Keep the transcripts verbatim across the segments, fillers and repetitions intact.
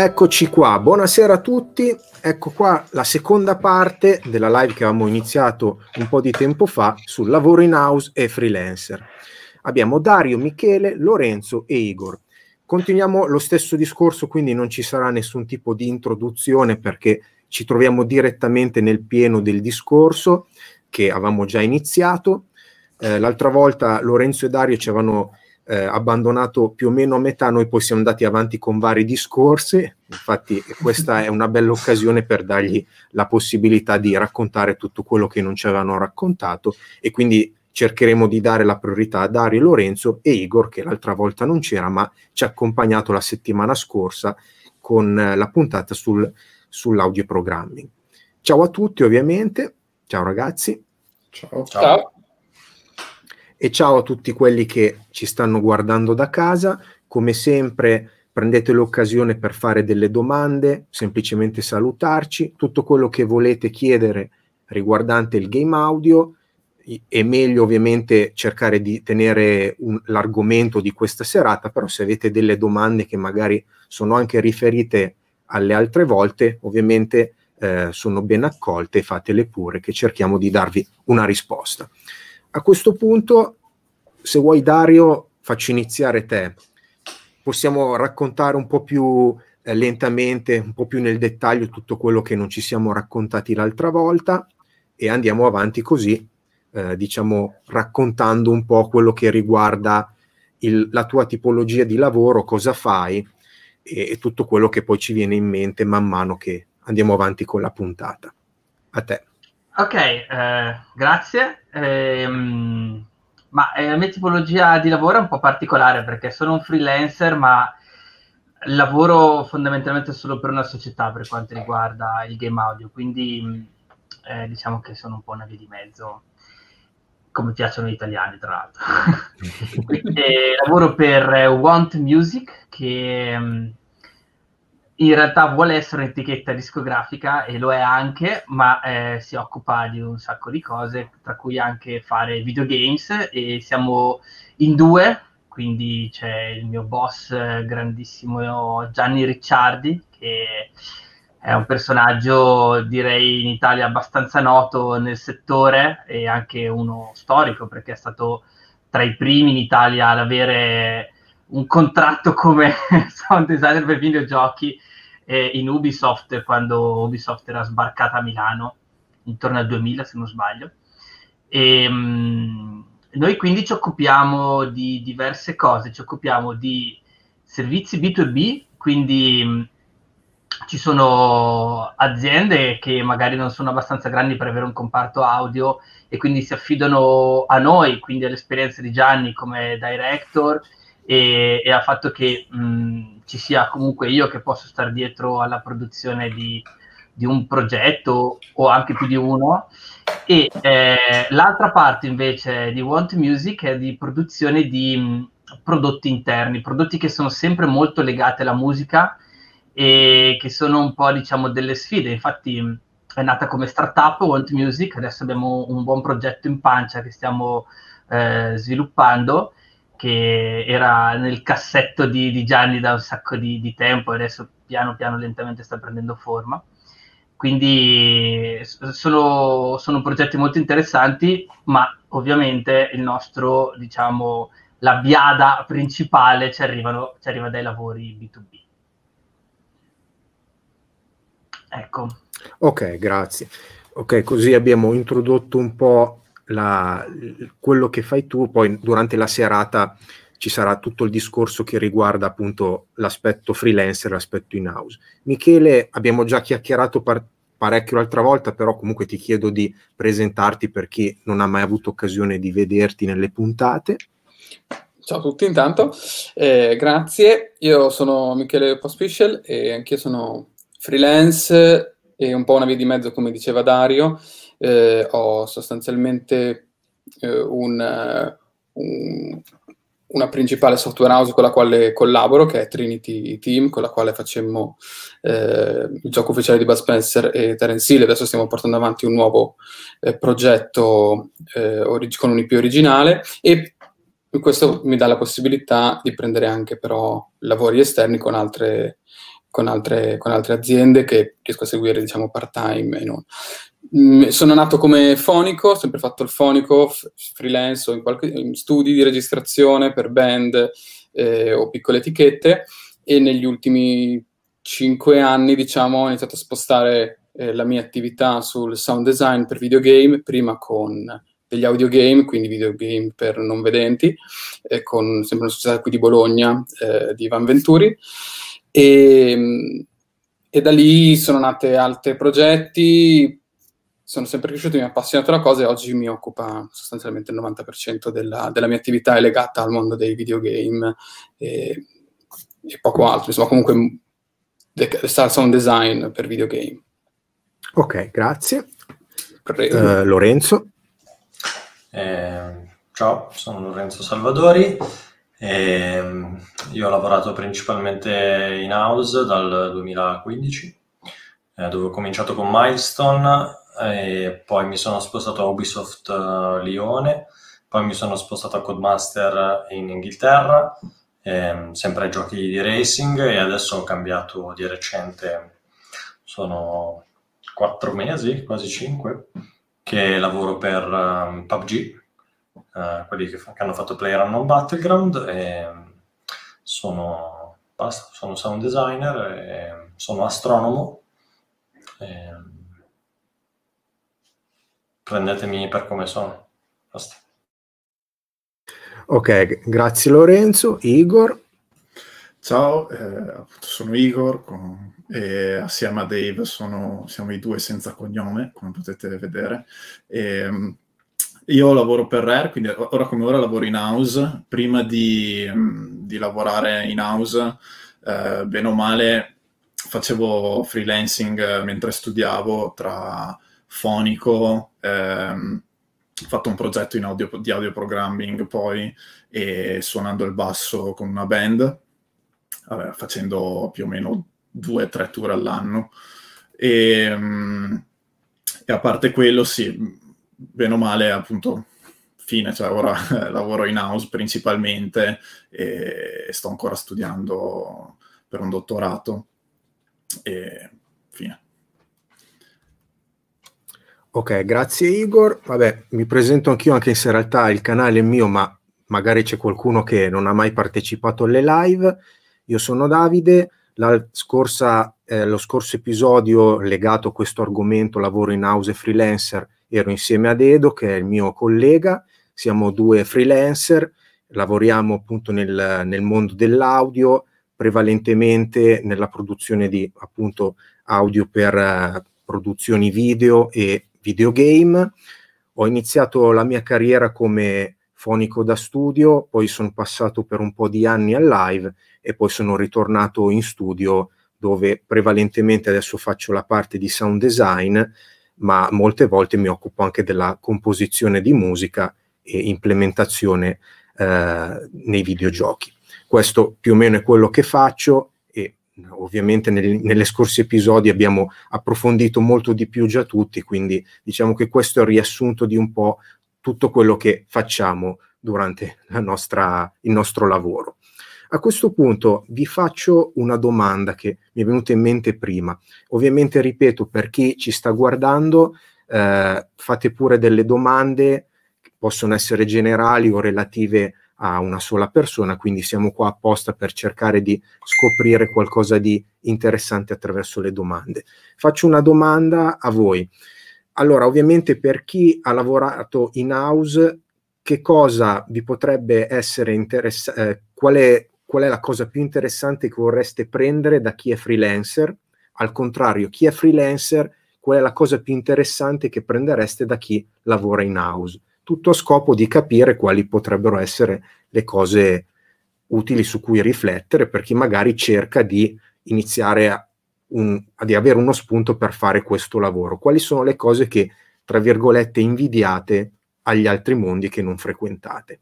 Eccoci qua, buonasera a tutti, ecco qua la seconda parte della live che avevamo iniziato un po' di tempo fa sul lavoro in house e freelancer. Abbiamo Dario, Michele, Lorenzo e Igor. Continuiamo lo stesso discorso, quindi non ci sarà nessun tipo di introduzione perché ci troviamo direttamente nel pieno del discorso che avevamo già iniziato. Eh, l'altra volta Lorenzo e Dario ci avevano Eh, abbandonato più o meno a metà, noi poi siamo andati avanti con vari discorsi, infatti questa è una bella occasione per dargli la possibilità di raccontare tutto quello che non ci avevano raccontato, e quindi cercheremo di dare la priorità a Dario, Lorenzo e Igor, che l'altra volta non c'era ma ci ha accompagnato la settimana scorsa con eh, la puntata sul, sull'audio programming. Ciao a tutti, ovviamente, ciao ragazzi. Ciao. Ciao. E ciao a tutti quelli che ci stanno guardando da casa. Come sempre prendete l'occasione per fare delle domande, semplicemente salutarci, tutto quello che volete chiedere riguardante il game audio. È meglio ovviamente cercare di tenere un, l'argomento di questa serata, però se avete delle domande che magari sono anche riferite alle altre volte, ovviamente eh, sono ben accolte, fatele pure che cerchiamo di darvi una risposta. A questo punto, se vuoi Dario, faccio iniziare te. Possiamo raccontare un po' più eh, lentamente, un po' più nel dettaglio tutto quello che non ci siamo raccontati l'altra volta e andiamo avanti così, eh, diciamo, raccontando un po' quello che riguarda il, la tua tipologia di lavoro, cosa fai e, e tutto quello che poi ci viene in mente man mano che andiamo avanti con la puntata. A te. Ok, eh, grazie. Ehm, ma eh, la mia tipologia di lavoro è un po' particolare perché sono un freelancer, ma lavoro fondamentalmente solo per una società per quanto riguarda il game audio, quindi eh, diciamo che sono un po' una via di mezzo, come piacciono gli italiani tra l'altro. Quindi, eh, lavoro per eh, Want Music, che in realtà vuole essere un'etichetta discografica e lo è anche, ma eh, si occupa di un sacco di cose, tra cui anche fare videogames, e siamo in due, quindi c'è il mio boss eh, grandissimo Gianni Ricciardi, che è un personaggio direi in Italia abbastanza noto nel settore e anche uno storico, perché è stato tra i primi in Italia ad avere un contratto come sound designer per videogiochi eh, in Ubisoft, quando Ubisoft era sbarcata a Milano intorno al duemila se non sbaglio. E mh, noi quindi ci occupiamo di diverse cose, ci occupiamo di servizi B due B, quindi mh, ci sono aziende che magari non sono abbastanza grandi per avere un comparto audio e quindi si affidano a noi, quindi all'esperienza di Gianni come director, e, e al fatto che mh, ci sia comunque io che posso stare dietro alla produzione di, di un progetto o anche più di uno. E eh, l'altra parte invece di Want Music è di produzione di mh, prodotti interni, prodotti che sono sempre molto legati alla musica e che sono un po', diciamo, delle sfide. Infatti è nata come startup Want Music, adesso abbiamo un buon progetto in pancia che stiamo eh, sviluppando, che era nel cassetto di, di Gianni da un sacco di, di tempo e adesso piano piano lentamente sta prendendo forma. Quindi sono, sono progetti molto interessanti, ma ovviamente il nostro, diciamo, la biada principale ci, arrivano, ci arriva dai lavori B due B. Ecco. Ok, grazie. Ok, così abbiamo introdotto un po' la, quello che fai tu, poi durante la serata ci sarà tutto il discorso che riguarda appunto l'aspetto freelancer, l'aspetto in-house. Michele, abbiamo già chiacchierato par- parecchio l'altra volta, però comunque ti chiedo di presentarti per chi non ha mai avuto occasione di vederti nelle puntate. Ciao a tutti intanto, eh, grazie. Io sono Michele Pospischel e anch'io sono freelance e un po' una via di mezzo, come diceva Dario. Eh, ho sostanzialmente eh, un, un, una principale software house con la quale collaboro, che è Trinity Team, con la quale facemmo eh, il gioco ufficiale di Bud Spencer e Terence Hill. Adesso stiamo portando avanti un nuovo eh, progetto eh, orig- con un I P originale, e questo mi dà la possibilità di prendere anche però lavori esterni con altre con altre, con altre aziende che riesco a seguire, diciamo, part-time e non. Mm, sono nato come fonico, ho sempre fatto il fonico, f- freelance o in, qualche, in studi di registrazione per band eh, o piccole etichette, e negli ultimi cinque anni, diciamo, ho iniziato a spostare eh, la mia attività sul sound design per videogame, prima con degli audiogame, quindi videogame per non vedenti, eh, con sempre una società qui di Bologna, eh, di Ivan Venturi, e, e da lì sono nate altri progetti, sono sempre cresciuto, mi ha appassionato la cosa e oggi mi occupa sostanzialmente il novanta per cento della, della mia attività è legata al mondo dei videogame e, e poco altro, insomma comunque sound design per videogame. Ok, grazie. Uh, Lorenzo? Eh, ciao, sono Lorenzo Salvadori. E io ho lavorato principalmente in house dal duemilaquindici, eh, dove ho cominciato con Milestone e poi mi sono spostato a Ubisoft uh, Lione, poi mi sono spostato a Codemaster in Inghilterra, eh, sempre ai giochi di racing, e adesso ho cambiato di recente, sono quattro mesi, quasi cinque, che lavoro per um, P U B G, uh, quelli che, fa- che hanno fatto PlayerUnknown Battleground, e sono, basta, sono sound designer, e sono astronomo, e prendetemi per come sono. Basta. Ok, grazie Lorenzo. Igor? Ciao, eh, sono Igor con, e assieme a Dave sono, siamo i due senza cognome, come potete vedere. E, io lavoro per Rare, quindi ora come ora lavoro in house. Prima di, di lavorare in house, eh, bene o male, facevo freelancing mentre studiavo tra fonico, ehm, ho fatto un progetto in audio, di audio programming poi, e suonando il basso con una band, vabbè, facendo più o meno due o tre tour all'anno. E, e a parte quello, sì, bene o male, appunto, fine, cioè ora lavoro in house principalmente e sto ancora studiando per un dottorato e fine. Ok, grazie Igor. Vabbè, mi presento anch'io, anche se in realtà il canale è mio, ma magari c'è qualcuno che non ha mai partecipato alle live. Io sono Davide. La scorsa, eh, lo scorso episodio legato a questo argomento, lavoro in house e freelancer, ero insieme ad Edo, che è il mio collega. Siamo due freelancer, lavoriamo appunto nel, nel mondo dell'audio, prevalentemente nella produzione di appunto audio per eh, produzioni video e videogame. Ho iniziato la mia carriera come fonico da studio, poi sono passato per un po' di anni al live e poi sono ritornato in studio, dove prevalentemente adesso faccio la parte di sound design, ma molte volte mi occupo anche della composizione di musica e implementazione eh, nei videogiochi. Questo più o meno è quello che faccio, e ovviamente nel, nelle scorsi episodi abbiamo approfondito molto di più già tutti, quindi diciamo che questo è il riassunto di un po' tutto quello che facciamo durante la nostra, il nostro lavoro. A questo punto vi faccio una domanda che mi è venuta in mente prima. Ovviamente, ripeto, per chi ci sta guardando, eh, fate pure delle domande che possono essere generali o relative a una sola persona, quindi siamo qua apposta per cercare di scoprire qualcosa di interessante attraverso le domande. Faccio una domanda a voi. Allora, ovviamente, per chi ha lavorato in house, che cosa vi potrebbe essere interessante, eh, qual è, qual è la cosa più interessante che vorreste prendere da chi è freelancer? Al contrario, chi è freelancer, qual è la cosa più interessante che prendereste da chi lavora in house? Tutto a scopo di capire quali potrebbero essere le cose utili su cui riflettere per chi magari cerca di iniziare a Un, di avere uno spunto per fare questo lavoro. Quali sono le cose che, tra virgolette, invidiate agli altri mondi che non frequentate?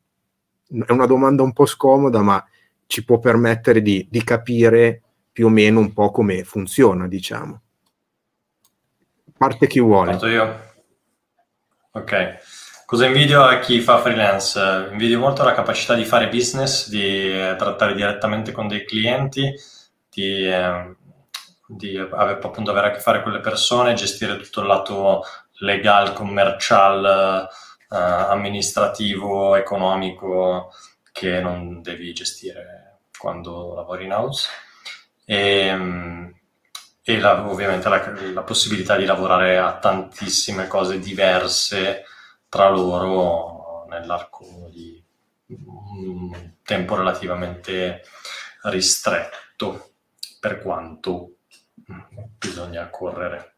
È una domanda un po' scomoda, ma ci può permettere di, di capire più o meno un po' come funziona, diciamo. Parte chi vuole. Parto io? Ok. Cosa invidio a chi fa freelance? Invidio molto la capacità di fare business, di eh, trattare direttamente con dei clienti, di... Eh, di aver, appunto avere a che fare con le persone, gestire tutto il lato legal, commercial, eh, amministrativo, economico, che non devi gestire quando lavori in house. E, e la, ovviamente la, la possibilità di lavorare a tantissime cose diverse tra loro nell'arco di un tempo relativamente ristretto, per quanto bisogna correre.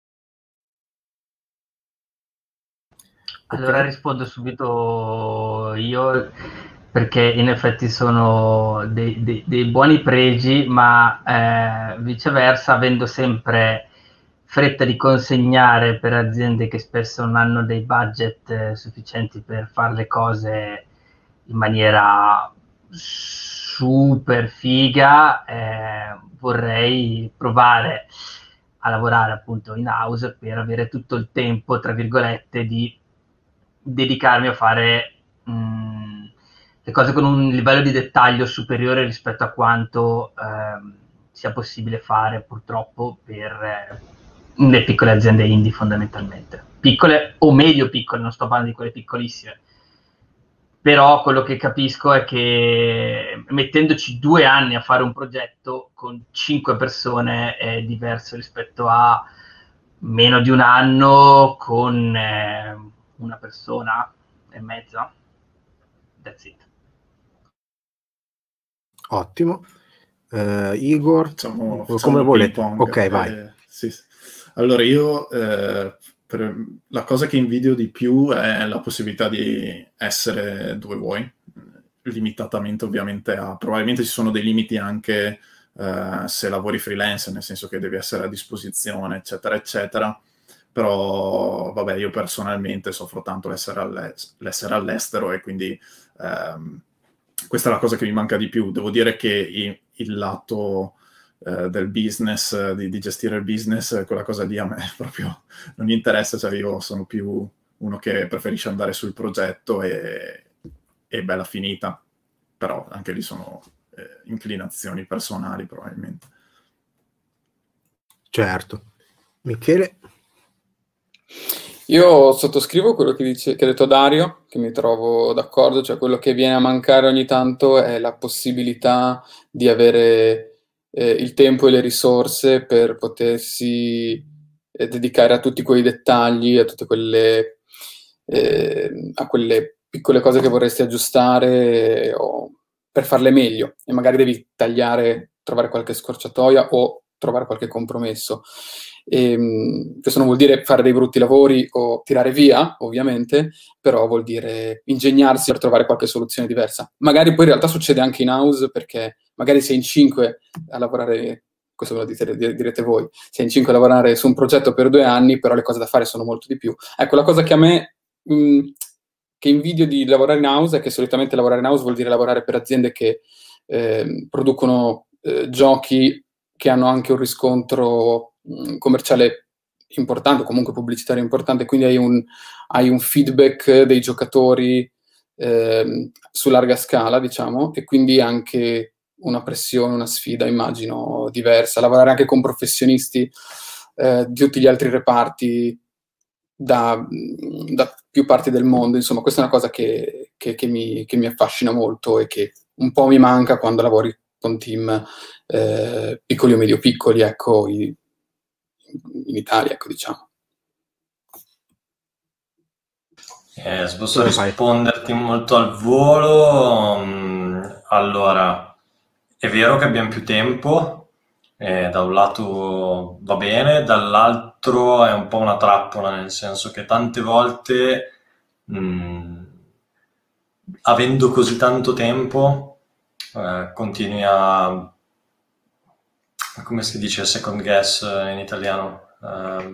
Allora Ok. rispondo subito io, perché in effetti sono dei, dei- dei buoni pregi, ma eh, viceversa, avendo sempre fretta di consegnare per aziende che spesso non hanno dei budget eh, sufficienti per fare le cose in maniera super figa, eh, vorrei provare a lavorare appunto in house per avere tutto il tempo, tra virgolette, di dedicarmi a fare mh, le cose con un livello di dettaglio superiore rispetto a quanto ehm, sia possibile fare purtroppo per eh, le piccole aziende indie fondamentalmente. Piccole o medio piccole, non sto parlando di quelle piccolissime. Però quello che capisco è che mettendoci due anni a fare un progetto con cinque persone è diverso rispetto a meno di un anno con eh, una persona e mezza. That's it. Ottimo. Eh, Igor, Facciamo, come facciamo il volete. ping pong. Ok, vai. Eh, sì, sì. Allora io eh, per, la cosa che invidio di più è la possibilità di essere dove vuoi, limitatamente ovviamente a, probabilmente ci sono dei limiti anche eh, se lavori freelance, nel senso che devi essere a disposizione, eccetera, eccetera. Però vabbè, io personalmente soffro tanto l'essere, all'est- l'essere all'estero e quindi ehm, questa è la cosa che mi manca di più. Devo dire che i- il lato eh, del business, eh, di, di gestire il business, eh, quella cosa lì a me proprio non mi interessa, cioè io sono più uno che preferisce andare sul progetto e, e bella finita, però anche lì sono eh, inclinazioni personali probabilmente. Certo. Michele? Io sottoscrivo quello che, dice, che ha detto Dario, che mi trovo d'accordo, cioè quello che viene a mancare ogni tanto è la possibilità di avere eh, il tempo e le risorse per potersi eh, dedicare a tutti quei dettagli, a tutte quelle, eh, a quelle piccole cose che vorresti aggiustare eh, o per farle meglio, e magari devi tagliare, trovare qualche scorciatoia o trovare qualche compromesso. E, questo non vuol dire fare dei brutti lavori o tirare via, ovviamente, però vuol dire ingegnarsi per trovare qualche soluzione diversa. Magari poi in realtà succede anche in house, perché magari sei in cinque a lavorare, questo ve lo dite, direte voi, sei in cinque a lavorare su un progetto per due anni, però le cose da fare sono molto di più. Ecco, la cosa che a me mh, che invidio di lavorare in house è che solitamente lavorare in house vuol dire lavorare per aziende che eh, producono eh, giochi che hanno anche un riscontro mh, commerciale importante, o comunque pubblicitario importante, quindi hai un, hai un feedback dei giocatori eh, su larga scala, diciamo, e quindi anche una pressione, una sfida, immagino, diversa. Lavorare anche con professionisti eh, di tutti gli altri reparti da, da più parti del mondo, insomma, questa è una cosa che, che, che, mi, che mi affascina molto e che un po' mi manca quando lavori con team eh, piccoli o medio piccoli, ecco, in, in Italia, ecco, diciamo. Eh, se posso risponderti molto al volo, mh, allora, è vero che abbiamo più tempo, eh, da un lato va bene, dall'altro è un po' una trappola, nel senso che tante volte, mh, avendo così tanto tempo, eh, continui a, come si dice second guess in italiano? Uh,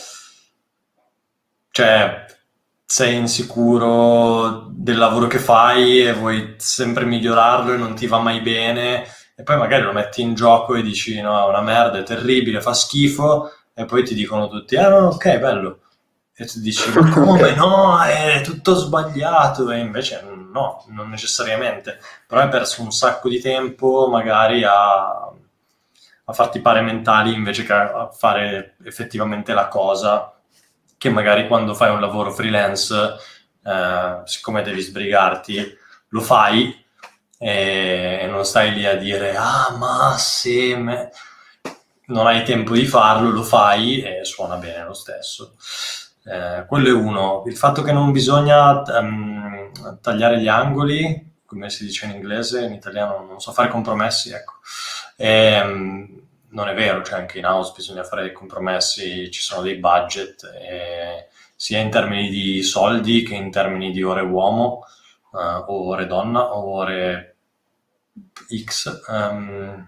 cioè sei insicuro del lavoro che fai e vuoi sempre migliorarlo e non ti va mai bene, e poi magari lo metti in gioco e dici no, è una merda, è terribile, fa schifo, e poi ti dicono tutti ah no, ok, bello, e tu dici ma come okay. No, è tutto sbagliato, e invece no, non necessariamente, però hai perso un sacco di tempo magari a a farti pare mentali invece che a fare effettivamente la cosa, che magari quando fai un lavoro freelance, eh, siccome devi sbrigarti, lo fai e non stai lì a dire ah ma se me... non hai tempo di farlo, lo fai e suona bene lo stesso. Eh, quello è uno. Il fatto che non bisogna um, tagliare gli angoli, come si dice in inglese, in italiano non so fare compromessi, ecco. E, um, non è vero, cioè anche in house bisogna fare dei compromessi, ci sono dei budget, e, sia in termini di soldi che in termini di ore uomo, uh, o ore donna, o ore X. Um,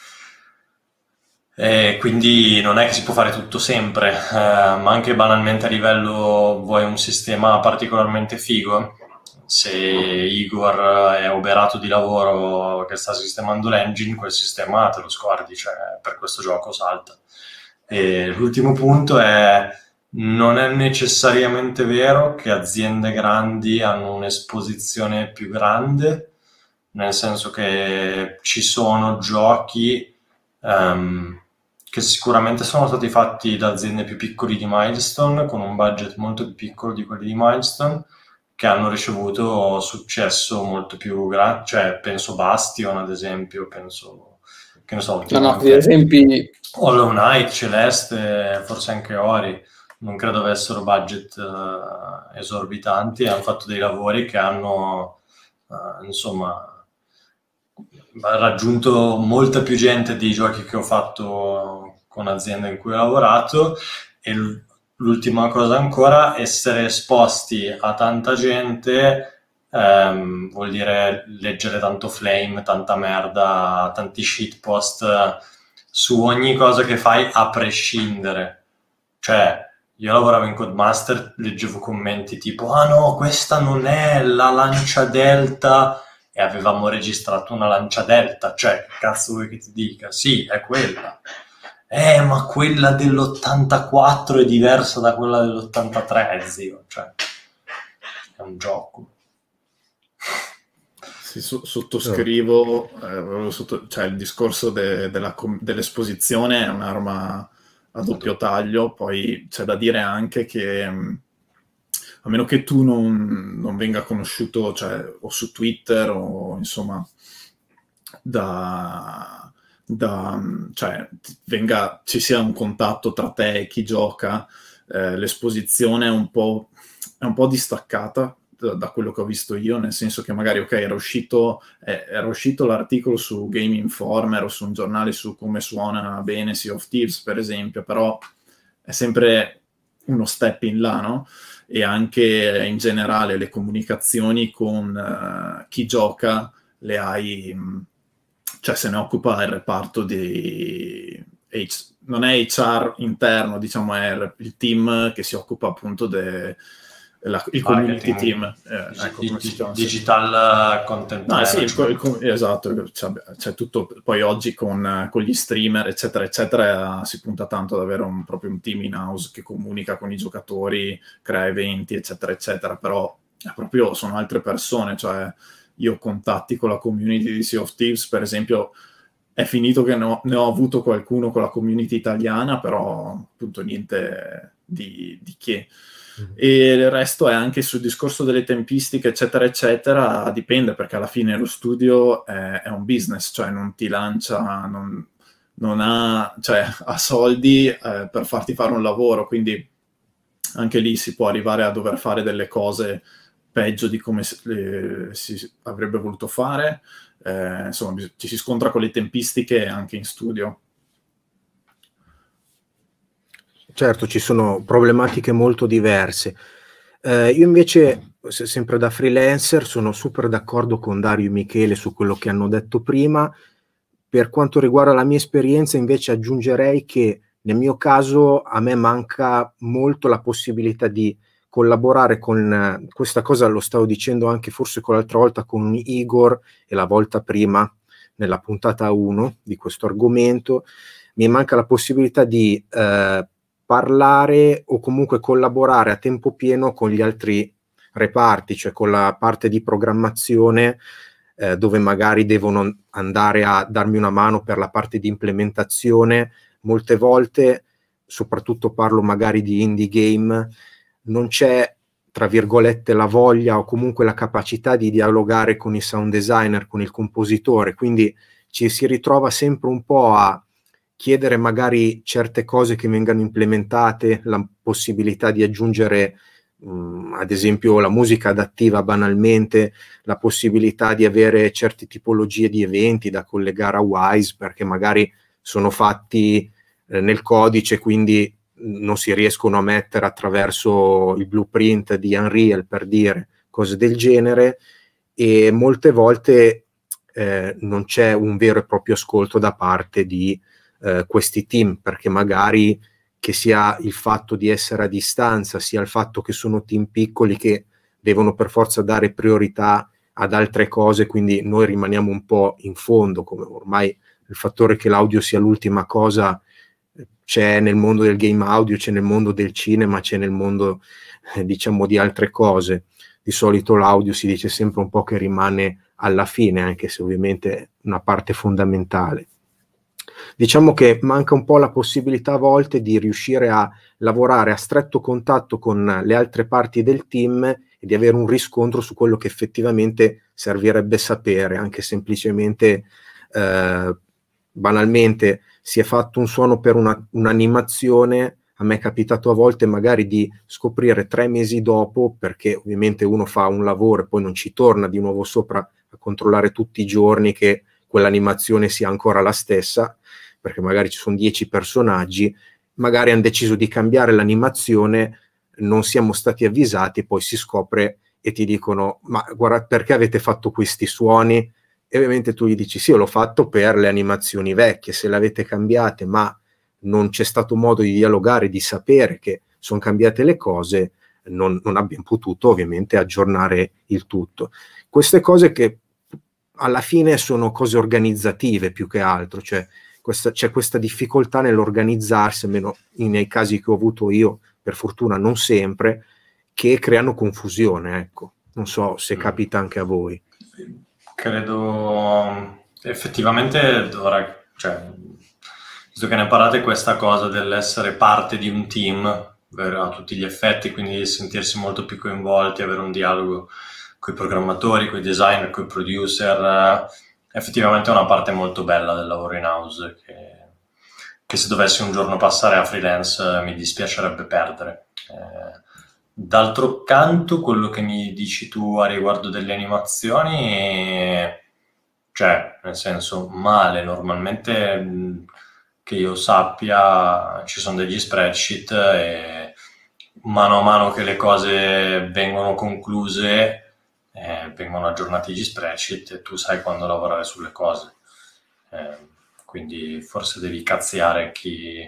E quindi non è che si può fare tutto sempre, eh, ma anche banalmente a livello vuoi un sistema particolarmente figo, se Igor è oberato di lavoro che sta sistemando l'engine, quel sistema te lo scordi, cioè per questo gioco salta. E l'ultimo punto è: non è necessariamente vero che aziende grandi hanno un'esposizione più grande, nel senso che ci sono giochi um, che sicuramente sono stati fatti da aziende più piccoli di Milestone, con un budget molto più piccolo di quelli di Milestone, che hanno ricevuto successo molto più grande, cioè penso Bastion ad esempio, penso, che ne so, no, no, gli esempi... Hollow Knight, Celeste, forse anche Ori, non credo avessero budget uh, esorbitanti, hanno fatto dei lavori che hanno, uh, insomma, ha raggiunto molta più gente dei giochi che ho fatto con aziende in cui ho lavorato. E l'ultima cosa ancora, essere esposti a tanta gente ehm, vuol dire leggere tanto flame, tanta merda, tanti shitpost su ogni cosa che fai a prescindere. Cioè, io lavoravo in Codemaster, leggevo commenti tipo ah no, questa non è la lancia delta, e avevamo registrato una lancia delta, cioè, che cazzo vuoi che ti dica? Sì, è quella. Eh, ma quella dell'ottantaquattro è diversa da quella dell'ottantatré, zio. Cioè, è un gioco. Sì, so- sottoscrivo, eh, sotto- cioè il discorso de- della com- dell'esposizione è un'arma a doppio taglio, poi c'è da dire anche che mh, a meno che tu non, non venga conosciuto, cioè, o su Twitter o insomma da, da cioè venga, ci sia un contatto tra te e chi gioca, eh, l'esposizione è un po', è un po' distaccata da, da quello che ho visto io, nel senso che magari ok, era uscito, eh, era uscito l'articolo su Game Informer o su un giornale su come suona bene Sea of Thieves, per esempio, però è sempre uno step in là, no? E anche in generale le comunicazioni con uh, chi gioca le hai, cioè se ne occupa il reparto di H, non è H R interno, diciamo è il team che si occupa appunto del community team, eh, ecco, come si chiama? Digital content no, sì, il, il, esatto, c'è, c'è tutto, poi oggi con, con gli streamer eccetera eccetera si punta tanto ad avere un, proprio un team in house che comunica con i giocatori, crea eventi eccetera eccetera, però è proprio sono altre persone, cioè io ho contatti con la community di Sea of Thieves, per esempio è finito che ne ho, ne ho avuto qualcuno con la community italiana, però appunto niente di, di che. E il resto è anche sul discorso delle tempistiche eccetera eccetera, dipende, perché alla fine lo studio è, è un business, cioè non ti lancia, non, non ha, cioè, ha soldi eh, per farti fare un lavoro, quindi anche lì si può arrivare a dover fare delle cose peggio di come si, eh, si avrebbe voluto fare, eh, insomma ci si scontra con le tempistiche anche in studio. Certo, ci sono problematiche molto diverse. Eh, io invece, sempre da freelancer, sono super d'accordo con Dario e Michele su quello che hanno detto prima. Per quanto riguarda la mia esperienza, invece, aggiungerei che nel mio caso a me manca molto la possibilità di collaborare con, questa cosa lo stavo dicendo anche forse con l'altra volta con Igor e la volta prima nella puntata uno di questo argomento, mi manca la possibilità di eh, parlare o comunque collaborare a tempo pieno con gli altri reparti, cioè con la parte di programmazione eh, dove magari devono andare a darmi una mano per la parte di implementazione, molte volte, soprattutto parlo magari di indie game, non c'è, tra virgolette, la voglia o comunque la capacità di dialogare con il sound designer, con il compositore, quindi ci si ritrova sempre un po' a chiedere magari certe cose che vengano implementate, la possibilità di aggiungere mh, ad esempio la musica adattiva banalmente, la possibilità di avere certe tipologie di eventi da collegare a Wise perché magari sono fatti eh, nel codice, quindi non si riescono a mettere attraverso il blueprint di Unreal, per dire, cose del genere, e molte volte eh, non c'è un vero e proprio ascolto da parte di eh, questi team, perché magari che sia il fatto di essere a distanza, sia il fatto che sono team piccoli che devono per forza dare priorità ad altre cose, quindi noi rimaniamo un po' in fondo, come ormai il fattore che l'audio sia l'ultima cosa c'è nel mondo del game audio, c'è nel mondo del cinema, c'è nel mondo eh, diciamo di altre cose. Di solito l'audio si dice sempre un po' che rimane alla fine, anche se ovviamente è una parte fondamentale. Diciamo che manca un po' la possibilità a volte di riuscire a lavorare a stretto contatto con le altre parti del team e di avere un riscontro su quello che effettivamente servirebbe sapere, anche semplicemente eh, banalmente si è fatto un suono per una, un'animazione, a me è capitato a volte magari di scoprire tre mesi dopo, perché ovviamente uno fa un lavoro e poi non ci torna di nuovo sopra a controllare tutti i giorni che quell'animazione sia ancora la stessa, perché magari ci sono dieci personaggi, magari hanno deciso di cambiare l'animazione, non siamo stati avvisati e poi si scopre e ti dicono ma guarda perché avete fatto questi suoni? E ovviamente tu gli dici sì, io l'ho fatto per le animazioni vecchie, se le avete cambiate ma non c'è stato modo di dialogare, di sapere che sono cambiate le cose, non, non abbiamo potuto ovviamente aggiornare il tutto. Queste cose che alla fine sono cose organizzative più che altro, cioè questa, c'è questa difficoltà nell'organizzarsi, almeno nei casi che ho avuto io, per fortuna non sempre, che creano confusione, ecco. Non so se capita anche a voi. Credo effettivamente ora, cioè, visto che ne parlate, questa cosa dell'essere parte di un team a tutti gli effetti, quindi sentirsi molto più coinvolti, avere un dialogo con i programmatori, con i designer, con i producer, effettivamente è una parte molto bella del lavoro in house che, che se dovessi un giorno passare a freelance mi dispiacerebbe perdere. Eh, D'altro canto, quello che mi dici tu a riguardo delle animazioni, cioè, nel senso, male, normalmente che io sappia ci sono degli spreadsheet e mano a mano che le cose vengono concluse eh, vengono aggiornati gli spreadsheet e tu sai quando lavorare sulle cose. Eh, quindi forse devi cazziare chi...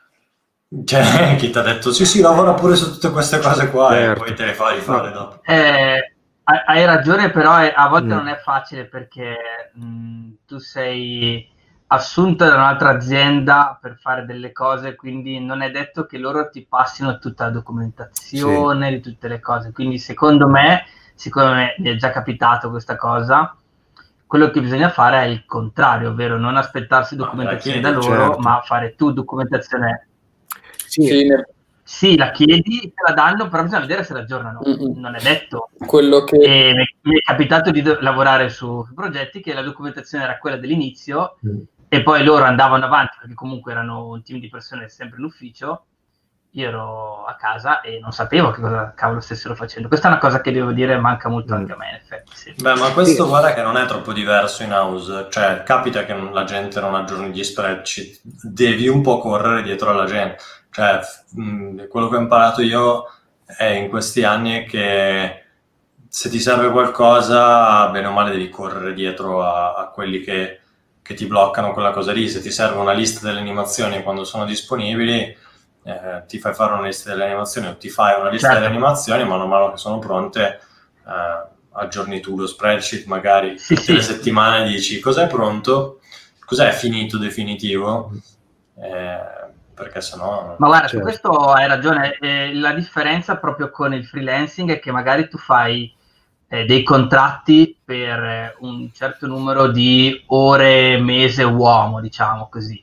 Cioè, chi ti ha detto sì sì lavora pure su tutte queste cose qua, certo, e poi te le fai rifare dopo. Eh, hai ragione, però a volte mm. non è facile perché mh, tu sei assunto da un'altra azienda per fare delle cose, quindi non è detto che loro ti passino tutta la documentazione, sì, di tutte le cose. Quindi secondo me, secondo me mi è già capitato questa cosa, quello che bisogna fare è il contrario, ovvero non aspettarsi documentazione da loro, certo, ma fare tu documentazione. Sì. Sì, ne... sì, la chiedi, te la danno, però bisogna vedere se la aggiornano. Mm-mm. Non è detto. Quello che... E mi è capitato di do- lavorare su progetti che la documentazione era quella dell'inizio mm. e poi loro andavano avanti perché comunque erano un team di persone sempre in ufficio. Io ero a casa e non sapevo che cosa cavolo stessero facendo. Questa è una cosa che devo dire manca molto mm. anche a me, in effetti. Sì. Beh, ma questo sì, guarda che non è troppo diverso in house. Cioè, capita che la gente non aggiorni gli spreadsheet, devi un po' correre dietro alla gente. Cioè, mh, quello che ho imparato io è in questi anni è che se ti serve qualcosa, bene o male devi correre dietro a, a quelli che, che ti bloccano quella cosa lì. Se ti serve una lista delle animazioni quando sono disponibili, eh, ti fai fare una lista delle animazioni o ti fai una lista, certo, delle animazioni, man mano che sono pronte eh, aggiorni tu lo spreadsheet, magari sì, tutte sì. le settimane dici cos'è pronto, cos'è finito, definitivo, eh, perché sennò... Ma guarda, certo, su questo hai ragione, eh, la differenza proprio con il freelancing è che magari tu fai eh, dei contratti per eh, un certo numero di ore, mese, uomo, diciamo così.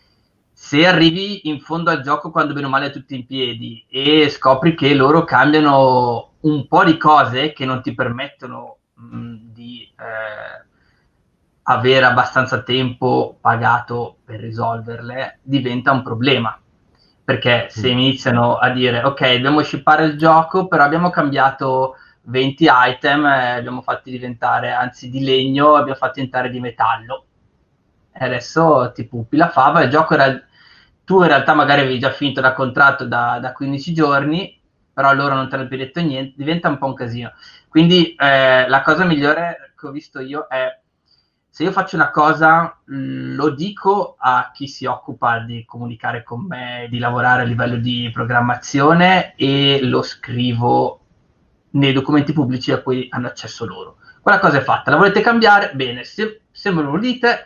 Se arrivi in fondo al gioco quando bene o male è tutto in piedi e scopri che loro cambiano un po' di cose che non ti permettono mh, di eh, avere abbastanza tempo pagato per risolverle, diventa un problema. Perché se iniziano a dire ok, dobbiamo shippare il gioco, però abbiamo cambiato venti item, eh, abbiamo fatti diventare, anzi di legno, abbiamo fatto diventare di metallo. E adesso ti pupi la fava, il gioco era... Tu in realtà magari avevi già finito da contratto da, da quindici giorni, però loro non te l'hanno più detto niente, diventa un po' un casino. Quindi eh, la cosa migliore che ho visto io è, se io faccio una cosa, lo dico a chi si occupa di comunicare con me, di lavorare a livello di programmazione, e lo scrivo nei documenti pubblici a cui hanno accesso loro. Quella cosa è fatta. La volete cambiare? Bene. Se, se me lo dite,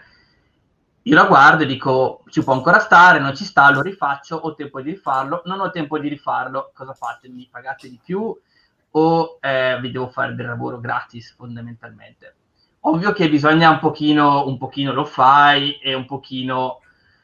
io la guardo e dico ci può ancora stare, non ci sta, lo rifaccio, ho tempo di rifarlo, non ho tempo di rifarlo, cosa fate? Mi pagate di più o eh, vi devo fare del lavoro gratis fondamentalmente? Ovvio che bisogna un pochino, un pochino lo fai e un pochino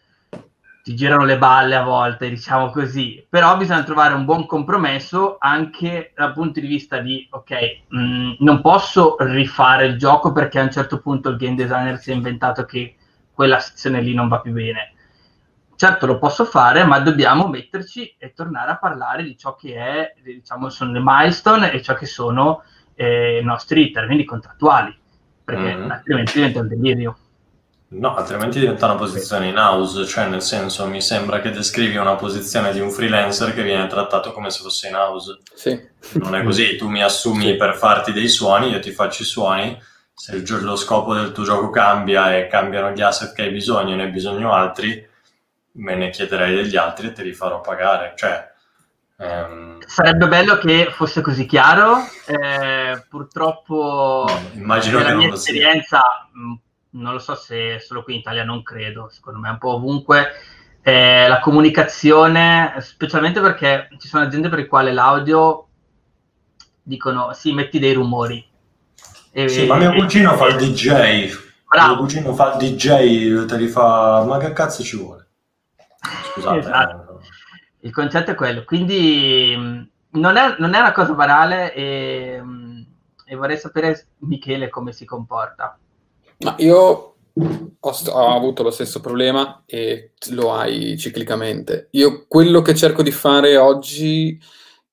ti girano le balle a volte, diciamo così, però bisogna trovare un buon compromesso anche dal punto di vista di ok, mh, non posso rifare il gioco perché a un certo punto il game designer si è inventato che quella sezione lì non va più bene. Certo lo posso fare, ma dobbiamo metterci e tornare a parlare di ciò che è, diciamo, sono le milestone e ciò che sono eh, i nostri termini contrattuali, perché mm. altrimenti diventa un delirio. No, altrimenti diventa una posizione in house, cioè nel senso mi sembra che descrivi una posizione di un freelancer che viene trattato come se fosse in house. Sì. Non è così, tu mi assumi sì. per farti dei suoni, io ti faccio i suoni, se il gio- lo scopo del tuo gioco cambia e cambiano gli asset che hai bisogno e ne hai bisogno altri, me ne chiederei degli altri e te li farò pagare, cioè... Ehm... Sarebbe bello che fosse così chiaro, eh, purtroppo no, immagino nella che mia non lo esperienza... Mh, non lo so se solo qui in Italia, non credo, secondo me un po' ovunque, eh, la comunicazione, specialmente perché ci sono aziende per le quali l'audio dicono sì, metti dei rumori. E, sì, ma mio cugino e, fa il D J, bravo. Mio cugino fa il D J, te li fa, ma che cazzo ci vuole? Scusate. Esatto. Eh. Il concetto è quello, quindi non è, non è una cosa banale e, e vorrei sapere Michele come si comporta. Ma io ho, ho avuto lo stesso problema e lo hai ciclicamente. Io quello che cerco di fare oggi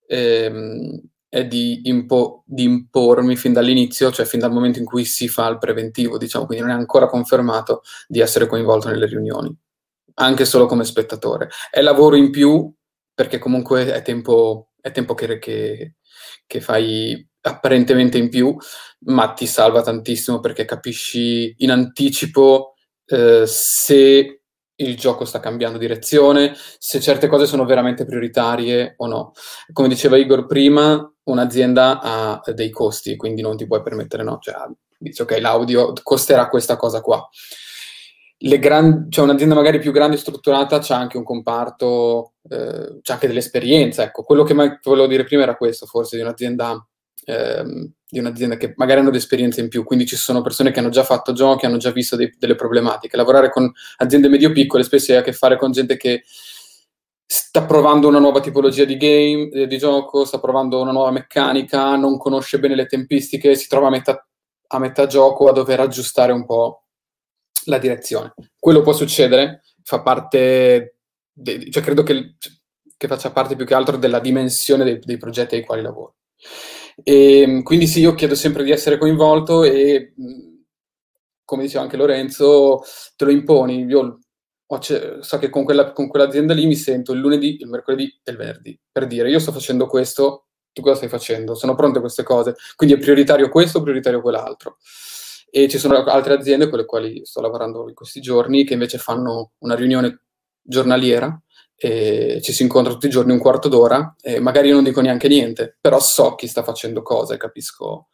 ehm, è di, impo- di impormi fin dall'inizio, cioè fin dal momento in cui si fa il preventivo, diciamo, quindi non è ancora confermato, di essere coinvolto nelle riunioni, anche solo come spettatore. È lavoro in più, perché comunque è tempo, è tempo che, che, che fai apparentemente in più, ma ti salva tantissimo perché capisci in anticipo eh, se il gioco sta cambiando direzione, se certe cose sono veramente prioritarie o no. Come diceva Igor prima, un'azienda ha dei costi, quindi non ti puoi permettere, no? Cioè, dici, ok, l'audio costerà questa cosa qua. Le gran... cioè un'azienda magari più grande e strutturata c'ha anche un comparto, eh, c'ha anche dell'esperienza, ecco. Quello che volevo dire prima era questo, forse, di un'azienda Ehm, di un'azienda che magari hanno esperienza in più, quindi ci sono persone che hanno già fatto giochi, hanno già visto dei, delle problematiche. Lavorare con aziende medio-piccole spesso hai a che fare con gente che sta provando una nuova tipologia di game, eh, di gioco, sta provando una nuova meccanica, non conosce bene le tempistiche, si trova a metà, a metà gioco a dover aggiustare un po' la direzione. Quello può succedere, fa parte, de, cioè credo che, che faccia parte più che altro della dimensione dei, dei progetti ai quali lavoro. E quindi sì, io chiedo sempre di essere coinvolto e come diceva anche Lorenzo, te lo imponi. Io ho, so che con, quella, con quell'azienda lì mi sento il lunedì, il mercoledì e il venerdì per dire io sto facendo questo, tu cosa stai facendo? Sono pronte queste cose, quindi è prioritario questo, prioritario quell'altro. E ci sono altre aziende con le quali sto lavorando in questi giorni che invece fanno una riunione giornaliera e ci si incontra tutti i giorni un quarto d'ora e magari io non dico neanche niente, però so chi sta facendo cosa e capisco.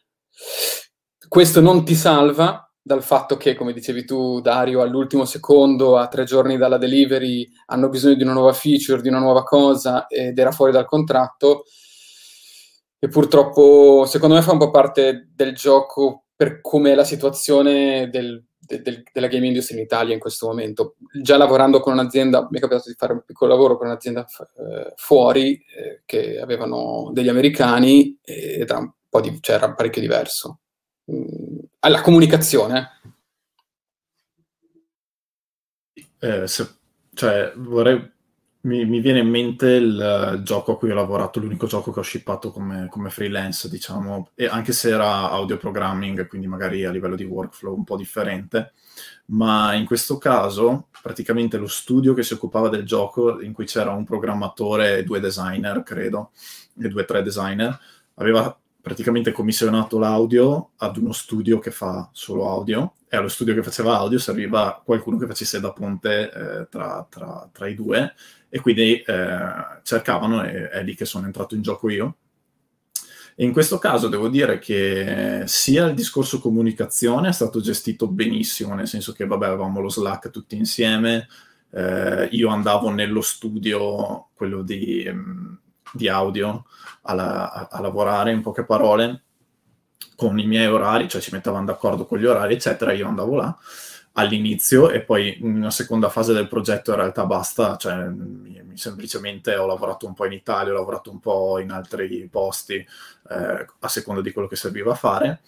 Questo non ti salva dal fatto che, come dicevi tu Dario, all'ultimo secondo, a tre giorni dalla delivery, hanno bisogno di una nuova feature, di una nuova cosa ed era fuori dal contratto. e purtroppo secondo me fa un po' parte del gioco per come è la situazione del, de, del, della game industry in Italia in questo momento. Già lavorando con un'azienda, mi è capitato di fare un piccolo lavoro con un'azienda eh, fuori eh, che avevano degli americani ed era un po' di, cioè era parecchio diverso. Mm, alla comunicazione. Eh, se, cioè, vorrei, mi, mi viene in mente il uh, gioco a cui ho lavorato, l'unico gioco che ho shippato come, come freelance, diciamo, e anche se era audio programming, quindi magari a livello di workflow un po' differente, ma in questo caso praticamente lo studio che si occupava del gioco, in cui c'era un programmatore e due designer, credo, e due o tre designer, aveva praticamente commissionato l'audio ad uno studio che fa solo audio, e allo studio che faceva audio serviva qualcuno che facesse da ponte eh, tra, tra, tra i due, e quindi eh, cercavano, e è lì che sono entrato in gioco io. E in questo caso devo dire che sia il discorso comunicazione è stato gestito benissimo, nel senso che vabbè, avevamo lo Slack tutti insieme, eh, io andavo nello studio, quello di, di audio, a, a, a lavorare, in poche parole, con i miei orari, cioè ci mettevamo d'accordo con gli orari, eccetera, io andavo là all'inizio, e poi in una seconda fase del progetto in realtà basta, cioè mi, mi semplicemente ho lavorato un po' in Italia, ho lavorato un po' in altri posti, eh, a seconda di quello che serviva a fare,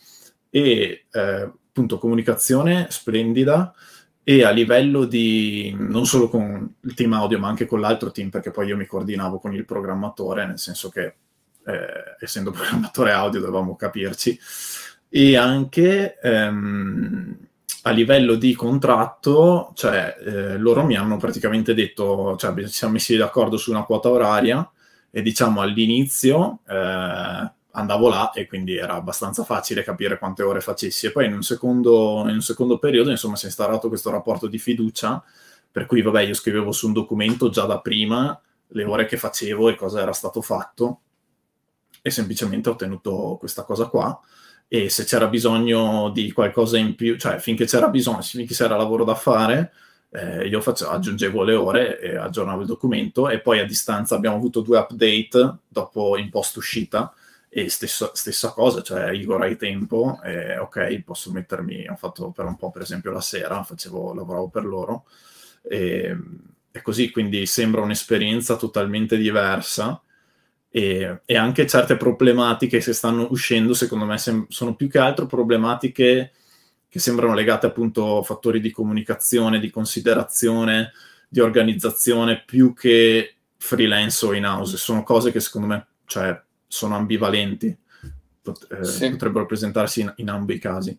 e eh, appunto comunicazione splendida, e a livello di, non solo con il team audio ma anche con l'altro team, perché poi io mi coordinavo con il programmatore, nel senso che Eh, essendo programmatore audio dovevamo capirci, e anche ehm, a livello di contratto, cioè eh, loro mi hanno praticamente detto, cioè ci siamo messi d'accordo su una quota oraria, e diciamo all'inizio eh, andavo là e quindi era abbastanza facile capire quante ore facessi, e poi in un secondo, in un secondo periodo insomma si è instaurato questo rapporto di fiducia, per cui vabbè, io scrivevo su un documento già da prima le ore che facevo e cosa era stato fatto, e semplicemente ho ottenuto questa cosa qua, e se c'era bisogno di qualcosa in più, cioè finché c'era bisogno, finché c'era lavoro da fare, eh, io facevo, aggiungevo le ore e aggiornavo il documento, e poi a distanza abbiamo avuto due update dopo in post uscita, e stessa, stessa cosa, cioè Igor hai tempo, e ok, posso mettermi, ho fatto per un po' per esempio la sera, facevo, lavoravo per loro, e, e così, quindi sembra un'esperienza totalmente diversa. E, e anche certe problematiche che stanno uscendo, secondo me, sem- sono più che altro problematiche che sembrano legate appunto a fattori di comunicazione, di considerazione, di organizzazione, più che freelance o in-house. Sono cose che secondo me, cioè, sono ambivalenti, Pot- eh, sì. potrebbero presentarsi in, in ambi i casi.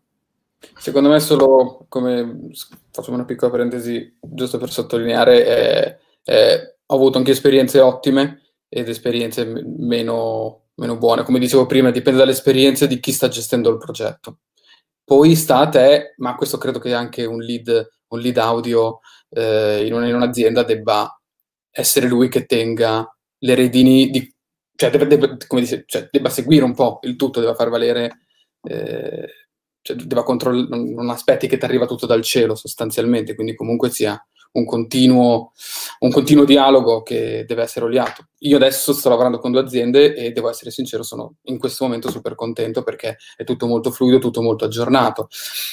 Secondo me solo, come facciamo una piccola parentesi, giusto per sottolineare, eh, eh, ho avuto anche esperienze ottime ed esperienze meno, meno buone. Come dicevo prima, dipende dalle esperienze di chi sta gestendo il progetto. Poi sta a te, ma questo credo che anche un lead, un lead audio eh, in, un, in un'azienda debba essere lui che tenga le redini, di, cioè, debba, debba, come dice, cioè debba seguire un po' il tutto, debba far valere, eh, cioè debba controllare, non, non aspetti che ti arriva tutto dal cielo sostanzialmente, quindi comunque sia un continuo, un continuo dialogo che deve essere oliato. Io adesso sto lavorando con due aziende e devo essere sincero, sono in questo momento super contento perché è tutto molto fluido, tutto molto aggiornato.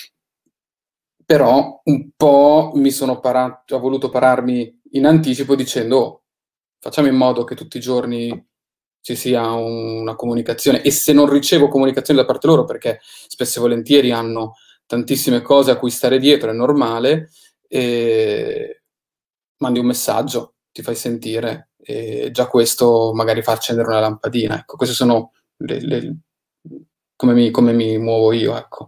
Però un po' mi sono parato, ho voluto pararmi in anticipo dicendo oh, facciamo in modo che tutti i giorni ci sia una comunicazione, e se non ricevo comunicazione da parte loro, perché spesso e volentieri hanno tantissime cose a cui stare dietro, è normale, e mandi un messaggio, ti fai sentire, e già questo magari fa accendere una lampadina. Ecco, queste sono le, le, come, mi, come mi muovo io, ecco.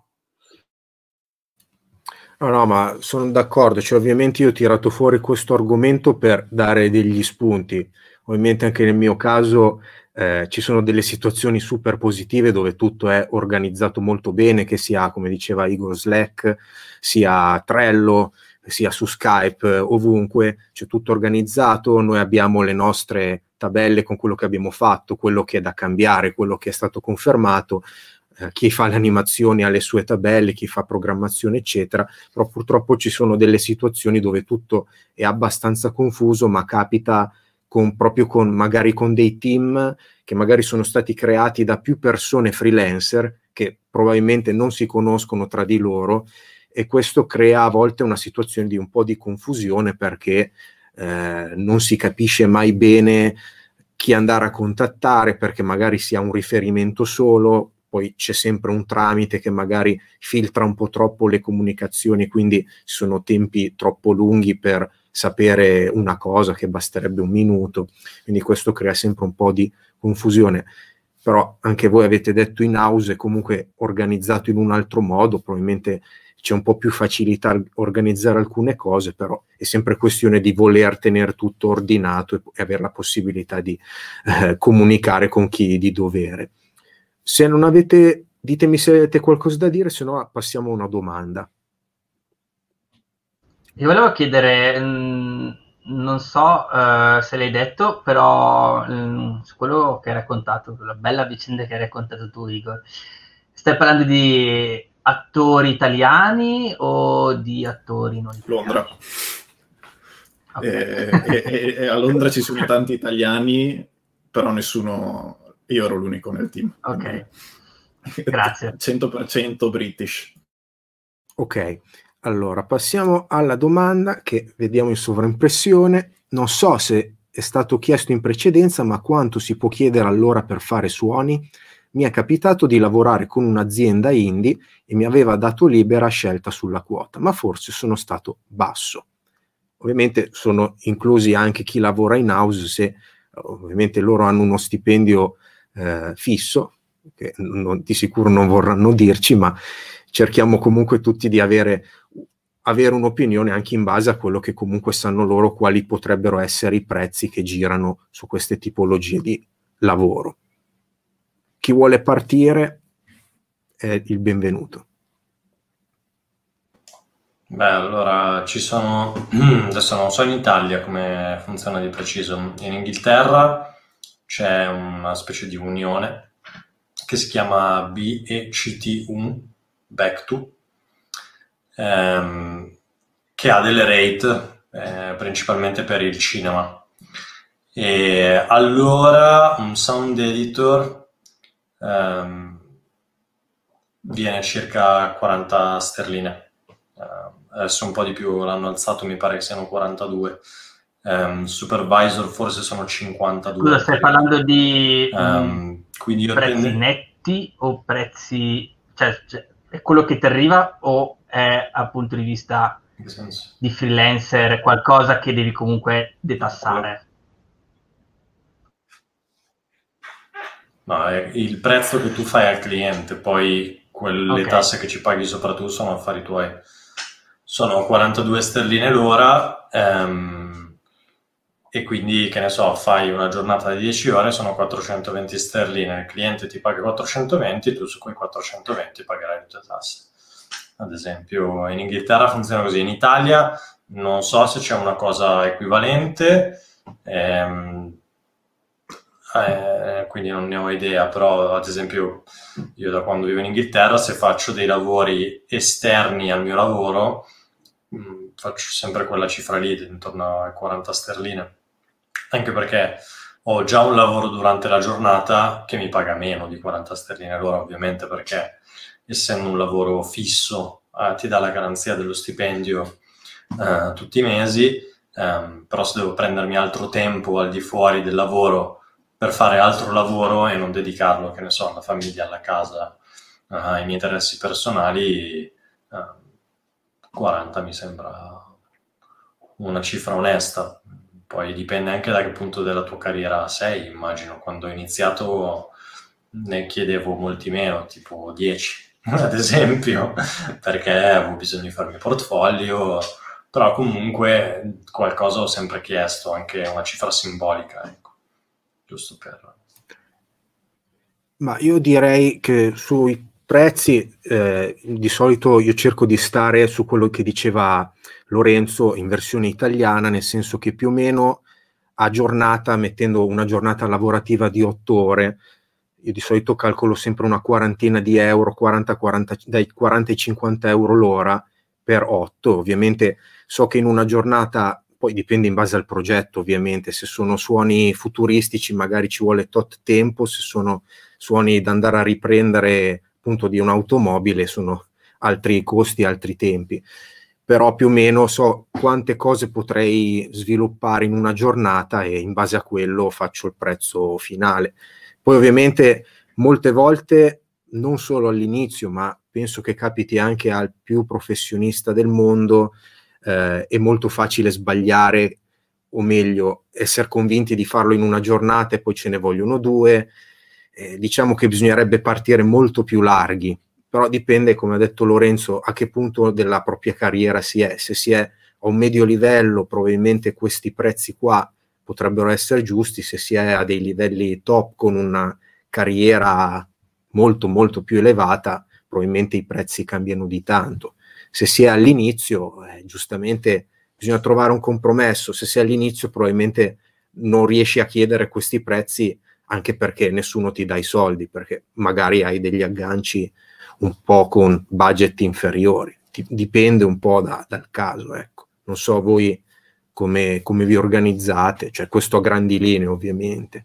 No, no, ma sono d'accordo, cioè, ovviamente io ho tirato fuori questo argomento per dare degli spunti. Ovviamente anche nel mio caso eh, ci sono delle situazioni super positive dove tutto è organizzato molto bene, che sia, come diceva Igor, Slack, sia Trello, sia su Skype, ovunque, c'è tutto organizzato, noi abbiamo le nostre tabelle con quello che abbiamo fatto, quello che è da cambiare, quello che è stato confermato, eh, chi fa le animazioni ha le sue tabelle, chi fa programmazione eccetera, però purtroppo ci sono delle situazioni dove tutto è abbastanza confuso, ma capita con, proprio con magari con dei team che magari sono stati creati da più persone freelancer che probabilmente non si conoscono tra di loro, e questo crea a volte una situazione di un po' di confusione, perché eh, non si capisce mai bene chi andare a contattare, perché magari si ha un riferimento solo, poi c'è sempre un tramite che magari filtra un po' troppo le comunicazioni, quindi ci sono tempi troppo lunghi per sapere una cosa che basterebbe un minuto, quindi questo crea sempre un po' di confusione. Però anche voi avete detto in-house è comunque organizzato in un altro modo, probabilmente c'è un po' più facilità a organizzare alcune cose, però è sempre questione di voler tenere tutto ordinato e, e avere la possibilità di eh, comunicare con chi di dovere. Se non avete, ditemi se avete qualcosa da dire, se no passiamo a una domanda. Io volevo chiedere, mh, non so uh, se l'hai detto, però mh, su quello che hai raccontato, la bella vicenda che hai raccontato tu, Igor, stai parlando di attori italiani o di attori non italiani? Londra. Okay. E, e, e a Londra ci sono tanti italiani, però nessuno, io ero l'unico nel team. Ok, grazie. cento per cento British. Ok, allora passiamo alla domanda che vediamo in sovraimpressione. Non so se è stato chiesto in precedenza, ma quanto si può chiedere all'ora per fare suoni? Mi è capitato di lavorare con un'azienda indie e mi aveva dato libera scelta sulla quota, ma forse sono stato basso. Ovviamente sono inclusi anche chi lavora in house, se ovviamente loro hanno uno stipendio eh, fisso, che non, di sicuro non vorranno dirci, ma cerchiamo comunque tutti di avere, avere un'opinione anche in base a quello che comunque sanno loro, quali potrebbero essere i prezzi che girano su queste tipologie di lavoro. Chi vuole partire è il benvenuto. Beh, allora ci sono, adesso non so in Italia come funziona di preciso, in Inghilterra c'è una specie di unione che si chiama B E C T U, Back to, ehm, che ha delle rate eh, principalmente per il cinema. E allora un sound editor Um, viene circa quaranta sterline, uh, adesso un po' di più l'hanno alzato, mi pare che siano quarantadue. Um, supervisor forse sono cinquantadue. Scusa, stai parlando di um, quindi io prezzi prende... netti o prezzi, cioè, cioè è quello che ti arriva o è dal punto di vista di freelancer qualcosa che devi comunque detassare? No, è il prezzo che tu fai al cliente, poi quelle Okay. tasse che ci paghi sopra tu sono affari tuoi. Sono quarantadue sterline l'ora, ehm, e quindi, che ne so, fai una giornata di dieci ore, sono quattrocentoventi sterline, il cliente ti paga quattrocentoventi, tu su quei quattrocentoventi pagherai le tue tasse. Ad esempio, in Inghilterra funziona così, in Italia non so se c'è una cosa equivalente, ehm, Eh, quindi non ne ho idea, però ad esempio io da quando vivo in Inghilterra, se faccio dei lavori esterni al mio lavoro, mh, faccio sempre quella cifra lì, intorno a quaranta sterline, anche perché ho già un lavoro durante la giornata che mi paga meno di quaranta sterline l'ora, ovviamente, perché essendo un lavoro fisso eh, ti dà la garanzia dello stipendio eh, tutti i mesi, ehm, però se devo prendermi altro tempo al di fuori del lavoro per fare altro lavoro e non dedicarlo, che ne so, alla famiglia, alla casa, uh, ai miei interessi personali, uh, quaranta mi sembra una cifra onesta. Poi dipende anche da che punto della tua carriera sei, immagino. Quando ho iniziato ne chiedevo molti meno, tipo dieci, ad esempio, perché avevo bisogno di farmi portfolio, però comunque qualcosa ho sempre chiesto, anche una cifra simbolica, ecco. Giusto per... Ma io direi che sui prezzi eh, di solito io cerco di stare su quello che diceva Lorenzo in versione italiana, nel senso che più o meno a giornata, mettendo una giornata lavorativa di otto ore, io di solito calcolo sempre una quarantina di euro, quaranta, quaranta, dai quaranta ai cinquanta euro l'ora per otto. Ovviamente so che in una giornata poi dipende in base al progetto ovviamente, se sono suoni futuristici magari ci vuole tot tempo, se sono suoni da andare a riprendere appunto di un'automobile sono altri costi, altri tempi, però più o meno so quante cose potrei sviluppare in una giornata e in base a quello faccio il prezzo finale. Poi ovviamente molte volte, non solo all'inizio, ma penso che capiti anche al più professionista del mondo, eh, è molto facile sbagliare, o meglio, essere convinti di farlo in una giornata e poi ce ne vogliono due. Eh, diciamo che bisognerebbe partire molto più larghi, però dipende, come ha detto Lorenzo, a che punto della propria carriera si è. Se si è a un medio livello, probabilmente questi prezzi qua potrebbero essere giusti, se si è a dei livelli top con una carriera molto molto più elevata, probabilmente i prezzi cambiano di tanto. Se si è all'inizio, eh, giustamente bisogna trovare un compromesso. Se si è all'inizio, probabilmente non riesci a chiedere questi prezzi, anche perché nessuno ti dà i soldi, perché magari hai degli agganci un po' con budget inferiori. Ti, dipende un po' da, dal caso, ecco. Non so voi come, come vi organizzate, cioè questo a grandi linee ovviamente.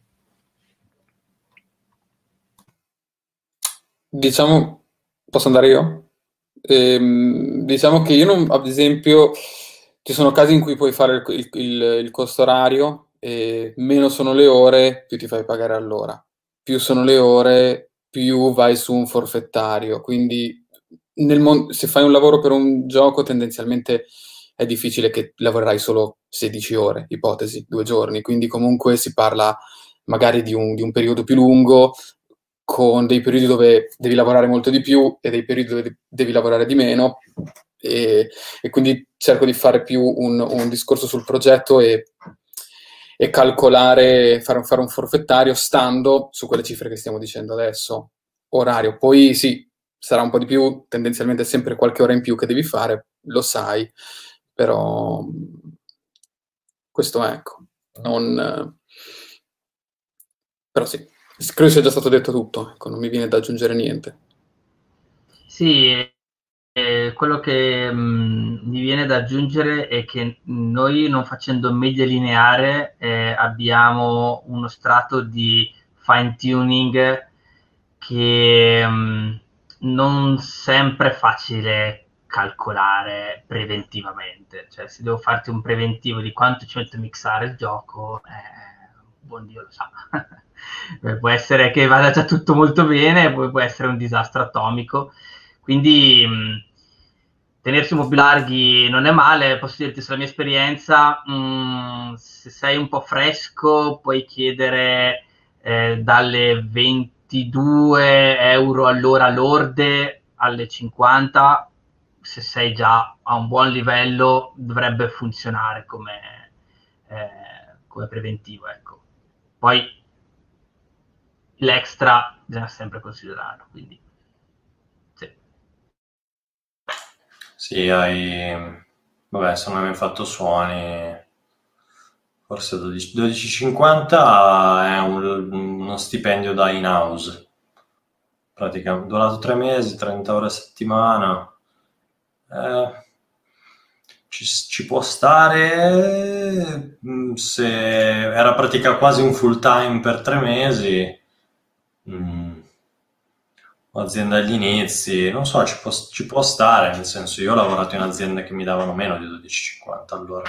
Diciamo, posso andare io? Ehm, diciamo che io non, ad esempio, ci sono casi in cui puoi fare il, il, il costo orario e meno sono le ore, più ti fai pagare all'ora. Più sono le ore, più vai su un forfettario. Quindi nel mon- se fai un lavoro per un gioco, tendenzialmente è difficile che lavorerai solo sedici ore, ipotesi, due giorni. Quindi comunque si parla magari di un, di un periodo più lungo, con dei periodi dove devi lavorare molto di più e dei periodi dove devi lavorare di meno, e, e quindi cerco di fare più un, un discorso sul progetto e, e calcolare, fare, fare un forfettario stando su quelle cifre che stiamo dicendo adesso. Orario, poi sì, sarà un po' di più, tendenzialmente sempre qualche ora in più che devi fare, lo sai, però questo ecco, non... però sì. Credo sia già stato detto tutto, ecco, non mi viene da aggiungere niente. Sì, eh, quello che mh, mi viene da aggiungere è che noi, non facendo media lineare, eh, abbiamo uno strato di fine tuning che mh, non sempre è facile calcolare preventivamente. Cioè, se devo farti un preventivo di quanto ci metto a mixare il gioco, eh, buon Dio lo sa. Può essere che vada già tutto molto bene, poi può essere un disastro atomico. Quindi mh, tenersi un po' più larghi non è male. Posso dirti sulla mia esperienza, mh, se sei un po' fresco puoi chiedere eh, dalle ventidue euro all'ora lorde alle cinquanta. Se sei già a un buon livello dovrebbe funzionare come, eh, come preventivo, ecco. Poi l'extra bisogna sempre considerarlo, quindi sì. Sì, hai... vabbè, se non hai mai fatto suoni, forse dodici virgola cinquanta è un, uno stipendio da in-house, praticamente, durato tre mesi, trenta ore a settimana, eh, ci, ci può stare, se era pratica quasi un full time per tre mesi, mm, azienda agli inizi, non so, ci può, ci può stare, nel senso, io ho lavorato in aziende che mi davano meno di dodici virgola cinquanta allora.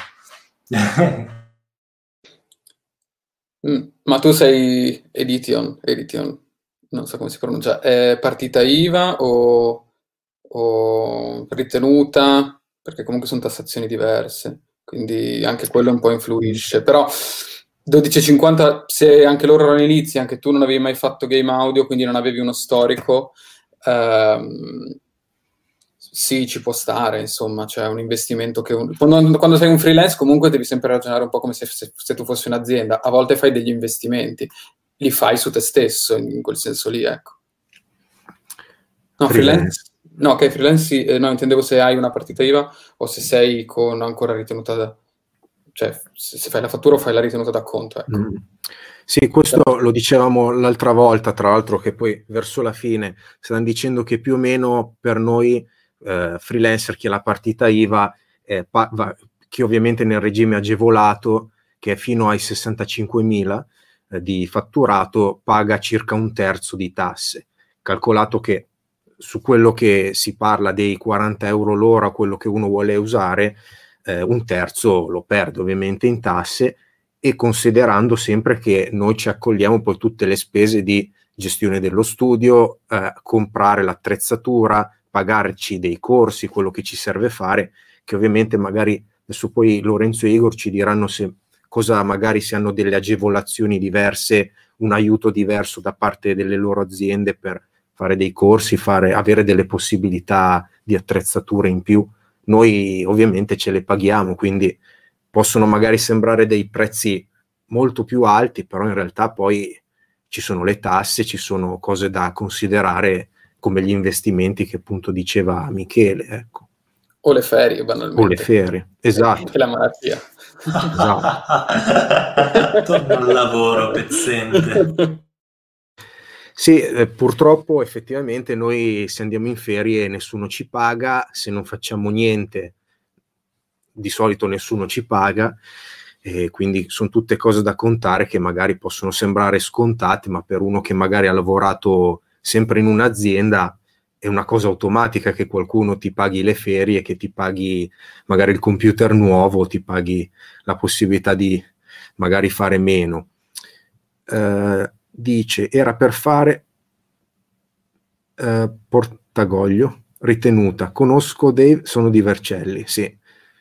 Mm, ma tu sei Edition, Edition, non so come si pronuncia, è partita I V A o, o ritenuta? Perché comunque sono tassazioni diverse, quindi anche quello un po' influisce. Però dodici virgola cinquanta, se anche loro erano inizi, anche tu non avevi mai fatto game audio, quindi non avevi uno storico, ehm, sì, ci può stare, insomma, c'è un investimento che... Un... Quando, quando sei un freelance comunque devi sempre ragionare un po' come se, se, se tu fossi un'azienda. A volte fai degli investimenti, li fai su te stesso, in quel senso lì, ecco. No, freelance... freelance no, ok, freelance sì, eh, no, intendevo se hai una partita I V A o se sei con ancora ritenuta da... cioè, se, se fai la fattura o fai la ritenuta d'acconto, ecco. Mm. Sì, questo lo dicevamo l'altra volta, tra l'altro, che poi verso la fine stanno dicendo che più o meno per noi eh, freelancer, chi ha la partita I V A, eh, pa- va, chi ovviamente nel regime agevolato, che è fino ai sessantacinquemila eh, di fatturato, paga circa un terzo di tasse, calcolato che su quello che si parla dei quaranta euro l'ora, quello che uno vuole usare, eh, un terzo lo perde ovviamente in tasse, e considerando sempre che noi ci accogliamo poi tutte le spese di gestione dello studio, eh, comprare l'attrezzatura, pagarci dei corsi, quello che ci serve fare, che ovviamente magari adesso poi Lorenzo e Igor ci diranno se cosa magari se hanno delle agevolazioni diverse, un aiuto diverso da parte delle loro aziende per fare dei corsi, fare, avere delle possibilità di attrezzature in più. Noi ovviamente ce le paghiamo, quindi possono magari sembrare dei prezzi molto più alti, però in realtà poi ci sono le tasse, ci sono cose da considerare come gli investimenti che appunto diceva Michele, ecco. O le ferie, banalmente. O le ferie, esatto. E la malattia. Esatto. Torno al lavoro pezzente. Sì, eh, purtroppo effettivamente noi se andiamo in ferie nessuno ci paga, se non facciamo niente di solito nessuno ci paga, e quindi sono tutte cose da contare che magari possono sembrare scontate, ma per uno che magari ha lavorato sempre in un'azienda è una cosa automatica che qualcuno ti paghi le ferie, che ti paghi magari il computer nuovo, ti paghi la possibilità di magari fare meno. Eh, dice, era per fare eh, Portagoglio, ritenuta, conosco Dave, sono di Vercelli, sì.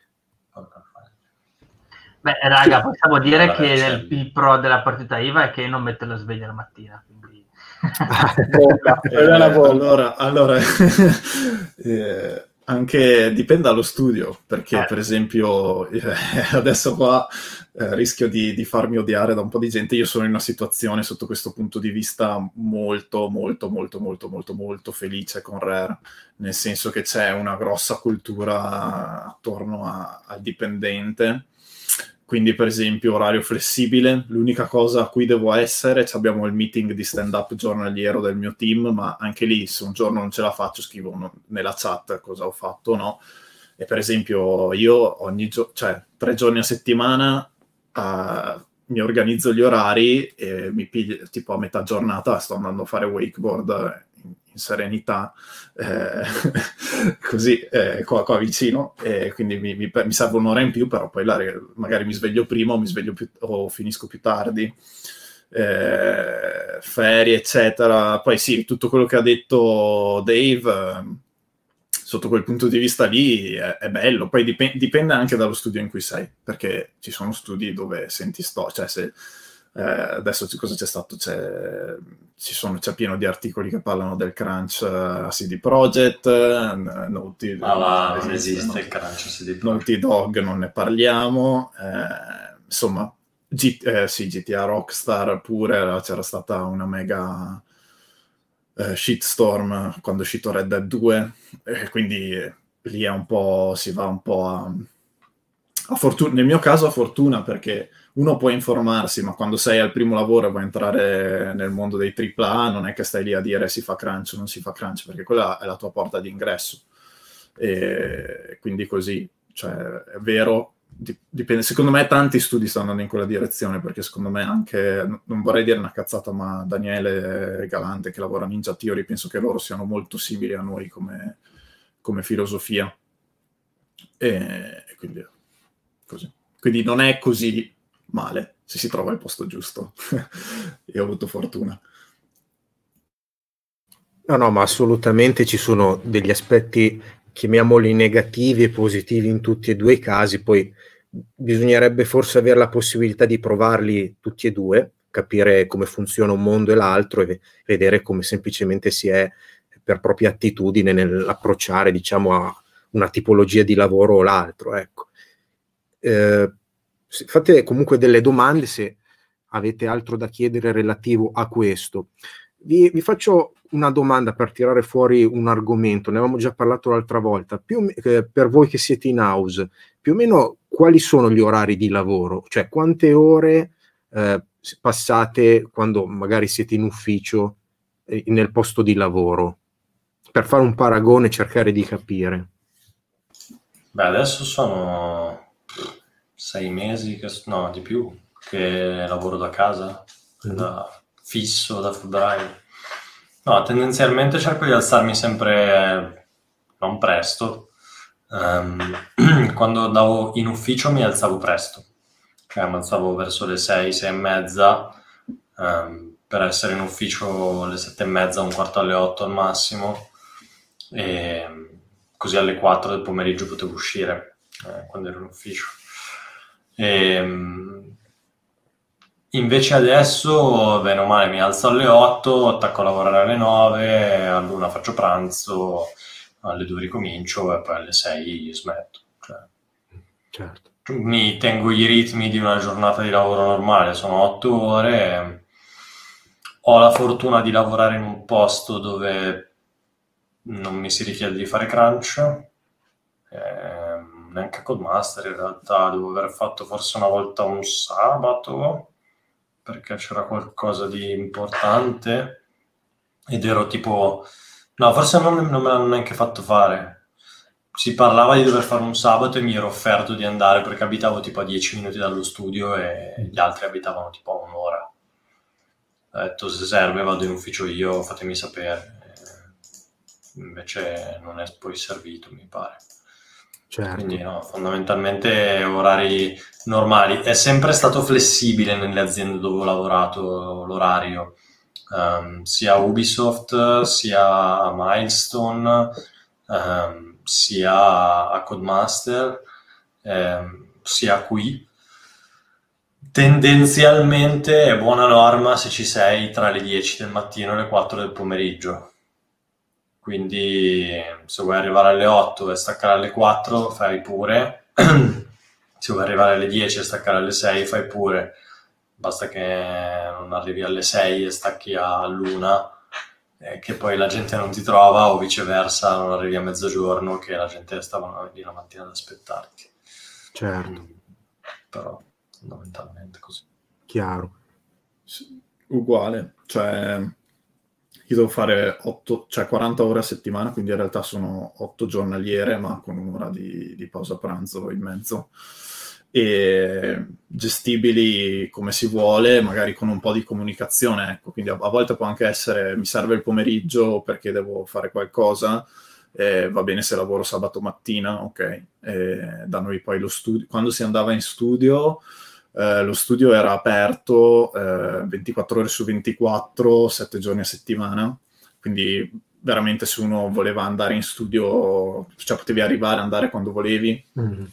Beh, raga, possiamo dire Allora, che c'è il, il pro della partita I V A è che non mette la sveglia la mattina, quindi... Bomba, Eh, è una bomba. allora, allora eh, anche dipende dallo studio, perché Eh. per esempio eh, adesso qua eh, rischio di, di farmi odiare da un po' di gente. Io sono in una situazione sotto questo punto di vista molto molto molto molto molto molto felice con Rare, nel senso che c'è una grossa cultura attorno a, al dipendente. Quindi per esempio orario flessibile, l'unica cosa a cui devo essere, abbiamo il meeting di stand up giornaliero del mio team, ma anche lì se un giorno non ce la faccio scrivo uno, nella chat cosa ho fatto, no? E per esempio io ogni giorno, cioè tre giorni a settimana uh, mi organizzo gli orari e mi piglio, tipo a metà giornata sto andando a fare wakeboard in serenità, eh, così eh, qua, qua vicino, e quindi mi, mi, mi serve un'ora in più, però poi la, magari mi sveglio prima o mi sveglio più, o finisco più tardi, eh, ferie eccetera. Poi sì, tutto quello che ha detto Dave eh, sotto quel punto di vista lì è, è bello. Poi dipende, dipende anche dallo studio in cui sei, perché ci sono studi dove senti sto, cioè se Eh, adesso cosa c'è stato? C'è, ci sono, c'è pieno di articoli che parlano del crunch uh, a C D Projekt, uh, Naughty, ma va, non esiste no, il crunch a C D Projekt. Naughty Dog non ne parliamo, eh, insomma G, eh, sì, G T A Rockstar pure, c'era stata una mega eh, shitstorm quando è uscito Red Dead due, eh, quindi lì è un po', si va un po' a, a fortuna, nel mio caso a fortuna, perché uno può informarsi, ma quando sei al primo lavoro e vuoi entrare nel mondo dei tripla A, non è che stai lì a dire si fa crunch o non si fa crunch, perché quella è la tua porta d'ingresso. E quindi così, cioè, è vero, dipende. Secondo me tanti studi stanno andando in quella direzione, perché secondo me anche, non vorrei dire una cazzata, ma Daniele e Galante che lavorano in Ninja Theory, penso che loro siano molto simili a noi come, come filosofia. E quindi così. Quindi non è così male se si trova il posto giusto. E ho avuto fortuna. No, no, ma assolutamente ci sono degli aspetti, chiamiamoli negativi e positivi in tutti e due i casi, poi bisognerebbe forse avere la possibilità di provarli tutti e due, capire come funziona un mondo e l'altro e vedere come semplicemente si è per propria attitudine nell'approcciare, diciamo, a una tipologia di lavoro o l'altro, ecco. Eh, fate comunque delle domande se avete altro da chiedere relativo a questo. Vi, vi faccio una domanda per tirare fuori un argomento, ne avevamo già parlato l'altra volta. Più, eh, per voi che siete in house, più o meno quali sono gli orari di lavoro? Cioè quante ore eh, passate quando magari siete in ufficio eh, nel posto di lavoro? Per fare un paragone e cercare di capire. Beh, adesso sono sei mesi, che, no, di più, che lavoro da casa, mm. da fisso, da febbraio. No, tendenzialmente cerco di alzarmi sempre non presto. Um, quando andavo in ufficio mi alzavo presto, cioè mi alzavo verso le sei, sei e mezza, um, per essere in ufficio alle sette e mezza, un quarto alle otto al massimo, e così alle quattro del pomeriggio potevo uscire eh, quando ero in ufficio. E, um, invece adesso, bene o male, mi alzo alle otto, attacco a lavorare alle nove, all'una faccio pranzo, alle due ricomincio e poi alle sei smetto. Cioè, certo. Mi tengo i ritmi di una giornata di lavoro normale, sono otto ore. Ho la fortuna di lavorare in un posto dove non mi si richiede di fare crunch, eh, neanche a Codemaster in realtà, devo aver fatto forse una volta un sabato, perché c'era qualcosa di importante ed ero tipo... No, forse non, non me l'hanno neanche fatto fare. Si parlava di dover fare un sabato e mi ero offerto di andare perché abitavo tipo a dieci minuti dallo studio e gli altri abitavano tipo a un'ora. Ho detto, se serve vado in ufficio io, fatemi sapere. E invece non è poi servito, mi pare. Certo. Quindi no, fondamentalmente orari normali. È sempre stato flessibile nelle aziende dove ho lavorato l'orario. Um, sia Ubisoft, sia a Milestone, um, sia a Codemaster, um, sia qui. Tendenzialmente è buona norma se ci sei tra le dieci del mattino e le quattro del pomeriggio. Quindi se vuoi arrivare alle otto e staccare alle quattro, fai pure. Se vuoi arrivare alle dieci e staccare alle sei, fai pure. Basta che non arrivi alle sei e stacchi all'una, eh, che poi la gente non ti trova, o viceversa non arrivi a mezzogiorno che la gente stava lì la mattina ad aspettarti. Certo. Però fondamentalmente così. Chiaro. Uguale, cioè io devo fare otto, cioè quaranta ore a settimana, quindi in realtà sono otto giornaliere, ma con un'ora di, di pausa pranzo in mezzo. E gestibili come si vuole, magari con un po' di comunicazione, ecco. Quindi a, a volte può anche essere mi serve il pomeriggio perché devo fare qualcosa, eh, va bene se lavoro sabato mattina, ok. E da noi poi lo studio, quando si andava in studio, eh, lo studio era aperto eh, ventiquattro ore su ventiquattro, sette giorni a settimana, quindi veramente se uno voleva andare in studio, cioè potevi arrivare, andare quando volevi. Mm-hmm.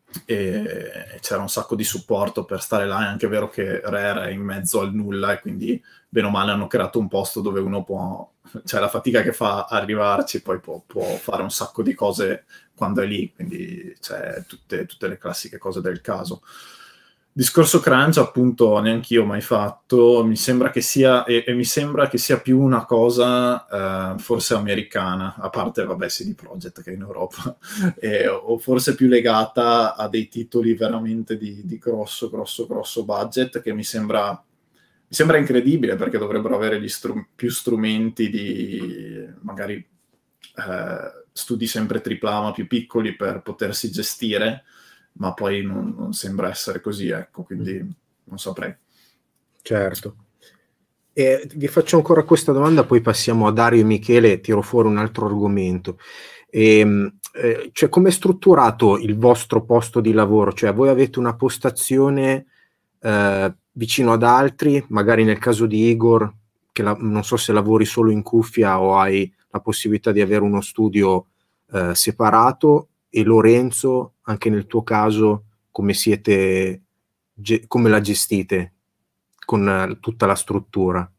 E c'era un sacco di supporto per stare là. È anche vero che Rare è in mezzo al nulla e quindi bene o male hanno creato un posto dove uno può, cioè la fatica che fa arrivarci poi può, può fare un sacco di cose quando è lì, quindi c'è tutte, tutte le classiche cose del caso. Discorso crunch appunto neanch'io ho mai fatto, mi sembra che sia e, e mi sembra che sia più una cosa eh, forse americana, a parte vabbè C D Projekt che è in Europa, e, o forse più legata a dei titoli veramente di, di grosso grosso grosso budget, che mi sembra mi sembra incredibile perché dovrebbero avere gli str- più strumenti di magari eh, studi sempre tripla A ma più piccoli per potersi gestire, ma poi non, non sembra essere così, ecco, quindi non saprei. Certo. E vi faccio ancora questa domanda, poi passiamo a Dario e Michele, tiro fuori un altro argomento. E, eh, cioè, come è strutturato il vostro posto di lavoro? Cioè, voi avete una postazione eh, vicino ad altri, magari nel caso di Igor, che la, non so se lavori solo in cuffia o hai la possibilità di avere uno studio eh, separato, e Lorenzo, anche nel tuo caso, come siete, ge- come la gestite con uh, tutta la struttura?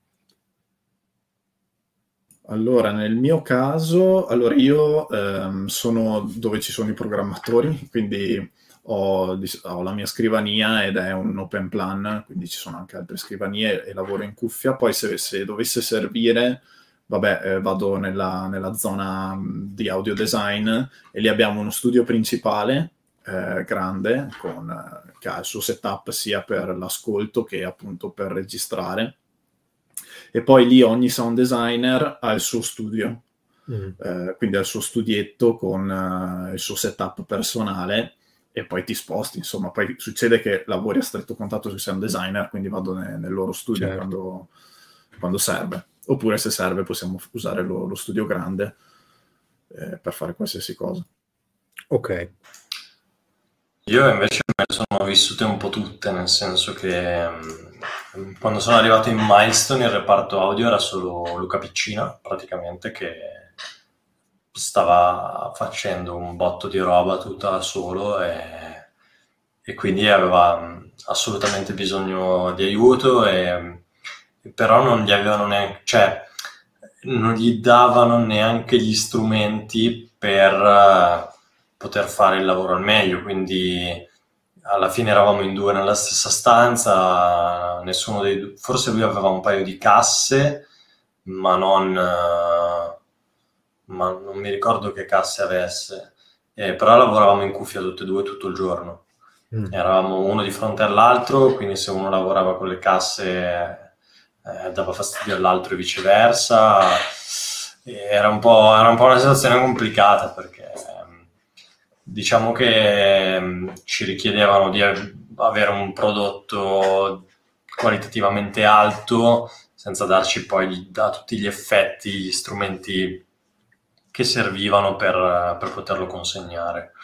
Allora, nel mio caso, allora io ehm, sono dove ci sono i programmatori, quindi ho, ho la mia scrivania ed è un open plan, quindi ci sono anche altre scrivanie e lavoro in cuffia. Poi se, se dovesse servire, vabbè, eh, vado nella, nella zona di audio design e lì abbiamo uno studio principale eh, grande con, eh, che ha il suo setup sia per l'ascolto che appunto per registrare, e poi lì ogni sound designer ha il suo studio, mm. eh, quindi ha il suo studietto con uh, il suo setup personale, e poi ti sposti, insomma. Poi succede che lavori a stretto contatto se sei un designer, quindi vado ne, nel loro studio certo. quando, quando serve. Oppure se serve possiamo usare lo, lo studio grande eh, per fare qualsiasi cosa. Ok. Io invece me le sono vissute un po' tutte, nel senso che um, quando sono arrivato in Milestone il reparto audio era solo Luca Piccina, praticamente, che stava facendo un botto di roba tutta da solo e, e quindi aveva um, assolutamente bisogno di aiuto, e, e però non gli avevano neanche, cioè non gli davano neanche gli strumenti per uh, poter fare il lavoro al meglio, quindi alla fine eravamo in due nella stessa stanza, nessuno dei due, forse lui aveva un paio di casse, ma non, uh, ma non mi ricordo che casse avesse, eh, però lavoravamo in cuffia tutti e due tutto il giorno, mm. eravamo uno di fronte all'altro, quindi se uno lavorava con le casse eh, dava fastidio all'altro e viceversa, era un po', era un po' una situazione complicata, perché diciamo che ci richiedevano di avere un prodotto qualitativamente alto senza darci poi da tutti gli effetti, gli strumenti che servivano per, per poterlo consegnare.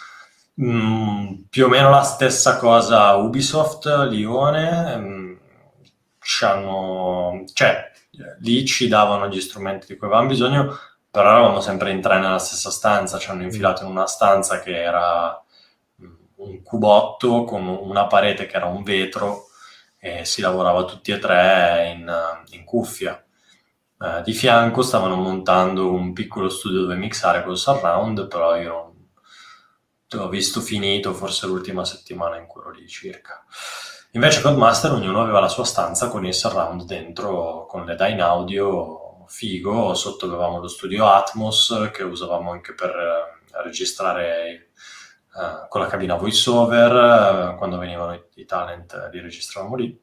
Mm, più o meno la stessa cosa Ubisoft, Lione, mm, ci hanno, cioè lì ci davano gli strumenti di cui avevamo bisogno, però eravamo sempre in tre nella stessa stanza, ci hanno infilato in una stanza che era un cubotto con una parete che era un vetro e si lavorava tutti e tre in, in cuffia. Eh, di fianco stavano montando un piccolo studio dove mixare col surround, però io l'ho visto finito forse l'ultima settimana in quello lì circa. Invece Codemaster ognuno aveva la sua stanza con il surround dentro, con le Dyne Audio figo, sotto avevamo lo studio Atmos che usavamo anche per uh, registrare uh, con la cabina voiceover, uh, quando venivano i, i talent li registravamo lì,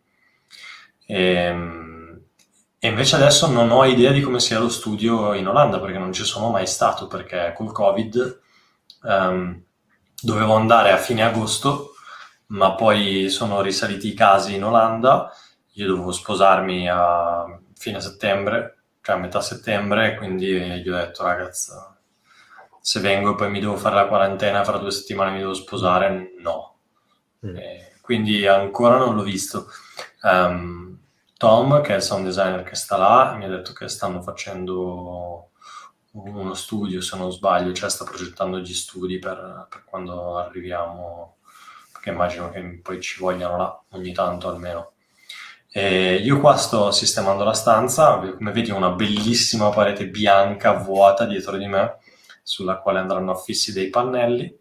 e, um, e invece adesso non ho idea di come sia lo studio in Olanda, perché non ci sono mai stato, perché col Covid um, dovevo andare a fine agosto, ma poi sono risaliti i casi in Olanda, io dovevo sposarmi a fine settembre, cioè a metà settembre, quindi gli ho detto ragazza, se vengo e poi mi devo fare la quarantena, fra due settimane mi devo sposare, no. Mm. E quindi ancora non l'ho visto. Um, Tom, che è il sound designer che sta là, mi ha detto che stanno facendo uno studio, se non sbaglio, cioè sta progettando gli studi per, per quando arriviamo, perché immagino che poi ci vogliano là ogni tanto almeno. E io qua sto sistemando la stanza, come vedi una bellissima parete bianca vuota dietro di me, sulla quale andranno affissi dei pannelli.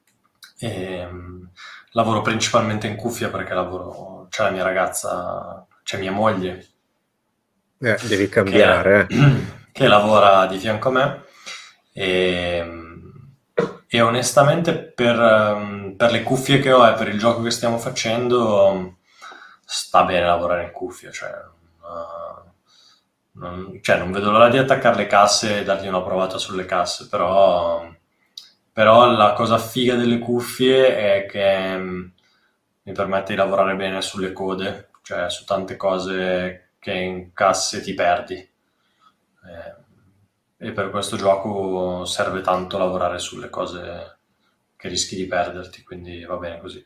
E, um, lavoro principalmente in cuffia perché lavoro, c'è la mia ragazza, c'è mia moglie. Eh, devi cambiare. Che, eh. che lavora di fianco a me. E, e onestamente per, um, per le cuffie che ho e per il gioco che stiamo facendo sta bene lavorare in cuffia, cioè, uh, non, cioè non vedo l'ora di attaccare le casse e dargli una provata sulle casse, però, però la cosa figa delle cuffie è che um, mi permette di lavorare bene sulle code, cioè su tante cose che in casse ti perdi, eh, e per questo gioco serve tanto lavorare sulle cose che rischi di perderti, quindi va bene così.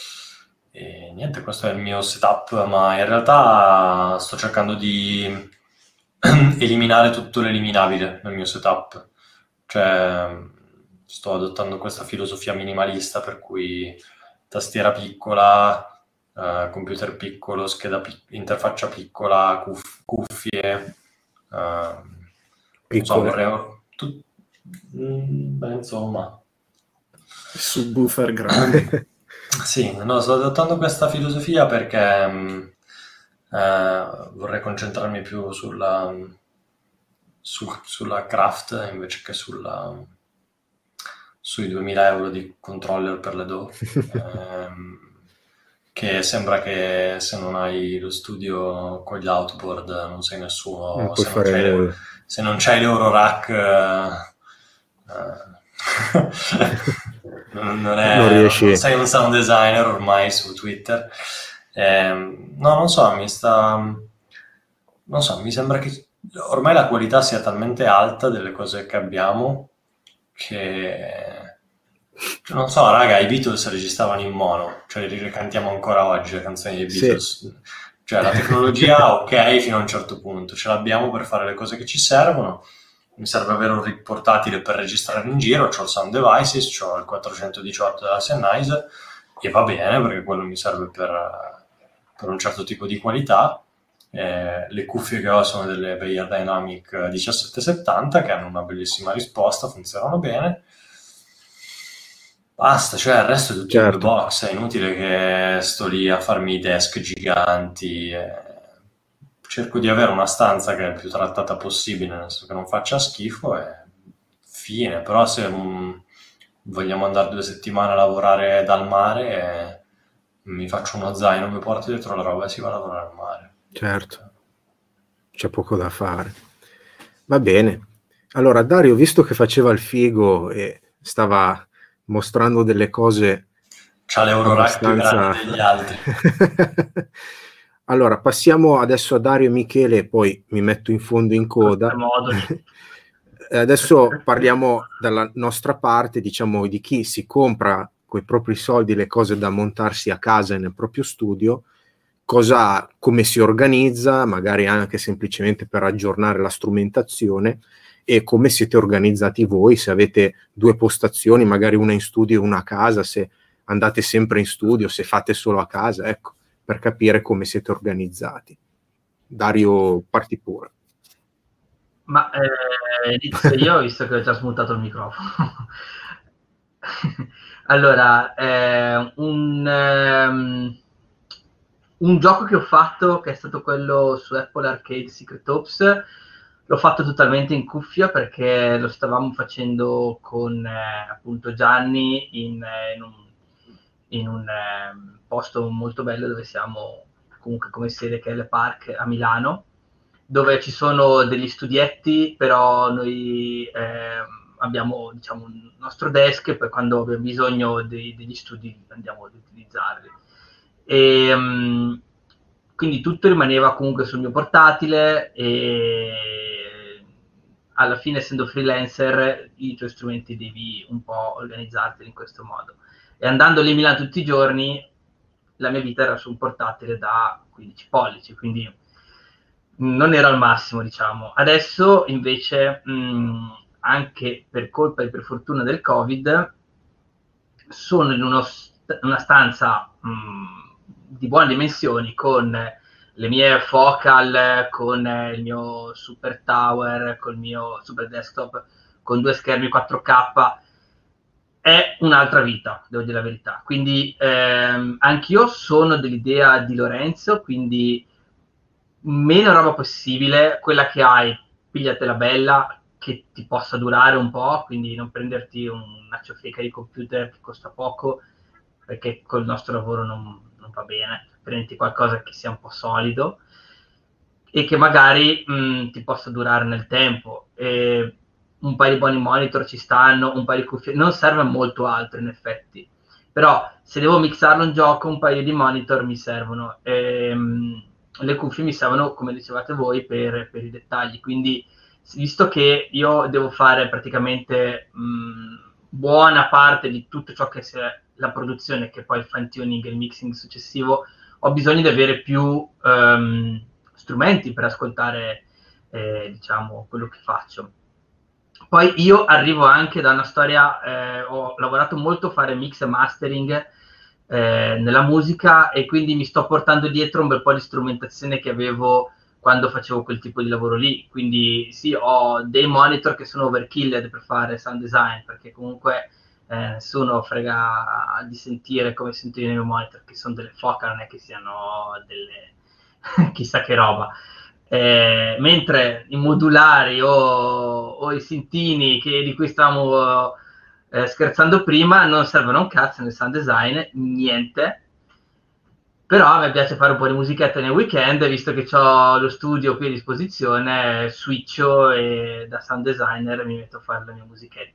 E niente, questo è il mio setup, ma in realtà sto cercando di eliminare tutto l'eliminabile nel mio setup, cioè sto adottando questa filosofia minimalista per cui tastiera piccola, uh, computer piccolo, scheda pic- interfaccia piccola, cuff- cuffie, uh, piccole, so, tu- mm, beh, insomma, subwoofer grande. Sì, no, sto adottando questa filosofia perché mh, eh, vorrei concentrarmi più sulla, su, sulla craft invece che sulla, sui duemila euro di controller per le D A W, ehm, che sembra che se non hai lo studio con gli outboard non sei nessuno, non puoi se, non fare c'hai nulla. le, se non c'hai l'Eurorack eh, eh, non, non, è, non riesci. Non sei un sound designer ormai su Twitter. Eh, no, non so, mi sta... Non so, mi sembra che ormai la qualità sia talmente alta delle cose che abbiamo che... Cioè, non so, raga, i Beatles registravano in mono, cioè li cantiamo ancora oggi le canzoni dei Beatles. Sì. Cioè la tecnologia, ok, fino a un certo punto, ce l'abbiamo per fare le cose che ci servono. Mi serve avere un rig portatile per registrare in giro, c'ho il Sound Devices, c'ho il quattrocentodiciotto della Sennheiser e va bene perché quello mi serve per, per un certo tipo di qualità. Eh, le cuffie che ho sono delle Beyer Dynamic diciassette settanta che hanno una bellissima risposta, funzionano bene. Basta, cioè il resto è tutto certo. In due box, è inutile che sto lì a farmi desk giganti. Eh. Cerco di avere una stanza che è il più trattata possibile, nel senso che non faccia schifo e fine. Però se um, vogliamo andare due settimane a lavorare dal mare, eh, mi faccio uno zaino, mi porto dietro la roba e si va a lavorare al mare. Certo, c'è poco da fare. Va bene. Allora, Dario, visto che faceva il figo e stava mostrando delle cose... C'ha l'Eurorack più grande degli altri. Allora, passiamo adesso a Dario e Michele e poi mi metto in fondo in coda. Adesso parliamo dalla nostra parte, diciamo, di chi si compra coi propri soldi le cose da montarsi a casa e nel proprio studio, cosa, come si organizza, magari anche semplicemente per aggiornare la strumentazione, e come siete organizzati voi, se avete due postazioni, magari una in studio e una a casa, se andate sempre in studio, se fate solo a casa, ecco, per capire come siete organizzati. Dario, parti pure. Ma eh, inizio io, visto che ho già smutato il microfono. Allora, eh, un, um, un gioco che ho fatto, che è stato quello su Apple Arcade Secret Ops, l'ho fatto totalmente in cuffia perché lo stavamo facendo con eh, appunto Gianni in, eh, in un, in un eh, posto molto bello dove siamo comunque come sede, che è Le Parc a Milano, dove ci sono degli studietti, però noi eh, abbiamo, diciamo, un nostro desk e poi quando abbiamo bisogno dei, degli studi andiamo ad utilizzarli. E, um, quindi tutto rimaneva comunque sul mio portatile e alla fine, essendo freelancer, i tuoi strumenti devi un po' organizzarteli in questo modo. E andando lì a Milano tutti i giorni, la mia vita era su un portatile da quindici pollici, quindi non era al massimo, diciamo. Adesso, invece, mh, anche per colpa e per fortuna del Covid, sono in uno st- una stanza mh, di buone dimensioni, con le mie focal, con il mio super tower, con il mio super desktop, con due schermi quattro K. È un'altra vita, devo dire la verità. Quindi ehm, anch'io sono dell'idea di Lorenzo, quindi meno roba possibile, quella che hai, pigliatela bella, che ti possa durare un po', quindi non prenderti una ciofeca di computer che costa poco, perché col nostro lavoro non, non va bene. Prendi qualcosa che sia un po' solido e che magari mh, ti possa durare nel tempo. E un paio di buoni monitor ci stanno, un paio di cuffie, non serve molto altro in effetti, però se devo mixarlo un gioco, un paio di monitor mi servono. E, mh, le cuffie mi servono, come dicevate voi, per, per i dettagli, quindi visto che io devo fare praticamente mh, buona parte di tutto ciò che sia la produzione, che poi il fine tuning e il mixing successivo, ho bisogno di avere più um, strumenti per ascoltare eh, diciamo quello che faccio. Poi io arrivo anche da una storia, eh, ho lavorato molto a fare mix e mastering eh, nella musica, e quindi mi sto portando dietro un bel po' di strumentazione che avevo quando facevo quel tipo di lavoro lì. Quindi sì, ho dei monitor che sono overkilled per fare sound design, perché comunque eh, nessuno frega di sentire come sento io nei miei monitor, che sono delle foca, non è che siano delle chissà che roba. Eh, mentre i modulari o, o i sintini che, di cui stavamo eh, scherzando prima non servono un cazzo nel sound design, niente. Però a me piace fare un po' di musichetta nei weekend, visto che ho lo studio qui a disposizione, switcho e da sound designer mi metto a fare la mia musichetta.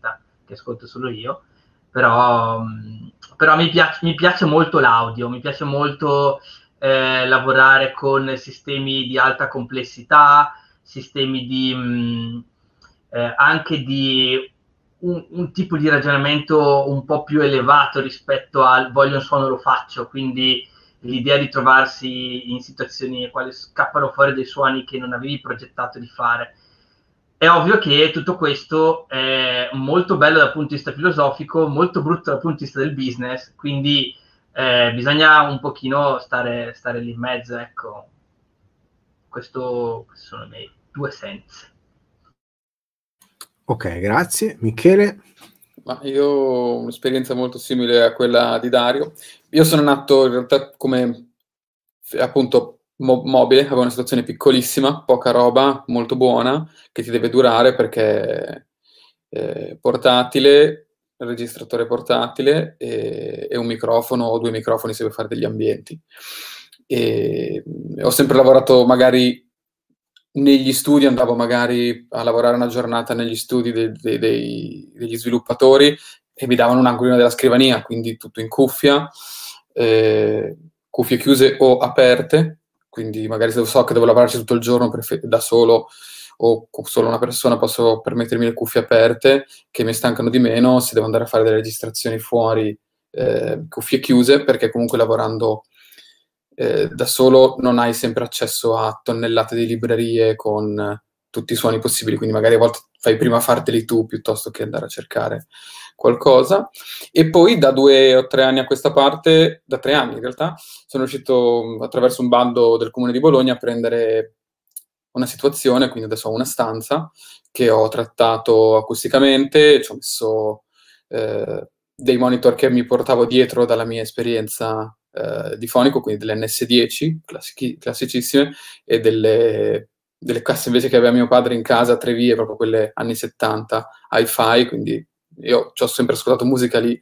che ascolto solo io, però, però mi, piace, mi piace molto l'audio, mi piace molto eh, lavorare con sistemi di alta complessità, sistemi di mh, eh, anche di un, un tipo di ragionamento un po' più elevato rispetto al voglio un suono lo faccio, quindi l'idea di trovarsi in situazioni nelle quali scappano fuori dei suoni che non avevi progettato di fare. È ovvio che tutto questo è molto bello dal punto di vista filosofico, molto brutto dal punto di vista del business, quindi eh, bisogna un pochino stare, stare lì in mezzo, ecco. Questo, queste sono le mie due sense. Ok, grazie. Michele? Ma io ho un'esperienza molto simile a quella di Dario. Io sono nato in realtà come appunto mo- mobile, avevo una situazione piccolissima, poca roba, molto buona, che ti deve durare perché eh, portatile, registratore portatile e, e un microfono o due microfoni se vuoi fare degli ambienti. E, e ho sempre lavorato magari negli studi, andavo magari a lavorare una giornata negli studi de- de- dei, degli sviluppatori e mi davano un angolino della scrivania, quindi tutto in cuffia, eh, cuffie chiuse o aperte, quindi magari se so che devo lavorarci tutto il giorno prefer- da solo o con solo una persona posso permettermi le cuffie aperte che mi stancano di meno, se devo andare a fare delle registrazioni fuori, eh, cuffie chiuse, perché comunque lavorando Eh, da solo non hai sempre accesso a tonnellate di librerie con eh, tutti i suoni possibili, quindi magari a volte fai prima a farteli tu piuttosto che andare a cercare qualcosa. E poi da due o tre anni a questa parte, da tre anni in realtà, sono riuscito attraverso un bando del Comune di Bologna a prendere una situazione, quindi adesso ho una stanza che ho trattato acusticamente, ci ho messo eh, dei monitor che mi portavo dietro dalla mia esperienza eh, di fonico, quindi delle N S dieci, classici, classicissime, e delle, delle casse invece che aveva mio padre in casa, tre vie, proprio quelle anni settanta, hi-fi, quindi io ci ho sempre ascoltato musica lì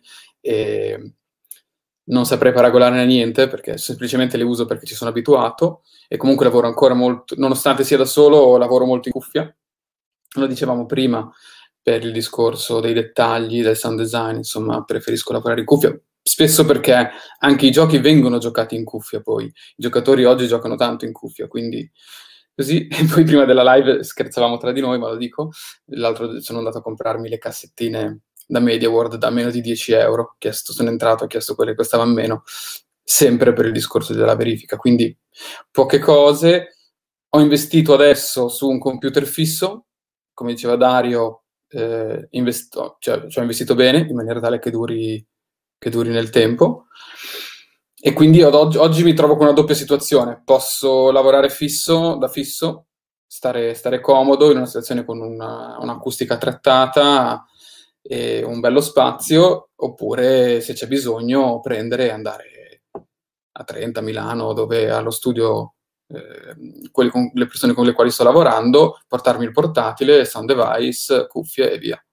e non saprei paragonare a niente, perché semplicemente le uso perché ci sono abituato, e comunque lavoro ancora molto, nonostante sia da solo, lavoro molto in cuffia. Lo dicevamo prima, per il discorso dei dettagli, del sound design, insomma, preferisco lavorare in cuffia, spesso perché anche i giochi vengono giocati in cuffia poi. I giocatori oggi giocano tanto in cuffia, quindi così. E poi prima della live scherzavamo tra di noi, ma lo dico, l'altro sono andato a comprarmi le cassettine da MediaWorld da meno di dieci euro, ho chiesto, sono entrato, ho chiesto quelle che costavano meno, sempre per il discorso della verifica, quindi poche cose. Ho investito adesso su un computer fisso, come diceva Dario, eh, investo, cioè, ci ho investito bene in maniera tale che duri, che duri nel tempo, e quindi ad oggi, oggi mi trovo con una doppia situazione: posso lavorare fisso, da fisso, stare, stare comodo in una situazione con una, un'acustica trattata e un bello spazio, oppure se c'è bisogno prendere e andare a Trento, a Milano, dove allo studio eh, quelli con, le persone con le quali sto lavorando, portarmi il portatile, sound device, cuffie e via.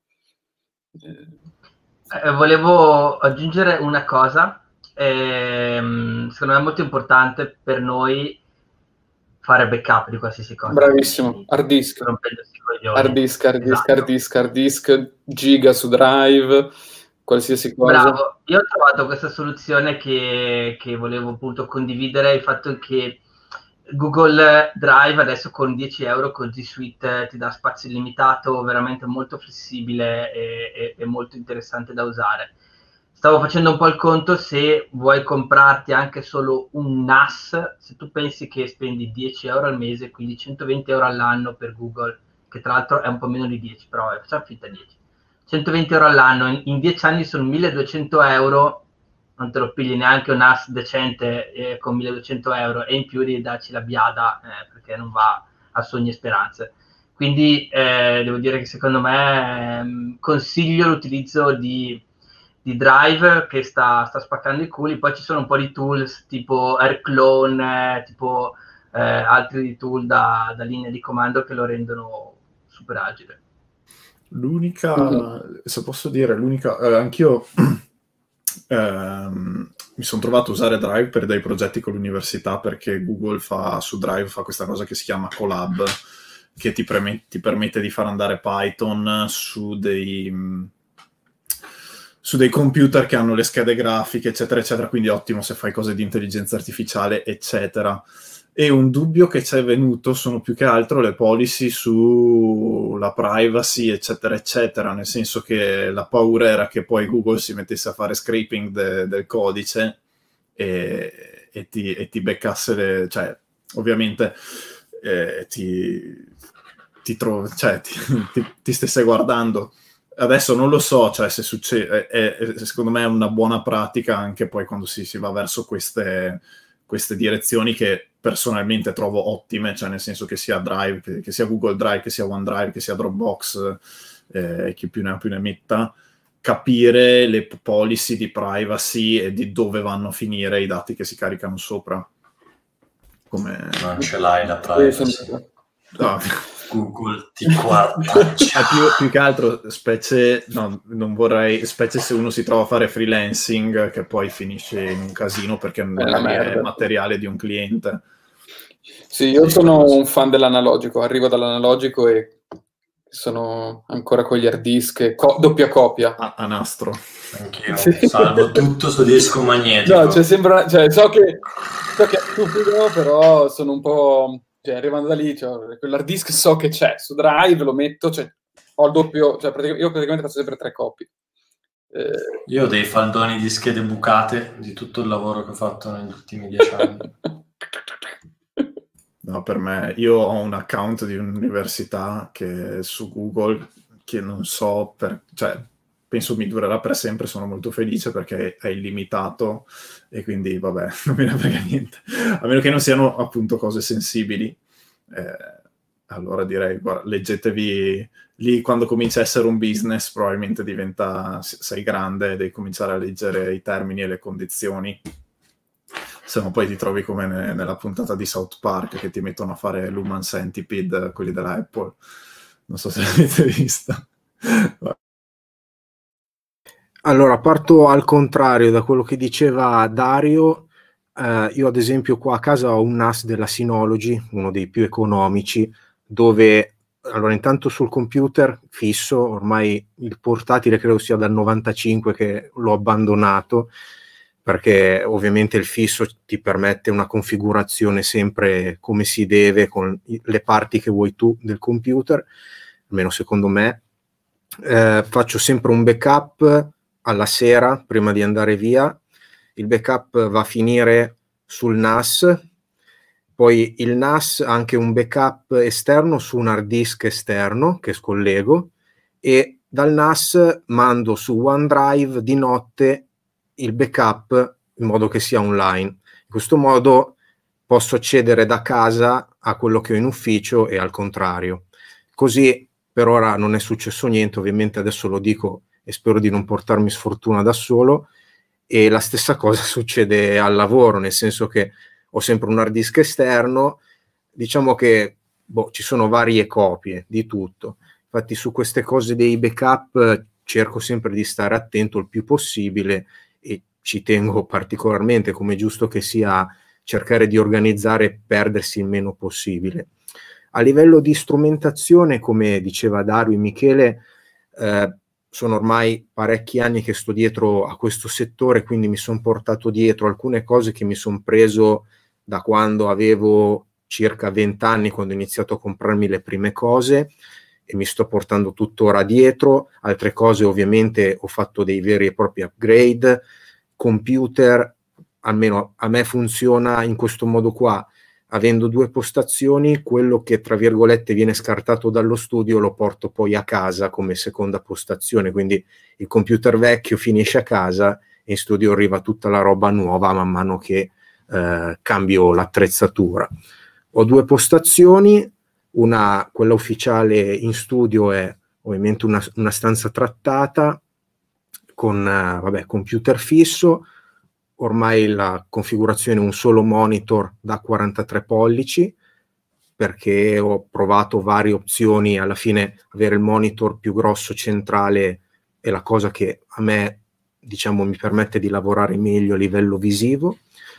Eh, volevo aggiungere una cosa, ehm, secondo me è molto importante per noi fare backup di qualsiasi cosa. Bravissimo, hard disk. Hard disk, hard disk, esatto. hard disk, hard disk, giga su Drive, qualsiasi cosa. Bravo, io ho trovato questa soluzione che, che volevo appunto condividere, il fatto che Google Drive adesso con dieci euro con G Suite ti dà spazio illimitato, veramente molto flessibile e, e, e molto interessante da usare. Stavo facendo un po' il conto, se vuoi comprarti anche solo un N A S, se tu pensi che spendi dieci euro al mese, quindi centoventi euro all'anno per Google, che tra l'altro è un po' meno di dieci, però facciamo finta dieci. centoventi euro all'anno, in, in dieci anni sono milleduecento euro, non te lo pigli neanche un N A S decente eh, con milleduecento euro, e in più devi darci la biada eh, perché non va a sogni e speranze. Quindi eh, devo dire che secondo me eh, consiglio l'utilizzo di di Drive che sta, sta spaccando i culi. Poi ci sono un po' di tools tipo AirClone, eh, tipo eh, altri tool da, da linea di comando che lo rendono super agile. L'unica, mm-hmm. se posso dire, l'unica, eh, anch'io ehm, mi sono trovato a usare Drive per dei progetti con l'università, perché Google fa su Drive fa questa cosa che si chiama Colab, che ti, preme- ti permette di far andare Python su dei su dei computer che hanno le schede grafiche, eccetera, eccetera, quindi ottimo se fai cose di intelligenza artificiale, eccetera. E un dubbio che ci è venuto sono più che altro le policy sulla privacy, eccetera, eccetera, nel senso che la paura era che poi Google si mettesse a fare scraping de- del codice e, e, ti, e ti beccasse le... cioè, ovviamente eh, ti, ti, tro- cioè, ti, ti, ti stesse guardando. Adesso non lo so, cioè se succede, è, è, secondo me è una buona pratica anche poi quando si, si va verso queste, queste direzioni che personalmente trovo ottime, cioè nel senso che sia Drive, che, che sia Google Drive, che sia OneDrive, che sia Dropbox, eh, chi più ne ha più ne metta, capire le policy di privacy e di dove vanno a finire i dati che si caricano sopra. Come... Non ce l'hai la privacy. No. Google ti guarda. più, più che altro, specie, no, non vorrei, specie se uno si trova a fare freelancing che poi finisce in un casino perché non è materiale di un cliente. Sì, io sono un fan dell'analogico, arrivo dall'analogico e sono ancora con gli hard disk, co- doppia copia. A, a nastro. Anch'io, sì. Salvo tutto su disco magnetico. No, cioè sembra, cioè, so che, so che è stupido, però sono un po'... Cioè, arrivando da lì, cioè, quell'hard disk so che c'è, su Drive lo metto, cioè, ho il doppio, cioè, pratic- io praticamente faccio sempre tre copie. Eh... Io ho dei faldoni di schede bucate di tutto il lavoro che ho fatto negli ultimi dieci anni. No, per me, io ho un account di un'università che è su Google, che non so, per, cioè, penso mi durerà per sempre, sono molto felice perché è illimitato e quindi vabbè, non me ne frega niente, a meno che non siano appunto cose sensibili, eh, allora direi guarda, leggetevi lì, quando comincia a essere un business probabilmente diventa, sei grande e devi cominciare a leggere i termini e le condizioni, se no poi ti trovi come ne, nella puntata di South Park che ti mettono a fare l'Human Centipede, quelli della Apple, non so se l'avete vista. Allora, parto al contrario da quello che diceva Dario. Eh, io ad esempio qua a casa ho un N A S della Synology, uno dei più economici, dove, allora intanto sul computer fisso, ormai il portatile credo sia dal novantacinque che l'ho abbandonato, perché ovviamente il fisso ti permette una configurazione sempre come si deve, con le parti che vuoi tu del computer, almeno secondo me. Eh, faccio sempre un backup alla sera prima di andare via, il backup va a finire sul N A S, poi il N A S ha anche un backup esterno su un hard disk esterno che scollego e dal N A S mando su OneDrive di notte il backup in modo che sia online. In questo modo posso accedere da casa a quello che ho in ufficio e al contrario. Così per ora non è successo niente, ovviamente adesso lo dico e spero di non portarmi sfortuna da solo, e la stessa cosa succede al lavoro, nel senso che ho sempre un hard disk esterno, diciamo che boh, ci sono varie copie di tutto, infatti su queste cose dei backup cerco sempre di stare attento il più possibile e ci tengo particolarmente, come è giusto che sia, cercare di organizzare e perdersi il meno possibile. A livello di strumentazione, come diceva Dario e Michele, eh, sono ormai parecchi anni che sto dietro a questo settore, quindi mi sono portato dietro alcune cose che mi sono preso da quando avevo circa venti anni, quando ho iniziato a comprarmi le prime cose, e mi sto portando tuttora dietro. Altre cose ovviamente ho fatto dei veri e propri upgrade. Computer, almeno a me funziona in questo modo qua, avendo due postazioni, quello che tra virgolette viene scartato dallo studio lo porto poi a casa come seconda postazione, quindi il computer vecchio finisce a casa e in studio arriva tutta la roba nuova man mano che eh, cambio l'attrezzatura. Ho due postazioni, una, quella ufficiale in studio è ovviamente una, una stanza trattata con eh, vabbè, computer fisso. Ormai la configurazione è un solo monitor da quarantatré pollici, perché ho provato varie opzioni, alla fine avere il monitor più grosso centrale è la cosa che a me, diciamo, mi permette di lavorare meglio a livello visivo.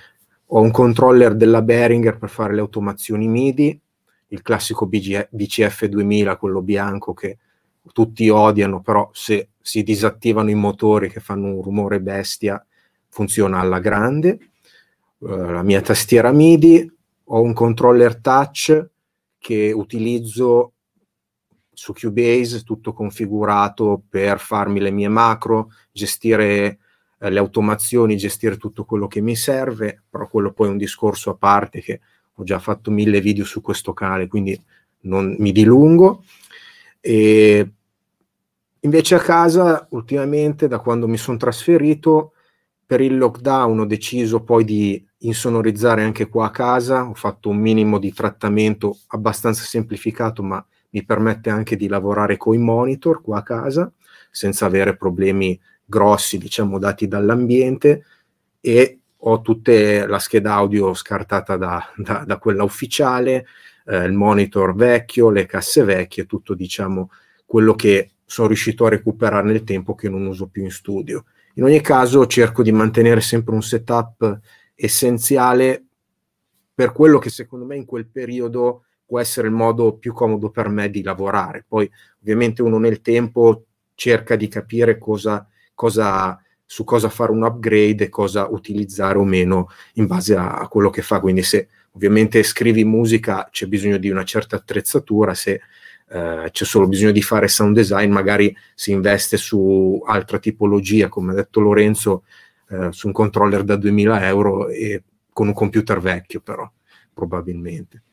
Ho un controller della Behringer per fare le automazioni MIDI, il classico B C F duemila, quello bianco che tutti odiano, però se si disattivano i motori che fanno un rumore bestia, funziona alla grande. Uh, la mia tastiera MIDI, ho un controller touch che utilizzo su Cubase, tutto configurato per farmi le mie macro, gestire eh, le automazioni, gestire tutto quello che mi serve, però quello poi è un discorso a parte, che ho già fatto mille video su questo canale, quindi non mi dilungo. E invece a casa, ultimamente, da quando mi sono trasferito, per il lockdown ho deciso poi di insonorizzare anche qua a casa, ho fatto un minimo di trattamento abbastanza semplificato, ma mi permette anche di lavorare coi monitor qua a casa, senza avere problemi grossi, diciamo, dati dall'ambiente, e ho tutta la scheda audio scartata da, da, da quella ufficiale, eh, il monitor vecchio, le casse vecchie, tutto, diciamo, quello che sono riuscito a recuperare nel tempo che non uso più in studio. In ogni caso cerco di mantenere sempre un setup essenziale per quello che secondo me in quel periodo può essere il modo più comodo per me di lavorare. Poi ovviamente uno nel tempo cerca di capire cosa, cosa, su cosa fare un upgrade e cosa utilizzare o meno in base a, a quello che fa. Quindi se ovviamente scrivi musica c'è bisogno di una certa attrezzatura, se Uh, c'è solo bisogno di fare sound design, magari si investe su altra tipologia, come ha detto Lorenzo, uh, su un controller da duemila euro e con un computer vecchio, però probabilmente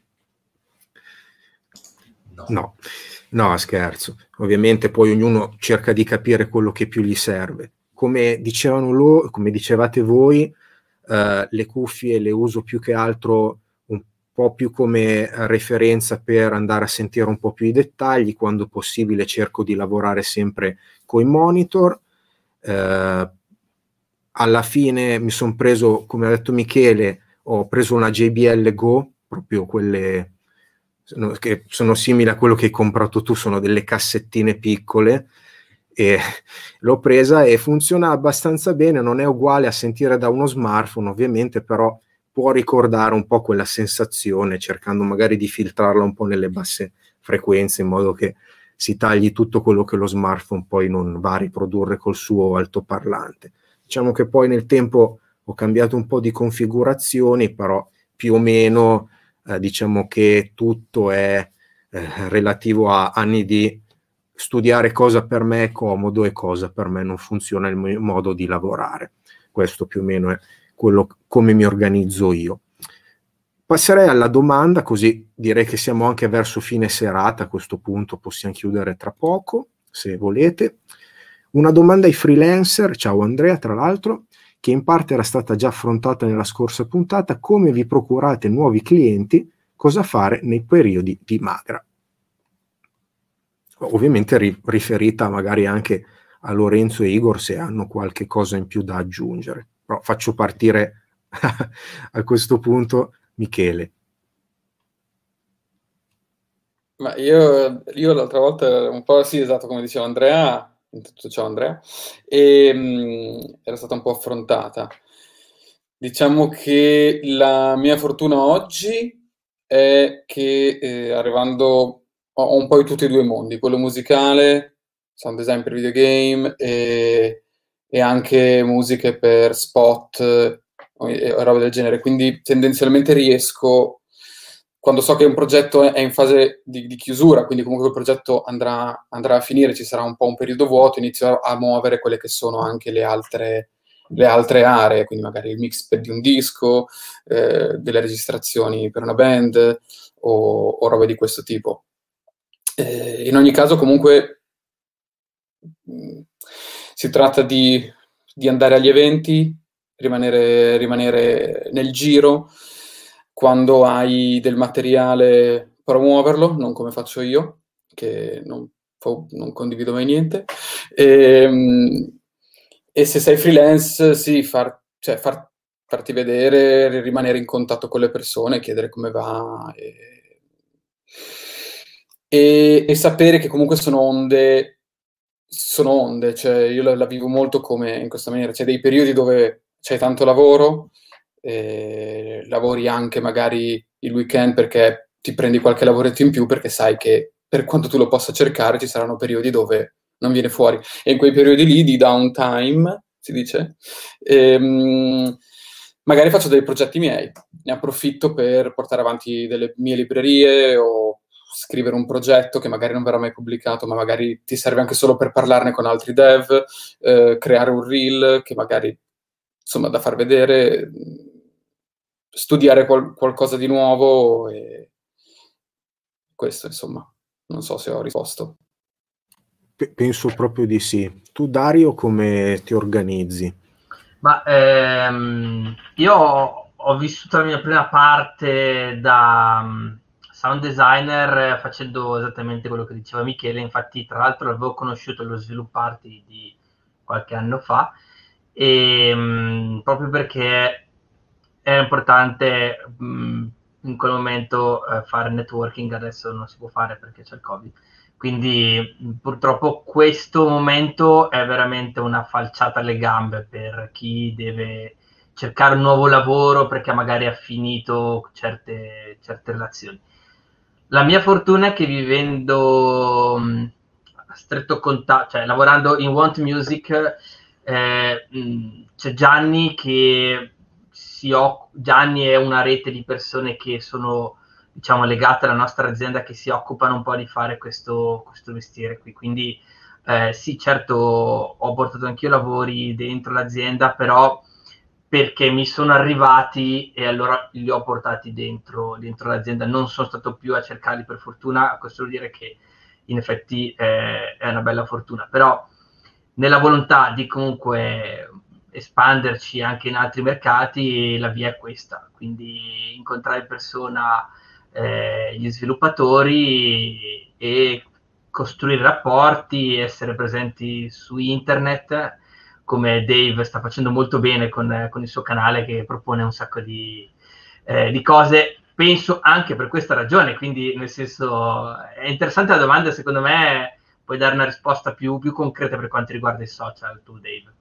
no. no no scherzo, ovviamente poi ognuno cerca di capire quello che più gli serve. Come dicevano loro, come dicevate voi, uh, le cuffie le uso più che altro un po' più come referenza per andare a sentire un po' più i dettagli. Quando possibile cerco di lavorare sempre coi monitor. Eh, alla fine mi sono preso, come ha detto Michele, ho preso una J B L Go, proprio quelle che sono simili a quello che hai comprato tu, sono delle cassettine piccole, e l'ho presa e funziona abbastanza bene, non è uguale a sentire da uno smartphone ovviamente, però può ricordare un po' quella sensazione, cercando magari di filtrarla un po' nelle basse frequenze, in modo che si tagli tutto quello che lo smartphone poi non va a riprodurre col suo altoparlante. Diciamo che poi nel tempo ho cambiato un po' di configurazioni, però più o meno eh, diciamo che tutto è eh, relativo a anni di studiare cosa per me è comodo e cosa per me non funziona il mio modo di lavorare. Questo più o meno è quello come mi organizzo io. Passerei alla domanda, così direi che siamo anche verso fine serata, a questo punto possiamo chiudere tra poco, se volete. Una domanda ai freelancer, ciao Andrea tra l'altro, che in parte era stata già affrontata nella scorsa puntata: come vi procurate nuovi clienti, cosa fare nei periodi di magra? Ovviamente ri- riferita magari anche a Lorenzo e Igor se hanno qualche cosa in più da aggiungere. Però faccio partire a questo punto Michele. Ma io, io l'altra volta, un po' sì, esatto, come diceva Andrea, intanto ciao Andrea, e, mh, era stata un po' affrontata. Diciamo che la mia fortuna oggi è che eh, arrivando ho un po' di tutti e due i mondi, quello musicale, sound design per videogame e, e anche musiche per spot e, e roba del genere, quindi tendenzialmente riesco, quando so che un progetto è in fase di, di chiusura, quindi comunque il progetto andrà, andrà a finire, ci sarà un po' un periodo vuoto, inizio a muovere quelle che sono anche le altre, le altre aree, quindi magari il mix di un disco, eh, delle registrazioni per una band o, o robe di questo tipo. Eh, in ogni caso comunque mh, si tratta di, di andare agli eventi, rimanere, rimanere nel giro, quando hai del materiale promuoverlo, non come faccio io, che non, non condivido mai niente, e, e se sei freelance, sì, far, cioè far, farti vedere, rimanere in contatto con le persone, chiedere come va, e, e, e sapere che comunque sono onde, sono onde, cioè io la, la vivo molto come in questa maniera, c'è dei periodi dove c'è tanto lavoro, eh, lavori anche magari il weekend perché ti prendi qualche lavoretto in più, perché sai che per quanto tu lo possa cercare ci saranno periodi dove non viene fuori. E in quei periodi lì di downtime, si dice, ehm, magari faccio dei progetti miei, ne approfitto per portare avanti delle mie librerie o scrivere un progetto che magari non verrà mai pubblicato, ma magari ti serve anche solo per parlarne con altri dev, eh, creare un reel che magari, insomma, da far vedere, studiare qual- qualcosa di nuovo e questo, insomma. Non so se ho risposto. P- penso proprio di sì. Tu, Dario, come ti organizzi? Ma ehm, io ho, ho vissuto la mia prima parte da um, sound designer eh, facendo esattamente quello che diceva Michele. Infatti, tra l'altro, l'avevo conosciuto allo Svilup Party di qualche anno fa, e um, proprio perché era importante um, in quel momento uh, fare networking. Adesso non si può fare perché c'è il Covid. Quindi purtroppo questo momento è veramente una falciata alle gambe per chi deve cercare un nuovo lavoro perché magari ha finito certe, certe relazioni. La mia fortuna è che vivendo mh, a stretto contatto, cioè lavorando in Want Music, eh, mh, c'è Gianni che si occupa, Gianni è una rete di persone che sono, diciamo, legate alla nostra azienda, che si occupano un po' di fare questo, questo mestiere qui. Quindi eh, sì, certo, ho portato anch'io lavori dentro l'azienda, però perché mi sono arrivati e allora li ho portati dentro, dentro l'azienda. Non sono stato più a cercarli per fortuna. Questo vuol dire che in effetti eh, è una bella fortuna, però nella volontà di comunque espanderci anche in altri mercati, la via è questa, quindi incontrare in persona eh, gli sviluppatori e costruire rapporti, essere presenti su internet, come Dave sta facendo molto bene con, con il suo canale, che propone un sacco di, eh, di cose, penso anche per questa ragione. Quindi nel senso è interessante la domanda, secondo me puoi dare una risposta più, più concreta per quanto riguarda i social, tu Dave.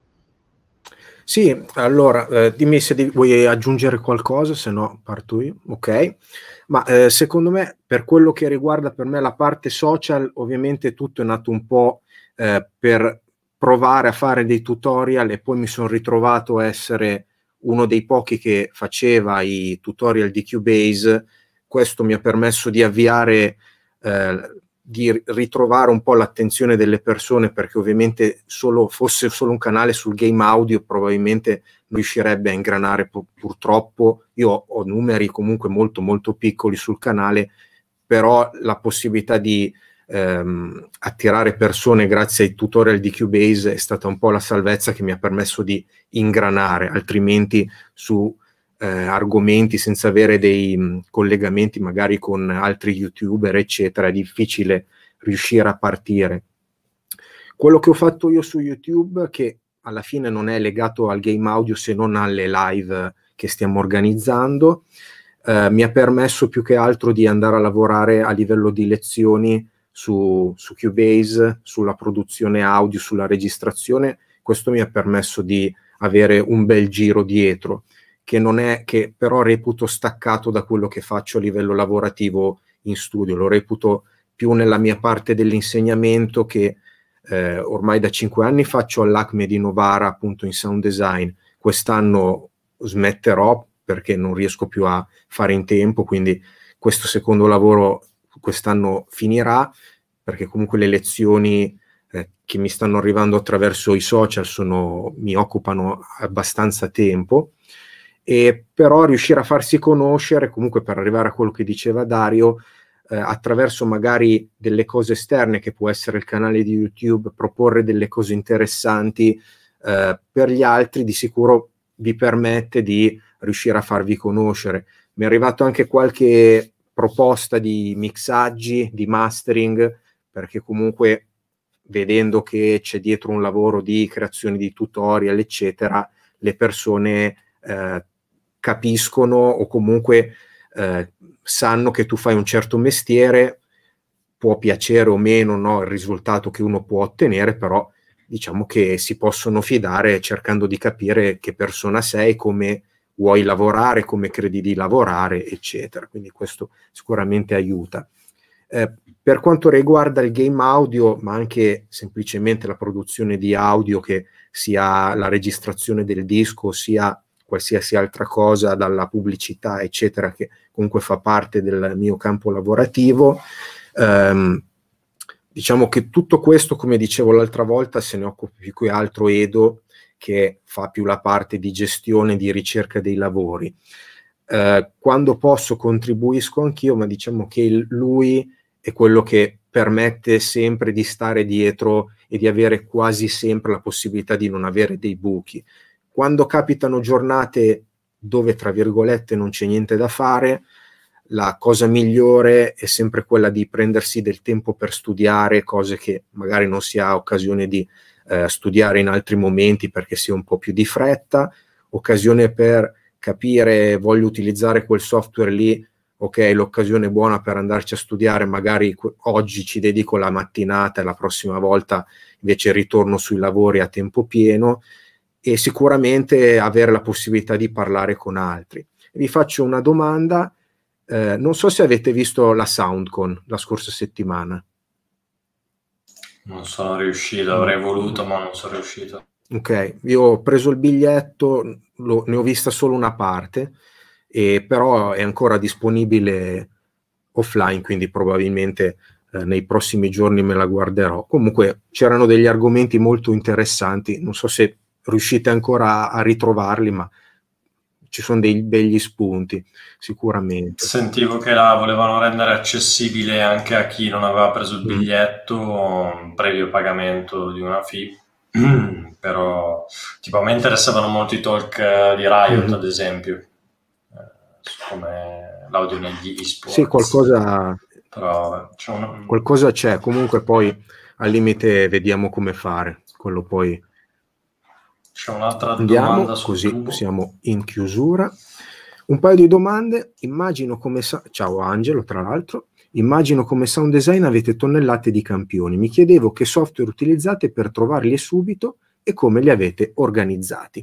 Sì, allora, eh, dimmi se devi, vuoi aggiungere qualcosa, se no parto io, ok. Ma eh, secondo me, per quello che riguarda per me la parte social, ovviamente tutto è nato un po' eh, per provare a fare dei tutorial, e poi mi sono ritrovato a essere uno dei pochi che faceva i tutorial di Cubase. Questo mi ha permesso di avviare, eh, di ritrovare un po' l'attenzione delle persone, perché ovviamente solo fosse solo un canale sul game audio probabilmente non riuscirebbe a ingranare. Purtroppo io ho, ho numeri comunque molto molto piccoli sul canale, però la possibilità di ehm, attirare persone grazie ai tutorial di Cubase è stata un po' la salvezza che mi ha permesso di ingranare, altrimenti su Eh, argomenti senza avere dei mh, collegamenti magari con altri youtuber eccetera è difficile riuscire a partire. Quello che ho fatto io su YouTube, che alla fine non è legato al game audio se non alle live che stiamo organizzando, eh, mi ha permesso più che altro di andare a lavorare a livello di lezioni su, su Cubase, sulla produzione audio, sulla registrazione. Questo mi ha permesso di avere un bel giro dietro, che non è, che però reputo staccato da quello che faccio a livello lavorativo in studio. Lo reputo più nella mia parte dell'insegnamento, che eh, ormai da cinque anni faccio all'Acme di Novara, appunto in sound design. Quest'anno smetterò perché non riesco più a fare in tempo, quindi questo secondo lavoro quest'anno finirà, perché comunque le lezioni eh, che mi stanno arrivando attraverso i social sono, mi occupano abbastanza tempo. E però riuscire a farsi conoscere, comunque, per arrivare a quello che diceva Dario, eh, attraverso magari delle cose esterne, che può essere il canale di YouTube, proporre delle cose interessanti eh, per gli altri, di sicuro vi permette di riuscire a farvi conoscere. Mi è arrivato anche qualche proposta di mixaggi, di mastering, perché comunque vedendo che c'è dietro un lavoro di creazione di tutorial eccetera, le persone eh, capiscono o comunque eh, sanno che tu fai un certo mestiere. Può piacere o meno, no, il risultato che uno può ottenere, però diciamo che si possono fidare cercando di capire che persona sei, come vuoi lavorare, come credi di lavorare eccetera, quindi questo sicuramente aiuta. Eh, per quanto riguarda il game audio, ma anche semplicemente la produzione di audio, che sia la registrazione del disco, sia qualsiasi altra cosa, dalla pubblicità, eccetera, che comunque fa parte del mio campo lavorativo, ehm, diciamo che tutto questo, come dicevo l'altra volta, se ne occupa più che altro Edo, che fa più la parte di gestione, di ricerca dei lavori. Eh, quando posso contribuisco anch'io, ma diciamo che il, lui è quello che permette sempre di stare dietro e di avere quasi sempre la possibilità di non avere dei buchi. Quando capitano giornate dove, tra virgolette, non c'è niente da fare, la cosa migliore è sempre quella di prendersi del tempo per studiare cose che magari non si ha occasione di eh, studiare in altri momenti perché si è un po' più di fretta, occasione per capire, voglio utilizzare quel software lì, ok, l'occasione è buona per andarci a studiare, magari oggi ci dedico la mattinata e la prossima volta invece ritorno sui lavori a tempo pieno, e sicuramente avere la possibilità di parlare con altri. Vi faccio una domanda, eh, non so se avete visto la SoundCon la scorsa settimana. Non sono riuscito, avrei voluto ma non sono riuscito. Ok, io ho preso il biglietto, lo, ne ho vista solo una parte, e però è ancora disponibile offline, quindi probabilmente eh, nei prossimi giorni me la guarderò. Comunque c'erano degli argomenti molto interessanti, non so se riuscite ancora a ritrovarli, ma ci sono dei begli spunti sicuramente. Sentivo che la volevano rendere accessibile anche a chi non aveva preso il biglietto, mm. previo pagamento di una fee. Mm, però tipo a me interessavano molto i talk di Riot, mm. ad esempio, eh, come l'audio negli eSports. Sì, qualcosa però c'è, una... qualcosa c'è, comunque poi al limite vediamo come fare, quello poi c'è un'altra andiamo, domanda sul così tubo. Siamo in chiusura. Un paio di domande. Immagino come sa... Ciao Angelo, tra l'altro. Immagino come sound design avete tonnellate di campioni. Mi chiedevo che software utilizzate per trovarli subito e come li avete organizzati.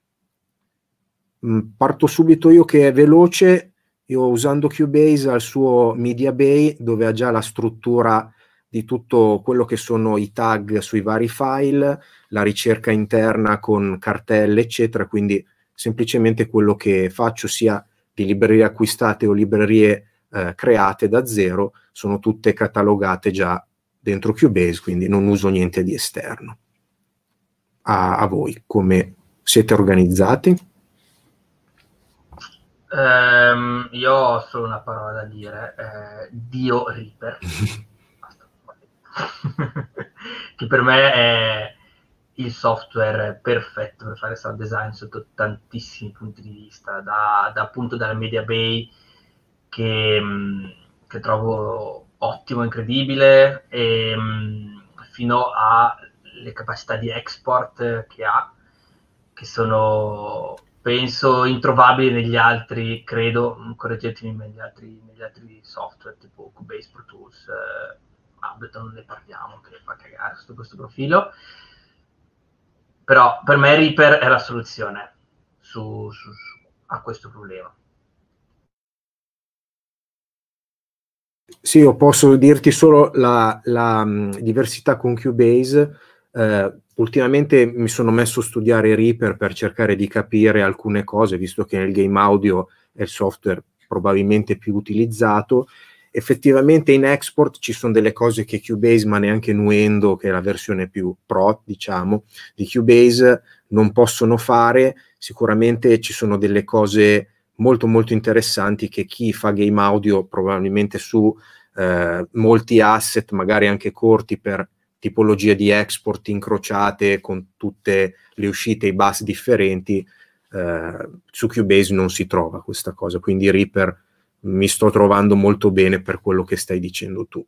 Parto subito io, che è veloce. Io, usando Cubase, al suo Media Bay, dove ha già la struttura di tutto quello che sono i tag sui vari file, la ricerca interna con cartelle, eccetera. Quindi semplicemente quello che faccio, sia di librerie acquistate o librerie eh, create da zero, sono tutte catalogate già dentro Cubase, quindi non uso niente di esterno. A, a voi, come siete organizzati? Um, io ho solo una parola da dire, eh, Dio Reaper. Che per me è il software perfetto per fare sound design sotto tantissimi punti di vista, da, da appunto dalla Media Bay, che, che trovo ottimo, incredibile, e fino alle capacità di export che ha, che sono, penso, introvabili negli altri, credo, correggetemi, negli altri, negli altri software tipo Cubase, Pro Tools, eh, Ableton non ne parliamo, che fa cagare sotto questo profilo. Però per me Reaper è la soluzione su, su, su, a questo problema. Sì, io posso dirti solo la, la um, diversità con Cubase. Eh, ultimamente mi sono messo a studiare Reaper per cercare di capire alcune cose, visto che nel game audio è il software probabilmente più utilizzato. Effettivamente in export ci sono delle cose che Cubase, ma neanche Nuendo, che è la versione più pro, diciamo, di Cubase, non possono fare. Sicuramente ci sono delle cose molto molto interessanti che chi fa game audio, probabilmente su eh, molti asset, magari anche corti, per tipologia di export incrociate con tutte le uscite e i bus differenti, eh, su Cubase non si trova questa cosa, quindi Reaper mi sto trovando molto bene per quello che stai dicendo tu.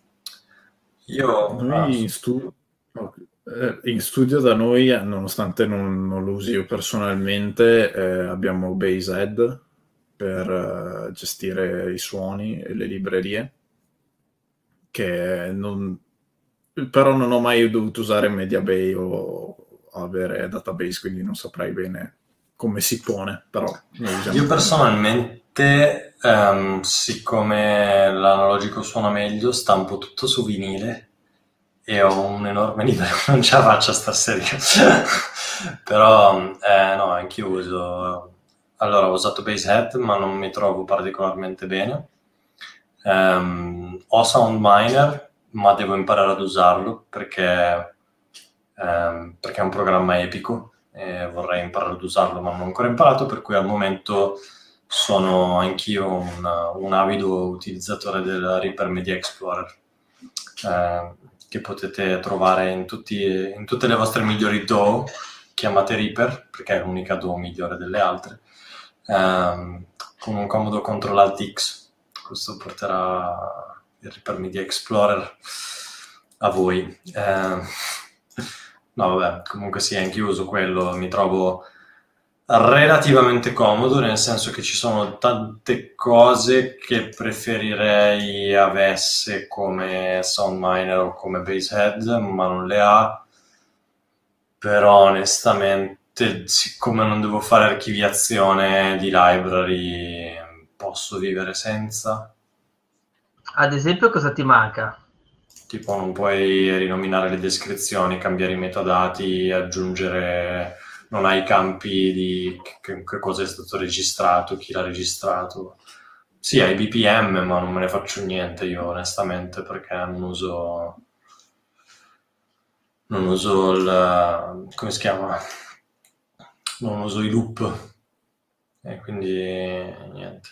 Io noi in, stu- in studio da noi, nonostante non, non lo usi io personalmente, eh, abbiamo Basehead per uh, gestire i suoni e le librerie, che non, però non ho mai dovuto usare MediaBay o avere database, quindi non saprei bene come si pone, però io personalmente Ultimamente, um, siccome l'analogico suona meglio, stampo tutto su vinile e ho un enorme livello, non ce la faccio stasera. Però, eh, no, anch'io uso... Allora, ho usato Basshead, ma non mi trovo particolarmente bene. Um, ho SoundMiner, ma devo imparare ad usarlo perché, um, perché è un programma epico e vorrei imparare ad usarlo, ma non ho ancora imparato, per cui al momento sono anch'io un, un avido utilizzatore del Reaper Media Explorer, eh, che potete trovare in, tutti, in tutte le vostre migliori D A W. Chiamate Reaper perché è l'unica D A W migliore delle altre, ehm, con un comodo control alt X. Questo porterà il Reaper Media Explorer a voi. Eh, no, vabbè, comunque sì, anche io uso quello, mi trovo relativamente comodo, nel senso che ci sono tante cose che preferirei avesse come SoundMiner o come Basshead, ma non le ha. Però onestamente, siccome non devo fare archiviazione di library, posso vivere senza. Ad esempio, cosa ti manca? Tipo, non puoi rinominare le descrizioni, cambiare i metadati, aggiungere... non hai campi di che, che cosa è stato registrato, chi l'ha registrato. Sì, hai B P M, ma non me ne faccio niente io, onestamente, perché non uso... non uso il... come si chiama? Non uso i loop. E quindi niente.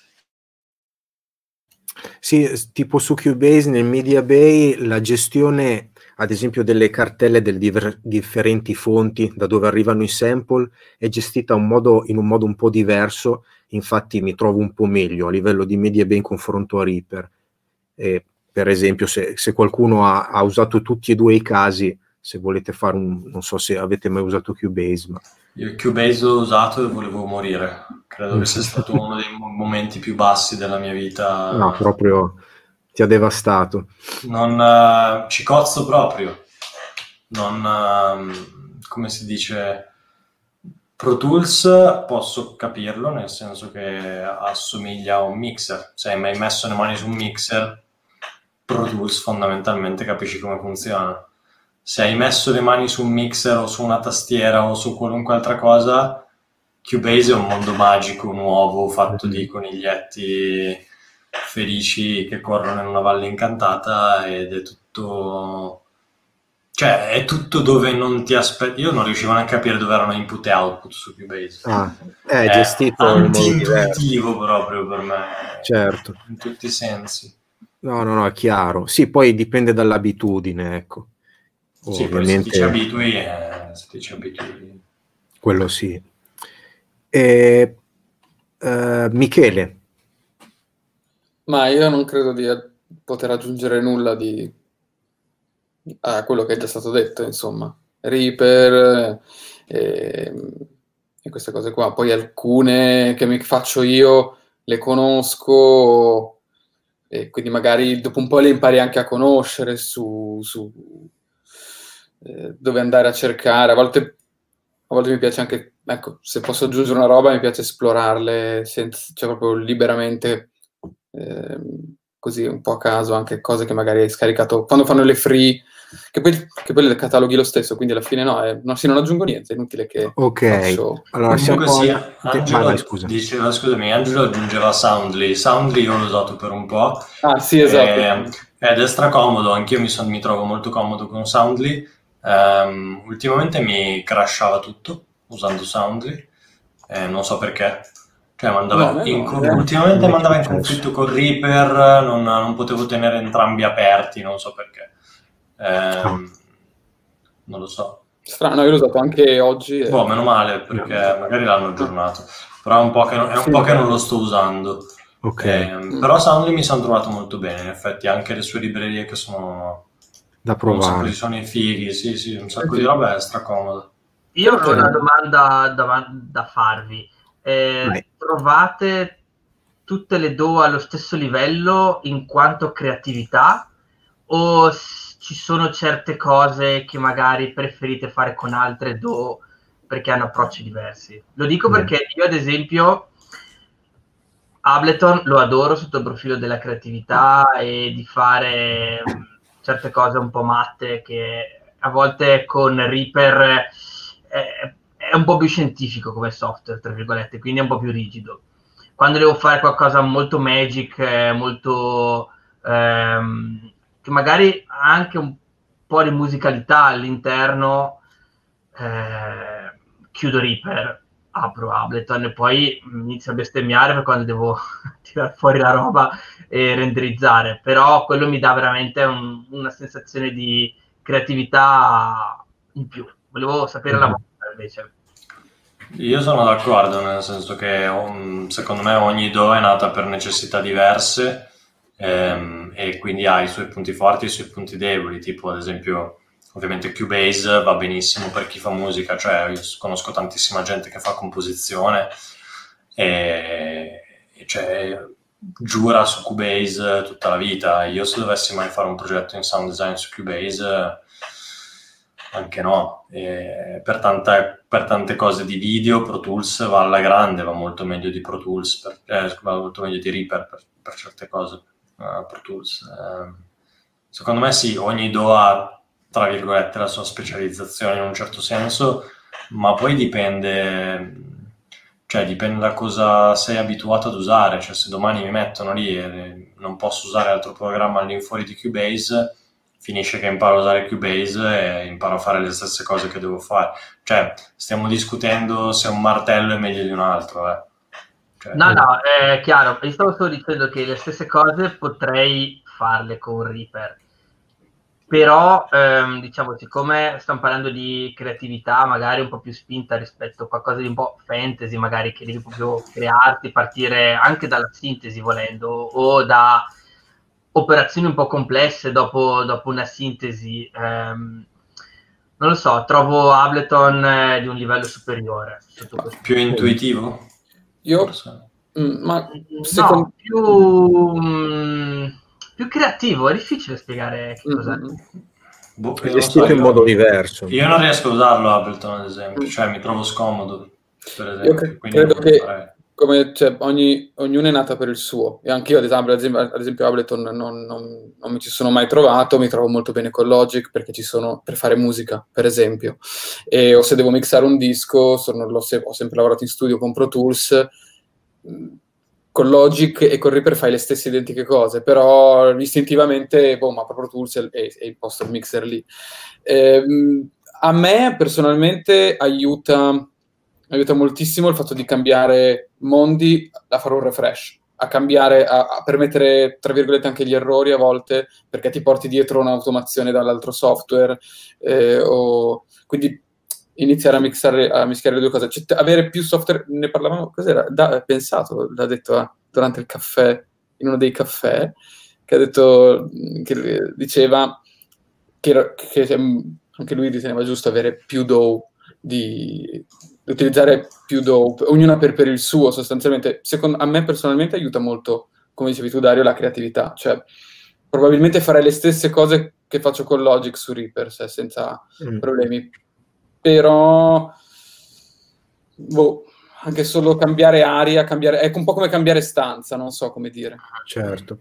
Sì, tipo su Cubase nel Media Bay la gestione ad esempio delle cartelle delle diver- differenti fonti da dove arrivano i sample è gestita un modo, in un modo un po' diverso, infatti mi trovo un po' meglio a livello di Media Bay in confronto a Reaper. E, per esempio se, se qualcuno ha, ha usato tutti e due i casi, se volete fare un, non so se avete mai usato Cubase, ma... Io Cubase l'ho usato e volevo morire, credo che sia stato uno dei momenti più bassi della mia vita. No, proprio ti ha devastato. Non uh, ci cozzo proprio, non uh, come si dice, Pro Tools posso capirlo, nel senso che assomiglia a un mixer. Se hai mai messo le mani su un mixer, Pro Tools fondamentalmente capisci come funziona. Se hai messo le mani su un mixer o su una tastiera o su qualunque altra cosa, Cubase è un mondo magico, nuovo, fatto di coniglietti felici che corrono in una valle incantata, ed è tutto... cioè, è tutto dove non ti aspetti. Io non riuscivo neanche a capire dove erano input e output su Cubase. Ah, è, è gestito anti-intuitivo proprio per me. Certo. In tutti i sensi. No, no, no, è chiaro. Sì, poi dipende dall'abitudine, ecco. Sì, ovviamente... poi se ti ci abitui, eh, se ti ci abitui... quello sì. E, uh, Michele? Ma io non credo di poter aggiungere nulla di a quello che è già stato detto, insomma. Reaper e, e queste cose qua. Poi alcune che mi faccio io le conosco e quindi magari dopo un po' le impari anche a conoscere su... su eh, dove andare a cercare. A volte, a volte mi piace anche, ecco, se posso aggiungere una roba mi piace esplorarle senza, cioè proprio liberamente, eh, così un po' a caso, anche cose che magari hai scaricato quando fanno le free, che poi, che poi le cataloghi lo stesso, quindi alla fine no, è, no sì, non aggiungo niente, è inutile che ok, faccio... allora siamo sì, Angelo, vai, scusa. Diceva, scusami, Angelo aggiungeva Soundly. Soundly io l'ho usato per un po'. Ah sì, esatto. E, ed è stracomodo, anch'io mi, son, mi trovo molto comodo con Soundly. Um, ultimamente mi crashava tutto usando Soundly, eh, non so perché. Cioè, mandava no, in, no, ultimamente no, mandava in conflitto con Reaper, non, non potevo tenere entrambi aperti, non so perché. Eh, oh. Non lo so. Strano, io l'ho usato anche oggi. E... Boh, meno male, perché magari l'hanno aggiornato. Però è un po' che, non, è un sì, po' che non lo sto usando. Okay. Eh, mm. Però Soundly mi sono trovato molto bene, in effetti, anche le sue librerie che sono... da provare. Un sacco di suoni fighi, sì, sì, un sacco sì. di roba è stracomoda. Io ho una domanda da, da farvi. Eh, trovate tutte le D A W allo stesso livello in quanto creatività o ci sono certe cose che magari preferite fare con altre D A W perché hanno approcci diversi? Lo dico mm. perché io ad esempio Ableton lo adoro sotto il profilo della creatività e di fare certe cose un po' matte che a volte con Reaper è, è un po' più scientifico come software, tra virgolette, quindi è un po' più rigido. Quando devo fare qualcosa molto magic, molto ehm, che magari ha anche un po' di musicalità all'interno, eh, chiudo Reaper, apro Ableton e poi inizio a bestemmiare per quando devo tirare fuori la roba e renderizzare, però quello mi dà veramente un, una sensazione di creatività in più. Volevo sapere mm-hmm. la vostra invece. Io sono d'accordo, nel senso che um, secondo me ogni D A W è nata per necessità diverse ehm, e quindi ha i suoi punti forti e i suoi punti deboli, tipo ad esempio ovviamente Cubase va benissimo per chi fa musica, cioè io conosco tantissima gente che fa composizione e, e cioè, giura su Cubase tutta la vita. Io se dovessi mai fare un progetto in sound design su Cubase anche no, e per, tanta, per tante cose di video Pro Tools va alla grande, va molto meglio di Pro Tools, per, eh, va molto meglio di Reaper per, per certe cose, uh, Pro Tools. Eh, secondo me sì, ogni D A W ha tra virgolette la sua specializzazione in un certo senso, ma poi dipende, cioè dipende da cosa sei abituato ad usare, cioè se domani mi mettono lì e non posso usare altro programma all'infuori di Cubase, finisce che imparo a usare Cubase e imparo a fare le stesse cose che devo fare. Cioè, stiamo discutendo se un martello è meglio di un altro, eh. Cioè, no, no, è chiaro. Io stavo solo dicendo che le stesse cose potrei farle con Reaper. Però, ehm, diciamo, siccome stiamo parlando di creatività magari un po' più spinta rispetto a qualcosa di un po' fantasy, magari che devi proprio crearti, partire anche dalla sintesi volendo, o da operazioni un po' complesse dopo, dopo una sintesi, ehm, non lo so, trovo Ableton eh, di un livello superiore. Sotto questo più punto. Intuitivo? Io? Mm, ma secondo... no, più... Mm, più creativo, è difficile spiegare che cos'è. Mm-hmm. Boh, è gestito so, in modo diverso. Io non riesco a usarlo Ableton, ad esempio, cioè mi trovo scomodo, per esempio. Io cre- credo che fare... come, cioè, ogni, ognuno è nata per il suo, e anche io ad esempio, ad esempio, ad esempio Ableton non, non, non mi ci sono mai trovato, mi trovo molto bene con Logic perché ci sono per fare musica, per esempio, e o se devo mixare un disco, sono, l'ho se, ho sempre lavorato in studio con Pro Tools, con Logic e con Reaper fai le stesse identiche cose, però istintivamente, boh, ma Pro Tools e, e imposto il mixer lì. Eh, a me personalmente aiuta, aiuta moltissimo il fatto di cambiare mondi a fare un refresh, a cambiare, a, a permettere, tra virgolette, anche gli errori a volte, perché ti porti dietro un'automazione dall'altro software, eh, o quindi iniziare a mixare, a mischiare le due cose, cioè, avere più software, ne parlavamo, cos'era? Da, pensato, l'ha detto eh, durante il caffè, in uno dei caffè, che ha detto, che diceva che, che anche lui riteneva giusto avere più D A W, di, di utilizzare più D A W, ognuna per, per il suo sostanzialmente. Secondo, a me personalmente aiuta molto, come dicevi tu Dario, la creatività, cioè probabilmente farei le stesse cose che faccio con Logic su Reaper, se, senza mm. problemi. Però boh, anche solo cambiare aria, cambiare, è un po' come cambiare stanza, non so come dire. Certo.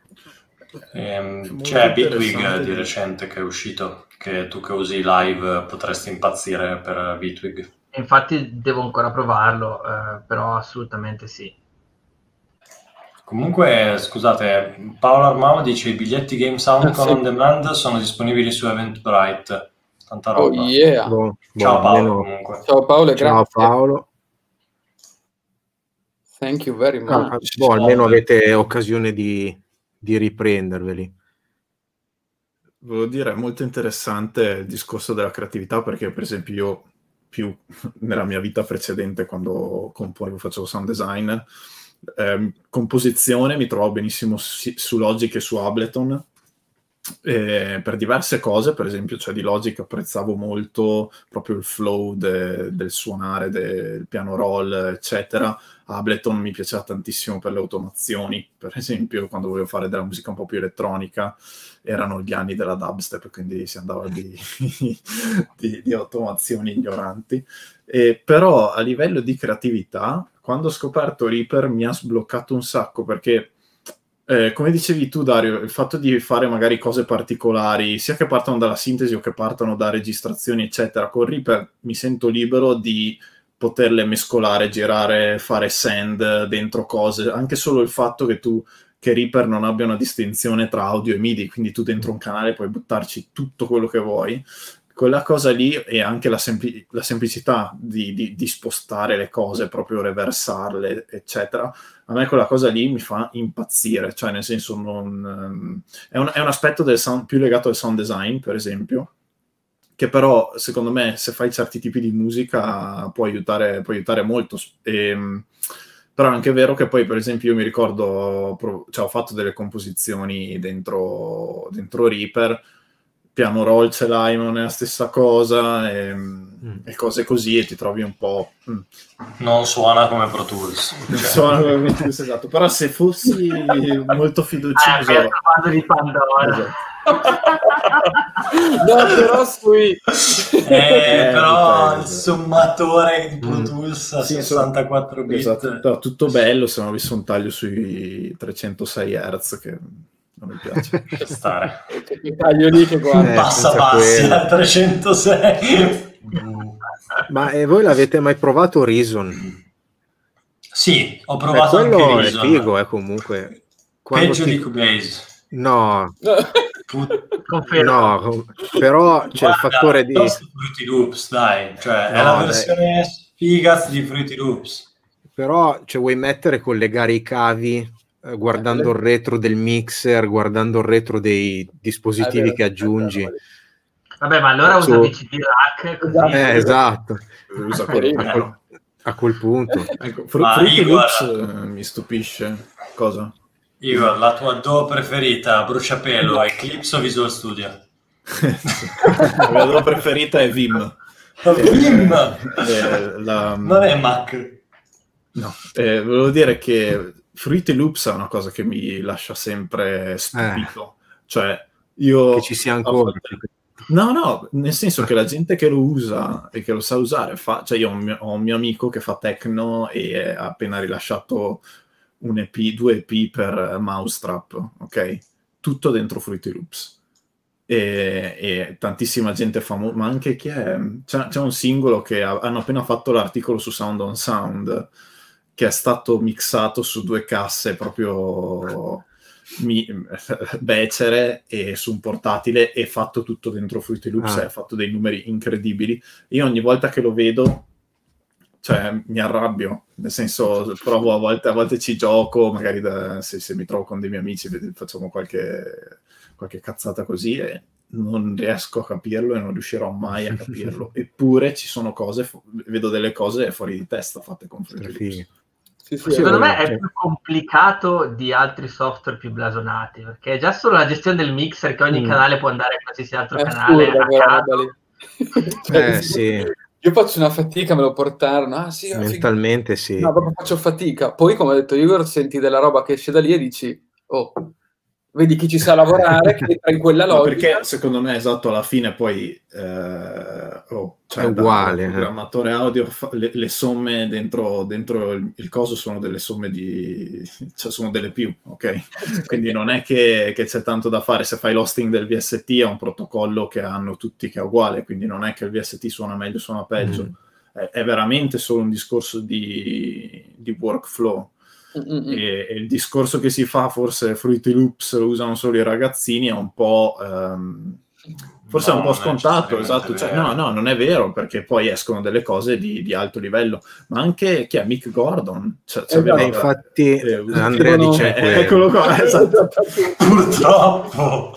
Ehm, c'è Bitwig di recente che è uscito, che tu che usi live potresti impazzire per Bitwig. Infatti devo ancora provarlo, eh, però assolutamente sì. Comunque, scusate, Paolo Armao dice i biglietti Game Sound con sì. On Demand sono disponibili su Eventbrite. Tanta roba. Oh yeah. Boh, ciao boh, Paolo almeno... comunque. Ciao Paolo e ciao grazie. Paolo. Thank you very much. Ah, boh, almeno avete occasione di, di riprenderveli. Volevo dire, è molto interessante il discorso della creatività, perché per esempio io più nella mia vita precedente, quando componevo, facevo sound design, eh, composizione mi trovo benissimo su, su Logic e su Ableton, eh, per diverse cose. Per esempio, cioè di Logic apprezzavo molto proprio il flow de, del suonare, del piano roll, eccetera. Ableton mi piaceva tantissimo per le automazioni, per esempio quando volevo fare della musica un po' più elettronica, erano gli anni della dubstep, quindi si andava di, di, di automazioni ignoranti. E però a livello di creatività, quando ho scoperto Reaper mi ha sbloccato un sacco, perché eh, come dicevi tu Dario, il fatto di fare magari cose particolari, sia che partano dalla sintesi o che partano da registrazioni eccetera, con Reaper mi sento libero di poterle mescolare, girare, fare send dentro cose, anche solo il fatto che tu che Reaper non abbia una distinzione tra audio e MIDI, quindi tu dentro un canale puoi buttarci tutto quello che vuoi. Quella cosa lì e anche la, sempli- la semplicità di, di, di spostare le cose, proprio reversarle, eccetera, a me quella cosa lì mi fa impazzire, cioè nel senso non, um, è, un, è un aspetto del sound, più legato al sound design, per esempio, che però secondo me se fai certi tipi di musica può aiutare, può aiutare molto. E, però è anche vero che poi, per esempio, io mi ricordo, cioè, ho fatto delle composizioni dentro, dentro Reaper, piano roll ce l'hai, non è la stessa cosa, e, mm. e cose così, e ti trovi un po'... Mm. Non suona come Pro Tools. Non suona come Pro Tools, esatto. Però se fossi molto fiducioso... Ah, vado di Pandora. Esatto. No, però sui... Eh, però il sommatore di Pro Tools a sì, sessantaquattro bit. Esatto, no, tutto bello, se non avessi un taglio sui trecentosei hertz che non mi piace. Per stare. Il taglio lì che guarda. Eh, bassa bassa, trecentosei. Ma e voi l'avete mai provato Reason? Sì, ho provato Beh, anche quello Reason. è figo, eh, comunque. Quando Peggio ti... di Cubase. No, Confermo. no, però c'è Guarda, il fattore di... Fruity Loops, dai, cioè No, è la dai. versione figaz di Fruity Loops. Però cioè, vuoi mettere, collegare i cavi eh, guardando il retro del mixer, guardando il retro dei dispositivi È vero, che aggiungi. è vero. Vabbè, ma allora Su- usa V C D Rack, così. Esatto. Eh, esatto, Usa quello. a quel, a quel punto. Ecco, Fru- Ma Fruity io, Loops guarda- eh, mi stupisce. Cosa? Igor, la tua D A W preferita, bruciapelo, Eclipse o Visual Studio? La mia D A W preferita è Vim. Vim! Eh, la- Non è Mac. No, eh, volevo dire che Fruity Loops è una cosa che mi lascia sempre stupito. Cioè, io... Che ci sia a ancora. volte- No, no, nel senso che la gente che lo usa e che lo sa usare fa... Cioè, io ho un mio, ho un mio amico che fa techno e ha appena rilasciato un E P, due E P per Mousetrap, ok? Tutto dentro Fruity Loops. E, e tantissima gente famosa, ma anche chi è... C'è, c'è un singolo che ha- hanno appena fatto l'articolo su Sound on Sound, che è stato mixato su due casse proprio mi, becere e su un portatile e fatto tutto dentro Fruity Loops, Ah. e ha fatto dei numeri incredibili. Io ogni volta che lo vedo, cioè, mi arrabbio, nel senso, provo a volte, a volte ci gioco, magari da, se, se mi trovo con dei miei amici facciamo qualche, qualche cazzata così e non riesco a capirlo e non riuscirò mai a capirlo. Eppure ci sono cose, fu- vedo delle cose fuori di testa fatte con Fruity Loops. Fighi. Sì, sì, Secondo me Sì. è più complicato di altri software più blasonati, perché già solo la gestione del mixer, che ogni Mm. canale può andare a qualsiasi altro è canale assurda a quella roba caso. lì. Cioè, Eh sì, io faccio una fatica, me lo portarono. Ah, sì, ah, figo. mentalmente sì. No, proprio faccio fatica. Poi, come ha detto Igor, senti della roba che esce da lì e dici, oh, vedi chi ci sa lavorare, che entra in quella No, logica. perché secondo me, esatto, alla fine poi eh, oh, cioè, È uguale, da eh. programmatore audio fa- le, le somme dentro, dentro il, il coso sono delle somme di... cioè sono delle più, ok? Quindi non è che, che c'è tanto da fare. Se fai l'hosting del V S T è un protocollo che hanno tutti che è uguale, quindi non è che il V S T suona meglio, suona peggio. Mm. È, è veramente solo un discorso di, di workflow. Mm-mm. E, e il discorso che si fa, forse Fruity Loops lo usano solo i ragazzini, è un po' ehm, forse No, è un po' non è scontato, necessariamente esatto, cioè, vero. no, no, non è vero, perché poi escono delle cose di, di alto livello, ma anche chi è Mick Gordon, cioè, cioè, Esatto. Eh, infatti eh, usa- Andrea scrivono- dice eh, quello. eccolo qua, esatto. Purtroppo.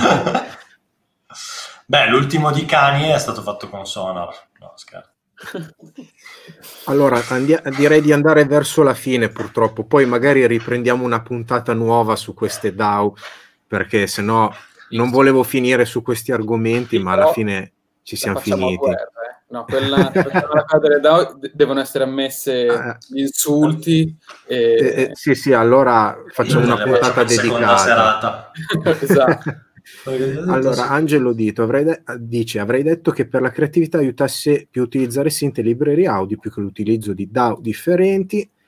Beh, l'ultimo di Kanye è stato fatto con Sonar. No, scherzo. Allora, andi- direi di andare verso la fine purtroppo, poi magari riprendiamo una puntata nuova su queste D A W, perché sennò non volevo finire su questi argomenti, Sì, ma alla però fine ci La siamo facciamo a finiti. guerra, eh. No, quella, quella cosa delle D A W de- devono essere ammesse Eh. gli insulti e... Eh, eh, sì, sì, allora facciamo una Ne facciamo puntata in seconda dedicata. serata. Esatto. Allora, Angelo Dito avrei de- dice: avrei detto che per la creatività aiutasse più utilizzare synth e librerie audio più che l'utilizzo di D A W differenti.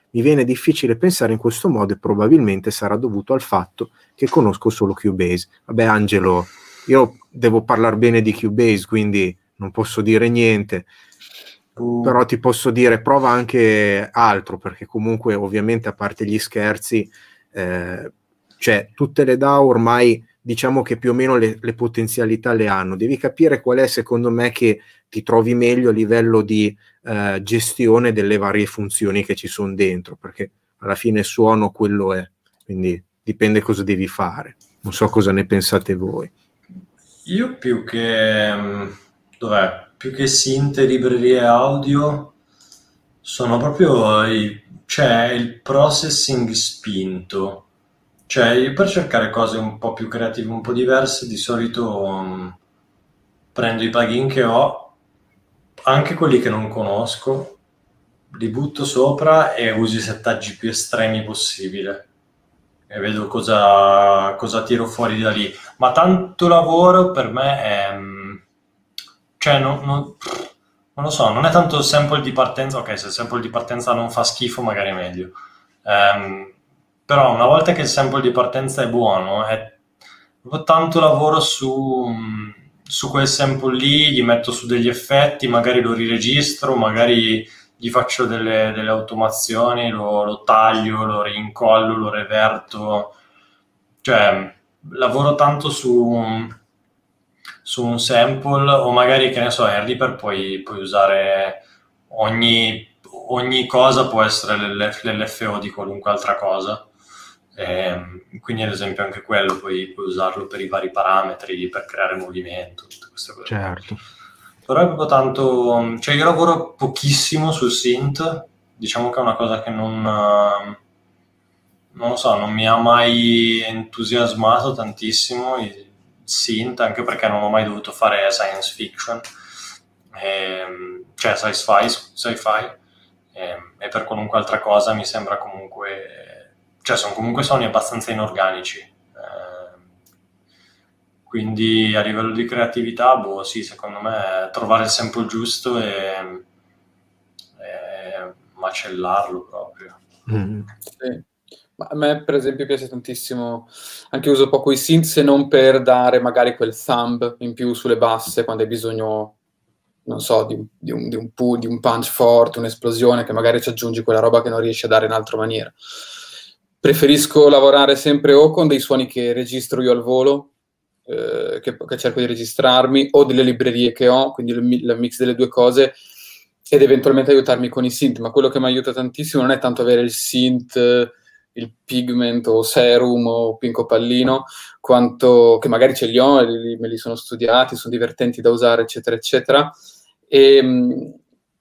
mi viene difficile pensare in questo modo e probabilmente sarà dovuto al fatto che conosco solo Cubase. Vabbè, Angelo, io devo parlare bene di Cubase, quindi non posso dire niente, uh. però ti posso dire prova anche altro, perché comunque ovviamente a parte gli scherzi, eh, cioè tutte le D A O ormai diciamo che più o meno le, le potenzialità le hanno. Devi capire qual è, secondo me, che ti trovi meglio a livello di eh, gestione delle varie funzioni che ci sono dentro, perché alla fine il suono quello è, quindi dipende cosa devi fare. Non so cosa ne pensate voi. Io più che dov'è? Più che synth e librerie audio sono proprio i, cioè il processing spinto. Cioè, io per cercare cose un po' più creative, un po' diverse, di solito um, prendo i plugin che ho, anche quelli che non conosco, li butto sopra e uso i settaggi più estremi possibile e vedo cosa, cosa tiro fuori da lì. Ma tanto lavoro per me è... cioè, non, non, non lo so, non è tanto il sample di partenza, ok, se il sample di partenza non fa schifo magari è meglio. Um, Però una volta che il sample di partenza è buono, è proprio tanto lavoro su, su quel sample lì, gli metto su degli effetti, magari lo riregistro, magari gli faccio delle, delle automazioni, lo, lo taglio, lo rincollo, lo reverto. Cioè, lavoro tanto su, su un sample, o magari, che ne so, in Reaper puoi, puoi usare ogni, ogni cosa, può essere l'L F O di qualunque altra cosa. E quindi ad esempio anche quello puoi, puoi usarlo per i vari parametri, per creare movimento, tutte queste cose. Certo. Però è proprio tanto, cioè io lavoro pochissimo sul synth, diciamo che è una cosa che non non lo so, non mi ha mai entusiasmato tantissimo il synth, anche perché non ho mai dovuto fare science fiction, e, cioè sci-fi, sci-fi e, e per qualunque altra cosa mi sembra comunque, cioè sono comunque suoni abbastanza inorganici, eh, quindi a livello di creatività, boh, sì, secondo me trovare il sample giusto e, e macellarlo proprio. Mm. Sì. Ma a me per esempio piace tantissimo, anche uso poco i synth, se non per dare magari quel thumb in più sulle basse quando hai bisogno, non so, di, di, un, di, un, pu- di un punch forte, un'esplosione, che magari ci aggiungi quella roba che non riesci a dare in altra maniera. Preferisco lavorare sempre o con dei suoni che registro io al volo, eh, che, che cerco di registrarmi, o delle librerie che ho, quindi il, il mix delle due cose, ed eventualmente aiutarmi con i synth. Ma quello che mi aiuta tantissimo non è tanto avere il synth, il Pigment o Serum o Pinco Pallino, quanto che magari ce li ho, li, me li sono studiati, sono divertenti da usare, eccetera, eccetera, e mh,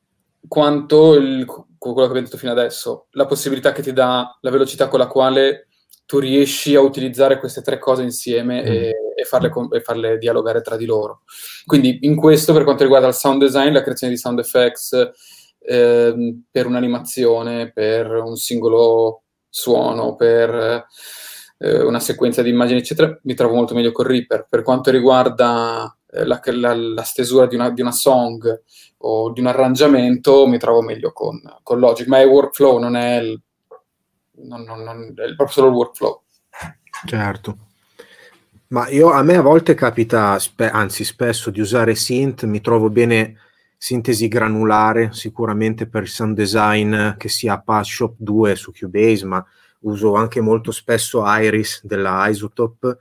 quanto il, quello che abbiamo detto fino adesso, la possibilità che ti dà la velocità con la quale tu riesci a utilizzare queste tre cose insieme mm. e, e, farle, e farle dialogare tra di loro. Quindi in questo, per quanto riguarda il sound design, la creazione di sound effects eh, per un'animazione, per un singolo suono, per eh, una sequenza di immagini, eccetera, mi trovo molto meglio con Reaper. Per quanto riguarda eh, la, la, la stesura di una, di una song o di un arrangiamento, mi trovo meglio con, con Logic, ma è workflow, non è il, non, non, non, è proprio solo il workflow. Certo. Ma io, a me a volte capita, spe, anzi spesso, di usare synth, mi trovo bene sintesi granulare, sicuramente per il sound design, che sia PathShop due su Cubase, ma uso anche molto spesso Iris della Isotope,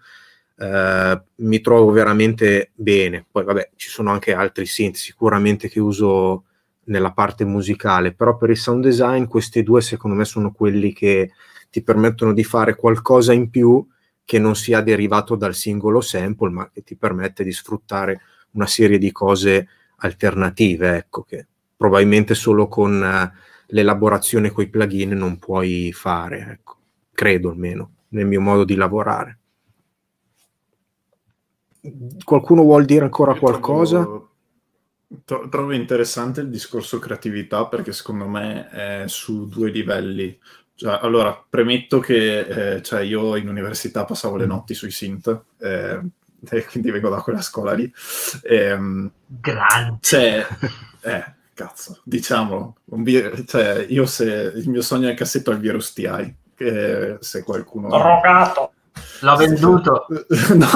eh, mi trovo veramente bene. Poi vabbè, ci sono anche altri synth sicuramente che uso nella parte musicale, però per il sound design questi due secondo me sono quelli che ti permettono di fare qualcosa in più che non sia derivato dal singolo sample, ma che ti permette di sfruttare una serie di cose alternative, ecco, che probabilmente solo con uh, l'elaborazione coi plugin non puoi fare, ecco, credo almeno, nel mio modo di lavorare. Qualcuno vuol dire ancora Io qualcosa? Trovo, tro- trovo interessante il discorso creatività, perché secondo me è su due livelli. Cioè, allora, premetto che eh, cioè io in università passavo le notti sui synth, eh, e quindi vengo da quella scuola lì. E, Grande. C'è, eh, cazzo, diciamolo. Un vir- cioè, io se il mio sogno nel cassetto è il virus T I, che se qualcuno... Drogato! L'ho venduto! No!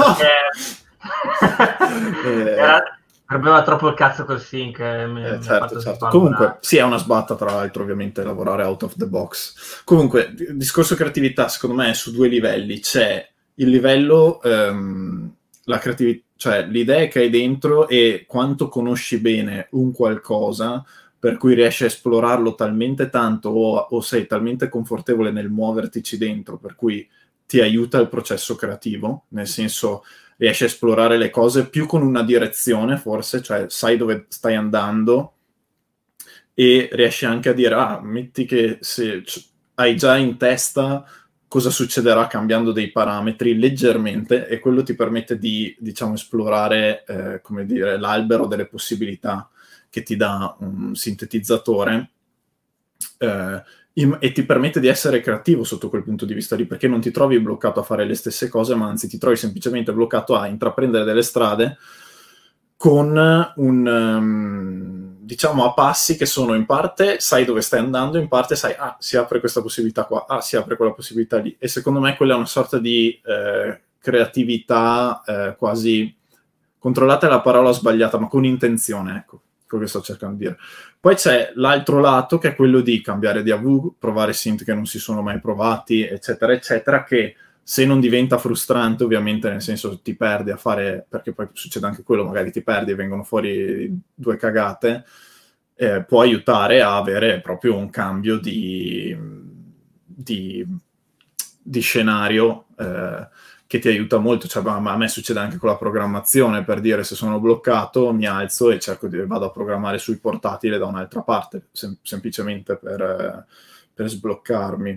eh... Era... Rompeva troppo il cazzo col sync. Eh, mi, eh, mi certo, certo. Comunque, sì, è una sbatta, tra l'altro, ovviamente, lavorare out of the box. Comunque, il discorso creatività, secondo me, è su due livelli. C'è il livello, um, la creatività, cioè l'idea che hai dentro e quanto conosci bene un qualcosa, per cui riesci a esplorarlo talmente tanto o, o sei talmente confortevole nel muovertici dentro, per cui ti aiuta il processo creativo, nel senso... riesci a esplorare le cose più con una direzione, forse, cioè sai dove stai andando e riesci anche a dire, ah, metti che se hai già in testa cosa succederà cambiando dei parametri leggermente, e quello ti permette di, diciamo, esplorare, eh, come dire, l'albero delle possibilità che ti dà un sintetizzatore, eh, e ti permette di essere creativo sotto quel punto di vista lì, perché non ti trovi bloccato a fare le stesse cose, ma anzi ti trovi semplicemente bloccato a intraprendere delle strade con un, um, diciamo, a passi che sono in parte sai dove stai andando, in parte sai, ah, si apre questa possibilità qua, ah, si apre quella possibilità lì, e secondo me quella è una sorta di eh, creatività eh, quasi, controllate la parola sbagliata, ma con intenzione, ecco, quello che sto cercando di dire. Poi c'è l'altro lato, che è quello di cambiare D A W, provare synth che non si sono mai provati, eccetera, eccetera, che se non diventa frustrante, ovviamente, nel senso ti perdi a fare, perché poi succede anche quello, magari ti perdi e vengono fuori due cagate, eh, può aiutare a avere proprio un cambio di, di, di scenario, eh, che ti aiuta molto. Cioè, a me succede anche con la programmazione, per dire, se sono bloccato mi alzo e cerco di vado a programmare sul portatile da un'altra parte, sem- semplicemente per, per sbloccarmi.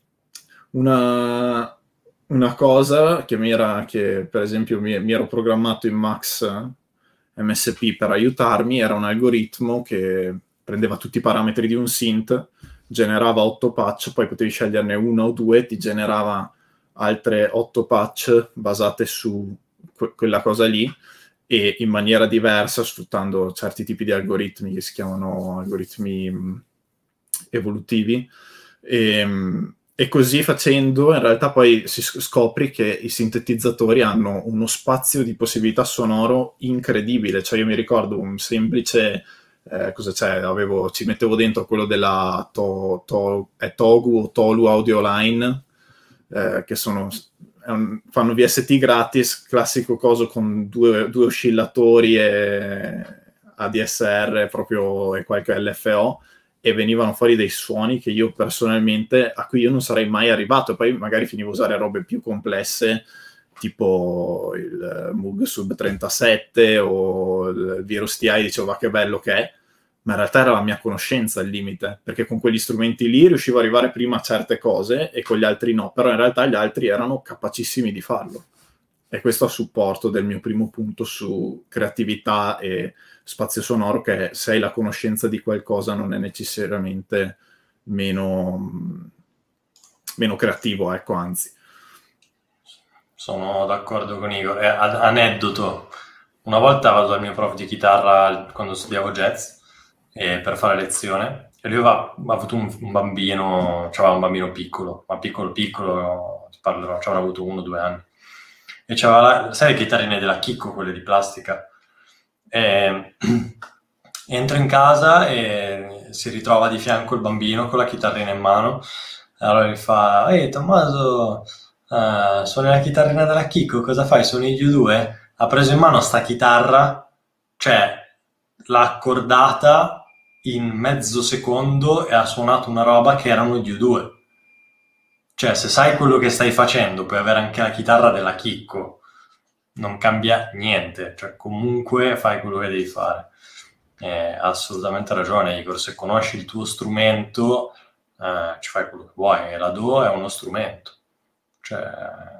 Una, una cosa che mi era, che per esempio mi, mi ero programmato in Max M S P per aiutarmi, era un algoritmo che prendeva tutti i parametri di un synth, generava otto patch, poi potevi sceglierne uno o due, ti generava altre otto patch basate su que- quella cosa lì, e in maniera diversa, sfruttando certi tipi di algoritmi che si chiamano algoritmi mh, evolutivi, e, mh, e così facendo in realtà poi si scopri che i sintetizzatori hanno uno spazio di possibilità sonoro incredibile. Cioè io mi ricordo un semplice eh, cosa c'è, avevo, ci mettevo dentro quello della to, to, è Togu o Tolu Audio Line, Eh, che sono, un, fanno V S T gratis, classico coso con due, due oscillatori e A D S R proprio e qualche L F O, e venivano fuori dei suoni che io personalmente, a cui io non sarei mai arrivato, e poi magari finivo a usare robe più complesse tipo il Moog Sub trentasette o il Virus T I, dicevo, va che bello che è, ma in realtà era la mia conoscenza il limite, perché con quegli strumenti lì riuscivo ad arrivare prima a certe cose e con gli altri no, però in realtà gli altri erano capacissimi di farlo. E questo a supporto del mio primo punto su creatività e spazio sonoro, che se hai la conoscenza di qualcosa non è necessariamente meno, meno creativo, ecco, anzi. Sono d'accordo con Igor. Eh, aneddoto, una volta vado dal mio prof di chitarra quando studiavo jazz, e per fare lezione, e lui aveva, aveva avuto un, un bambino, c'aveva un bambino piccolo, ma piccolo piccolo, ti parlo, ci avrà avuto uno o due anni, e c'aveva la, sai le chitarrine della Chicco, quelle di plastica, e entro in casa e si ritrova di fianco il bambino con la chitarrina in mano, allora gli fa, ehi Tommaso, uh, suoni la chitarrina della Chicco, cosa fai, suoni gli U due? Ha preso in mano sta chitarra, cioè l'ha accordata in mezzo secondo e ha suonato una roba che erano gli U due. Cioè, se sai quello che stai facendo, puoi avere anche la chitarra della Chicco, non cambia niente, cioè comunque fai quello che devi fare. Eh, ha assolutamente ragione Igor, se conosci il tuo strumento eh, ci fai quello che vuoi, e la D A W è uno strumento, cioè...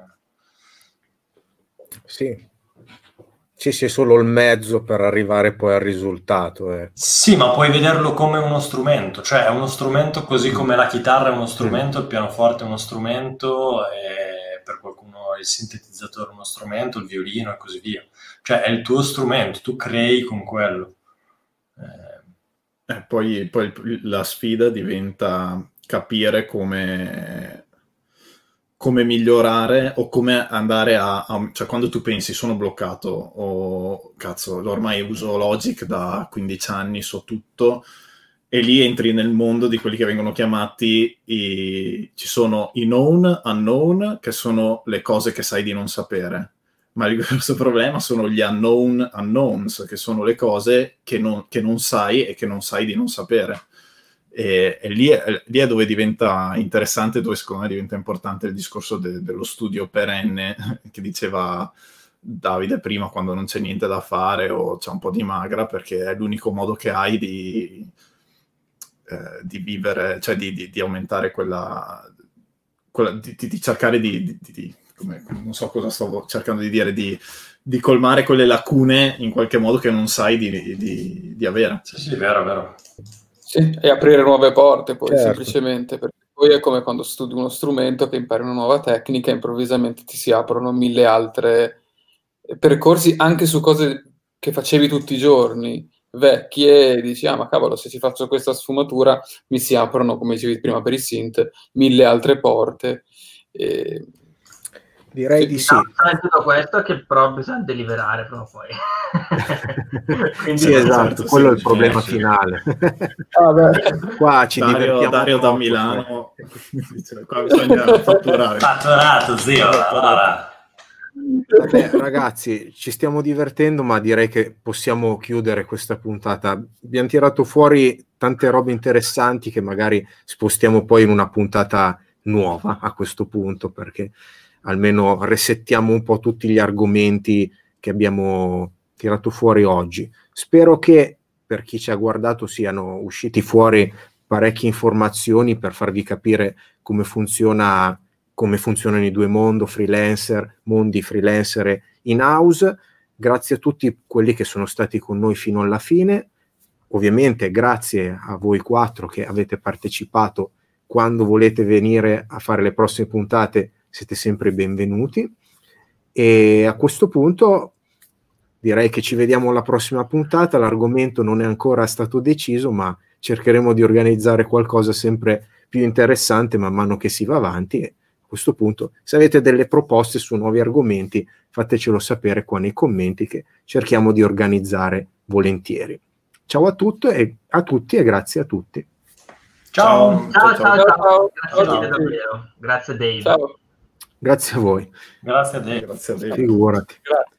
Sì. Sì, sì, è solo il mezzo per arrivare poi al risultato. Ecco. Sì, ma puoi vederlo come uno strumento, cioè è uno strumento così come la chitarra è uno strumento, il pianoforte è uno strumento, e per qualcuno il sintetizzatore è uno strumento, il violino e così via. Cioè è il tuo strumento, tu crei con quello. Eh, eh, poi, poi la sfida diventa capire come, come migliorare o come andare a, a... Cioè, quando tu pensi sono bloccato o cazzo, ormai uso Logic da quindici anni, so tutto, e lì entri nel mondo di quelli che vengono chiamati i... ci sono i known, unknown, che sono le cose che sai di non sapere. Ma il grosso problema sono gli unknown unknowns, che sono le cose che non, che non sai e che non sai di non sapere. E, e lì, è, lì è dove diventa interessante, dove secondo me diventa importante il discorso de, dello studio perenne, che diceva Davide prima, quando non c'è niente da fare o c'è un po' di magra, perché è l'unico modo che hai di, eh, di vivere, cioè di, di, di aumentare quella... quella di, di, di cercare di... di, di Come, non so cosa stavo cercando di dire, di, di colmare quelle lacune in qualche modo che non sai di, di, di avere. Sì, sì, vero, vero. Sì, e aprire nuove porte poi, certo. semplicemente, perché poi è come quando studi uno strumento che impari una nuova tecnica e improvvisamente ti si aprono mille altre percorsi anche su cose che facevi tutti i giorni, vecchie, e dici, ah ma cavolo, se ci faccio questa sfumatura mi si aprono, come dicevi prima per i synth, mille altre porte. E... Direi sì, di sì. No, tutto questo che però bisogna deliberare prima o poi. Quindi, sì, esatto, certo, quello sì, è il problema sì. finale. ah, beh. Qua ci Dario, divertiamo Dario da troppo, Milano dice, qua bisogna fatturare. Fatturato, zio, allora. Vabbè, ragazzi, ci stiamo divertendo, ma direi che possiamo chiudere questa puntata. Abbiamo tirato fuori tante robe interessanti che magari spostiamo poi in una puntata nuova a questo punto, perché almeno resettiamo un po' tutti gli argomenti che abbiamo tirato fuori oggi. Spero che per chi ci ha guardato siano usciti fuori parecchie informazioni per farvi capire come funziona, come funzionano i due mondi, freelancer, mondi freelancer e in-house. Grazie a tutti quelli che sono stati con noi fino alla fine. Ovviamente grazie a voi quattro che avete partecipato. Quando volete venire a fare le prossime puntate siete sempre benvenuti, e a questo punto direi che ci vediamo alla prossima puntata. L'argomento non è ancora stato deciso, ma cercheremo di organizzare qualcosa sempre più interessante man mano che si va avanti. E a questo punto, se avete delle proposte su nuovi argomenti, fatecelo sapere qua nei commenti, che cerchiamo di organizzare volentieri. Ciao a tutti e a tutti e grazie a tutti. Ciao. Ciao, ciao, ciao. Ciao, ciao. Grazie Ciao. mille davvero. Grazie Dave. Ciao. Grazie a voi. Grazie a te. Grazie a te. Figurati. Grazie.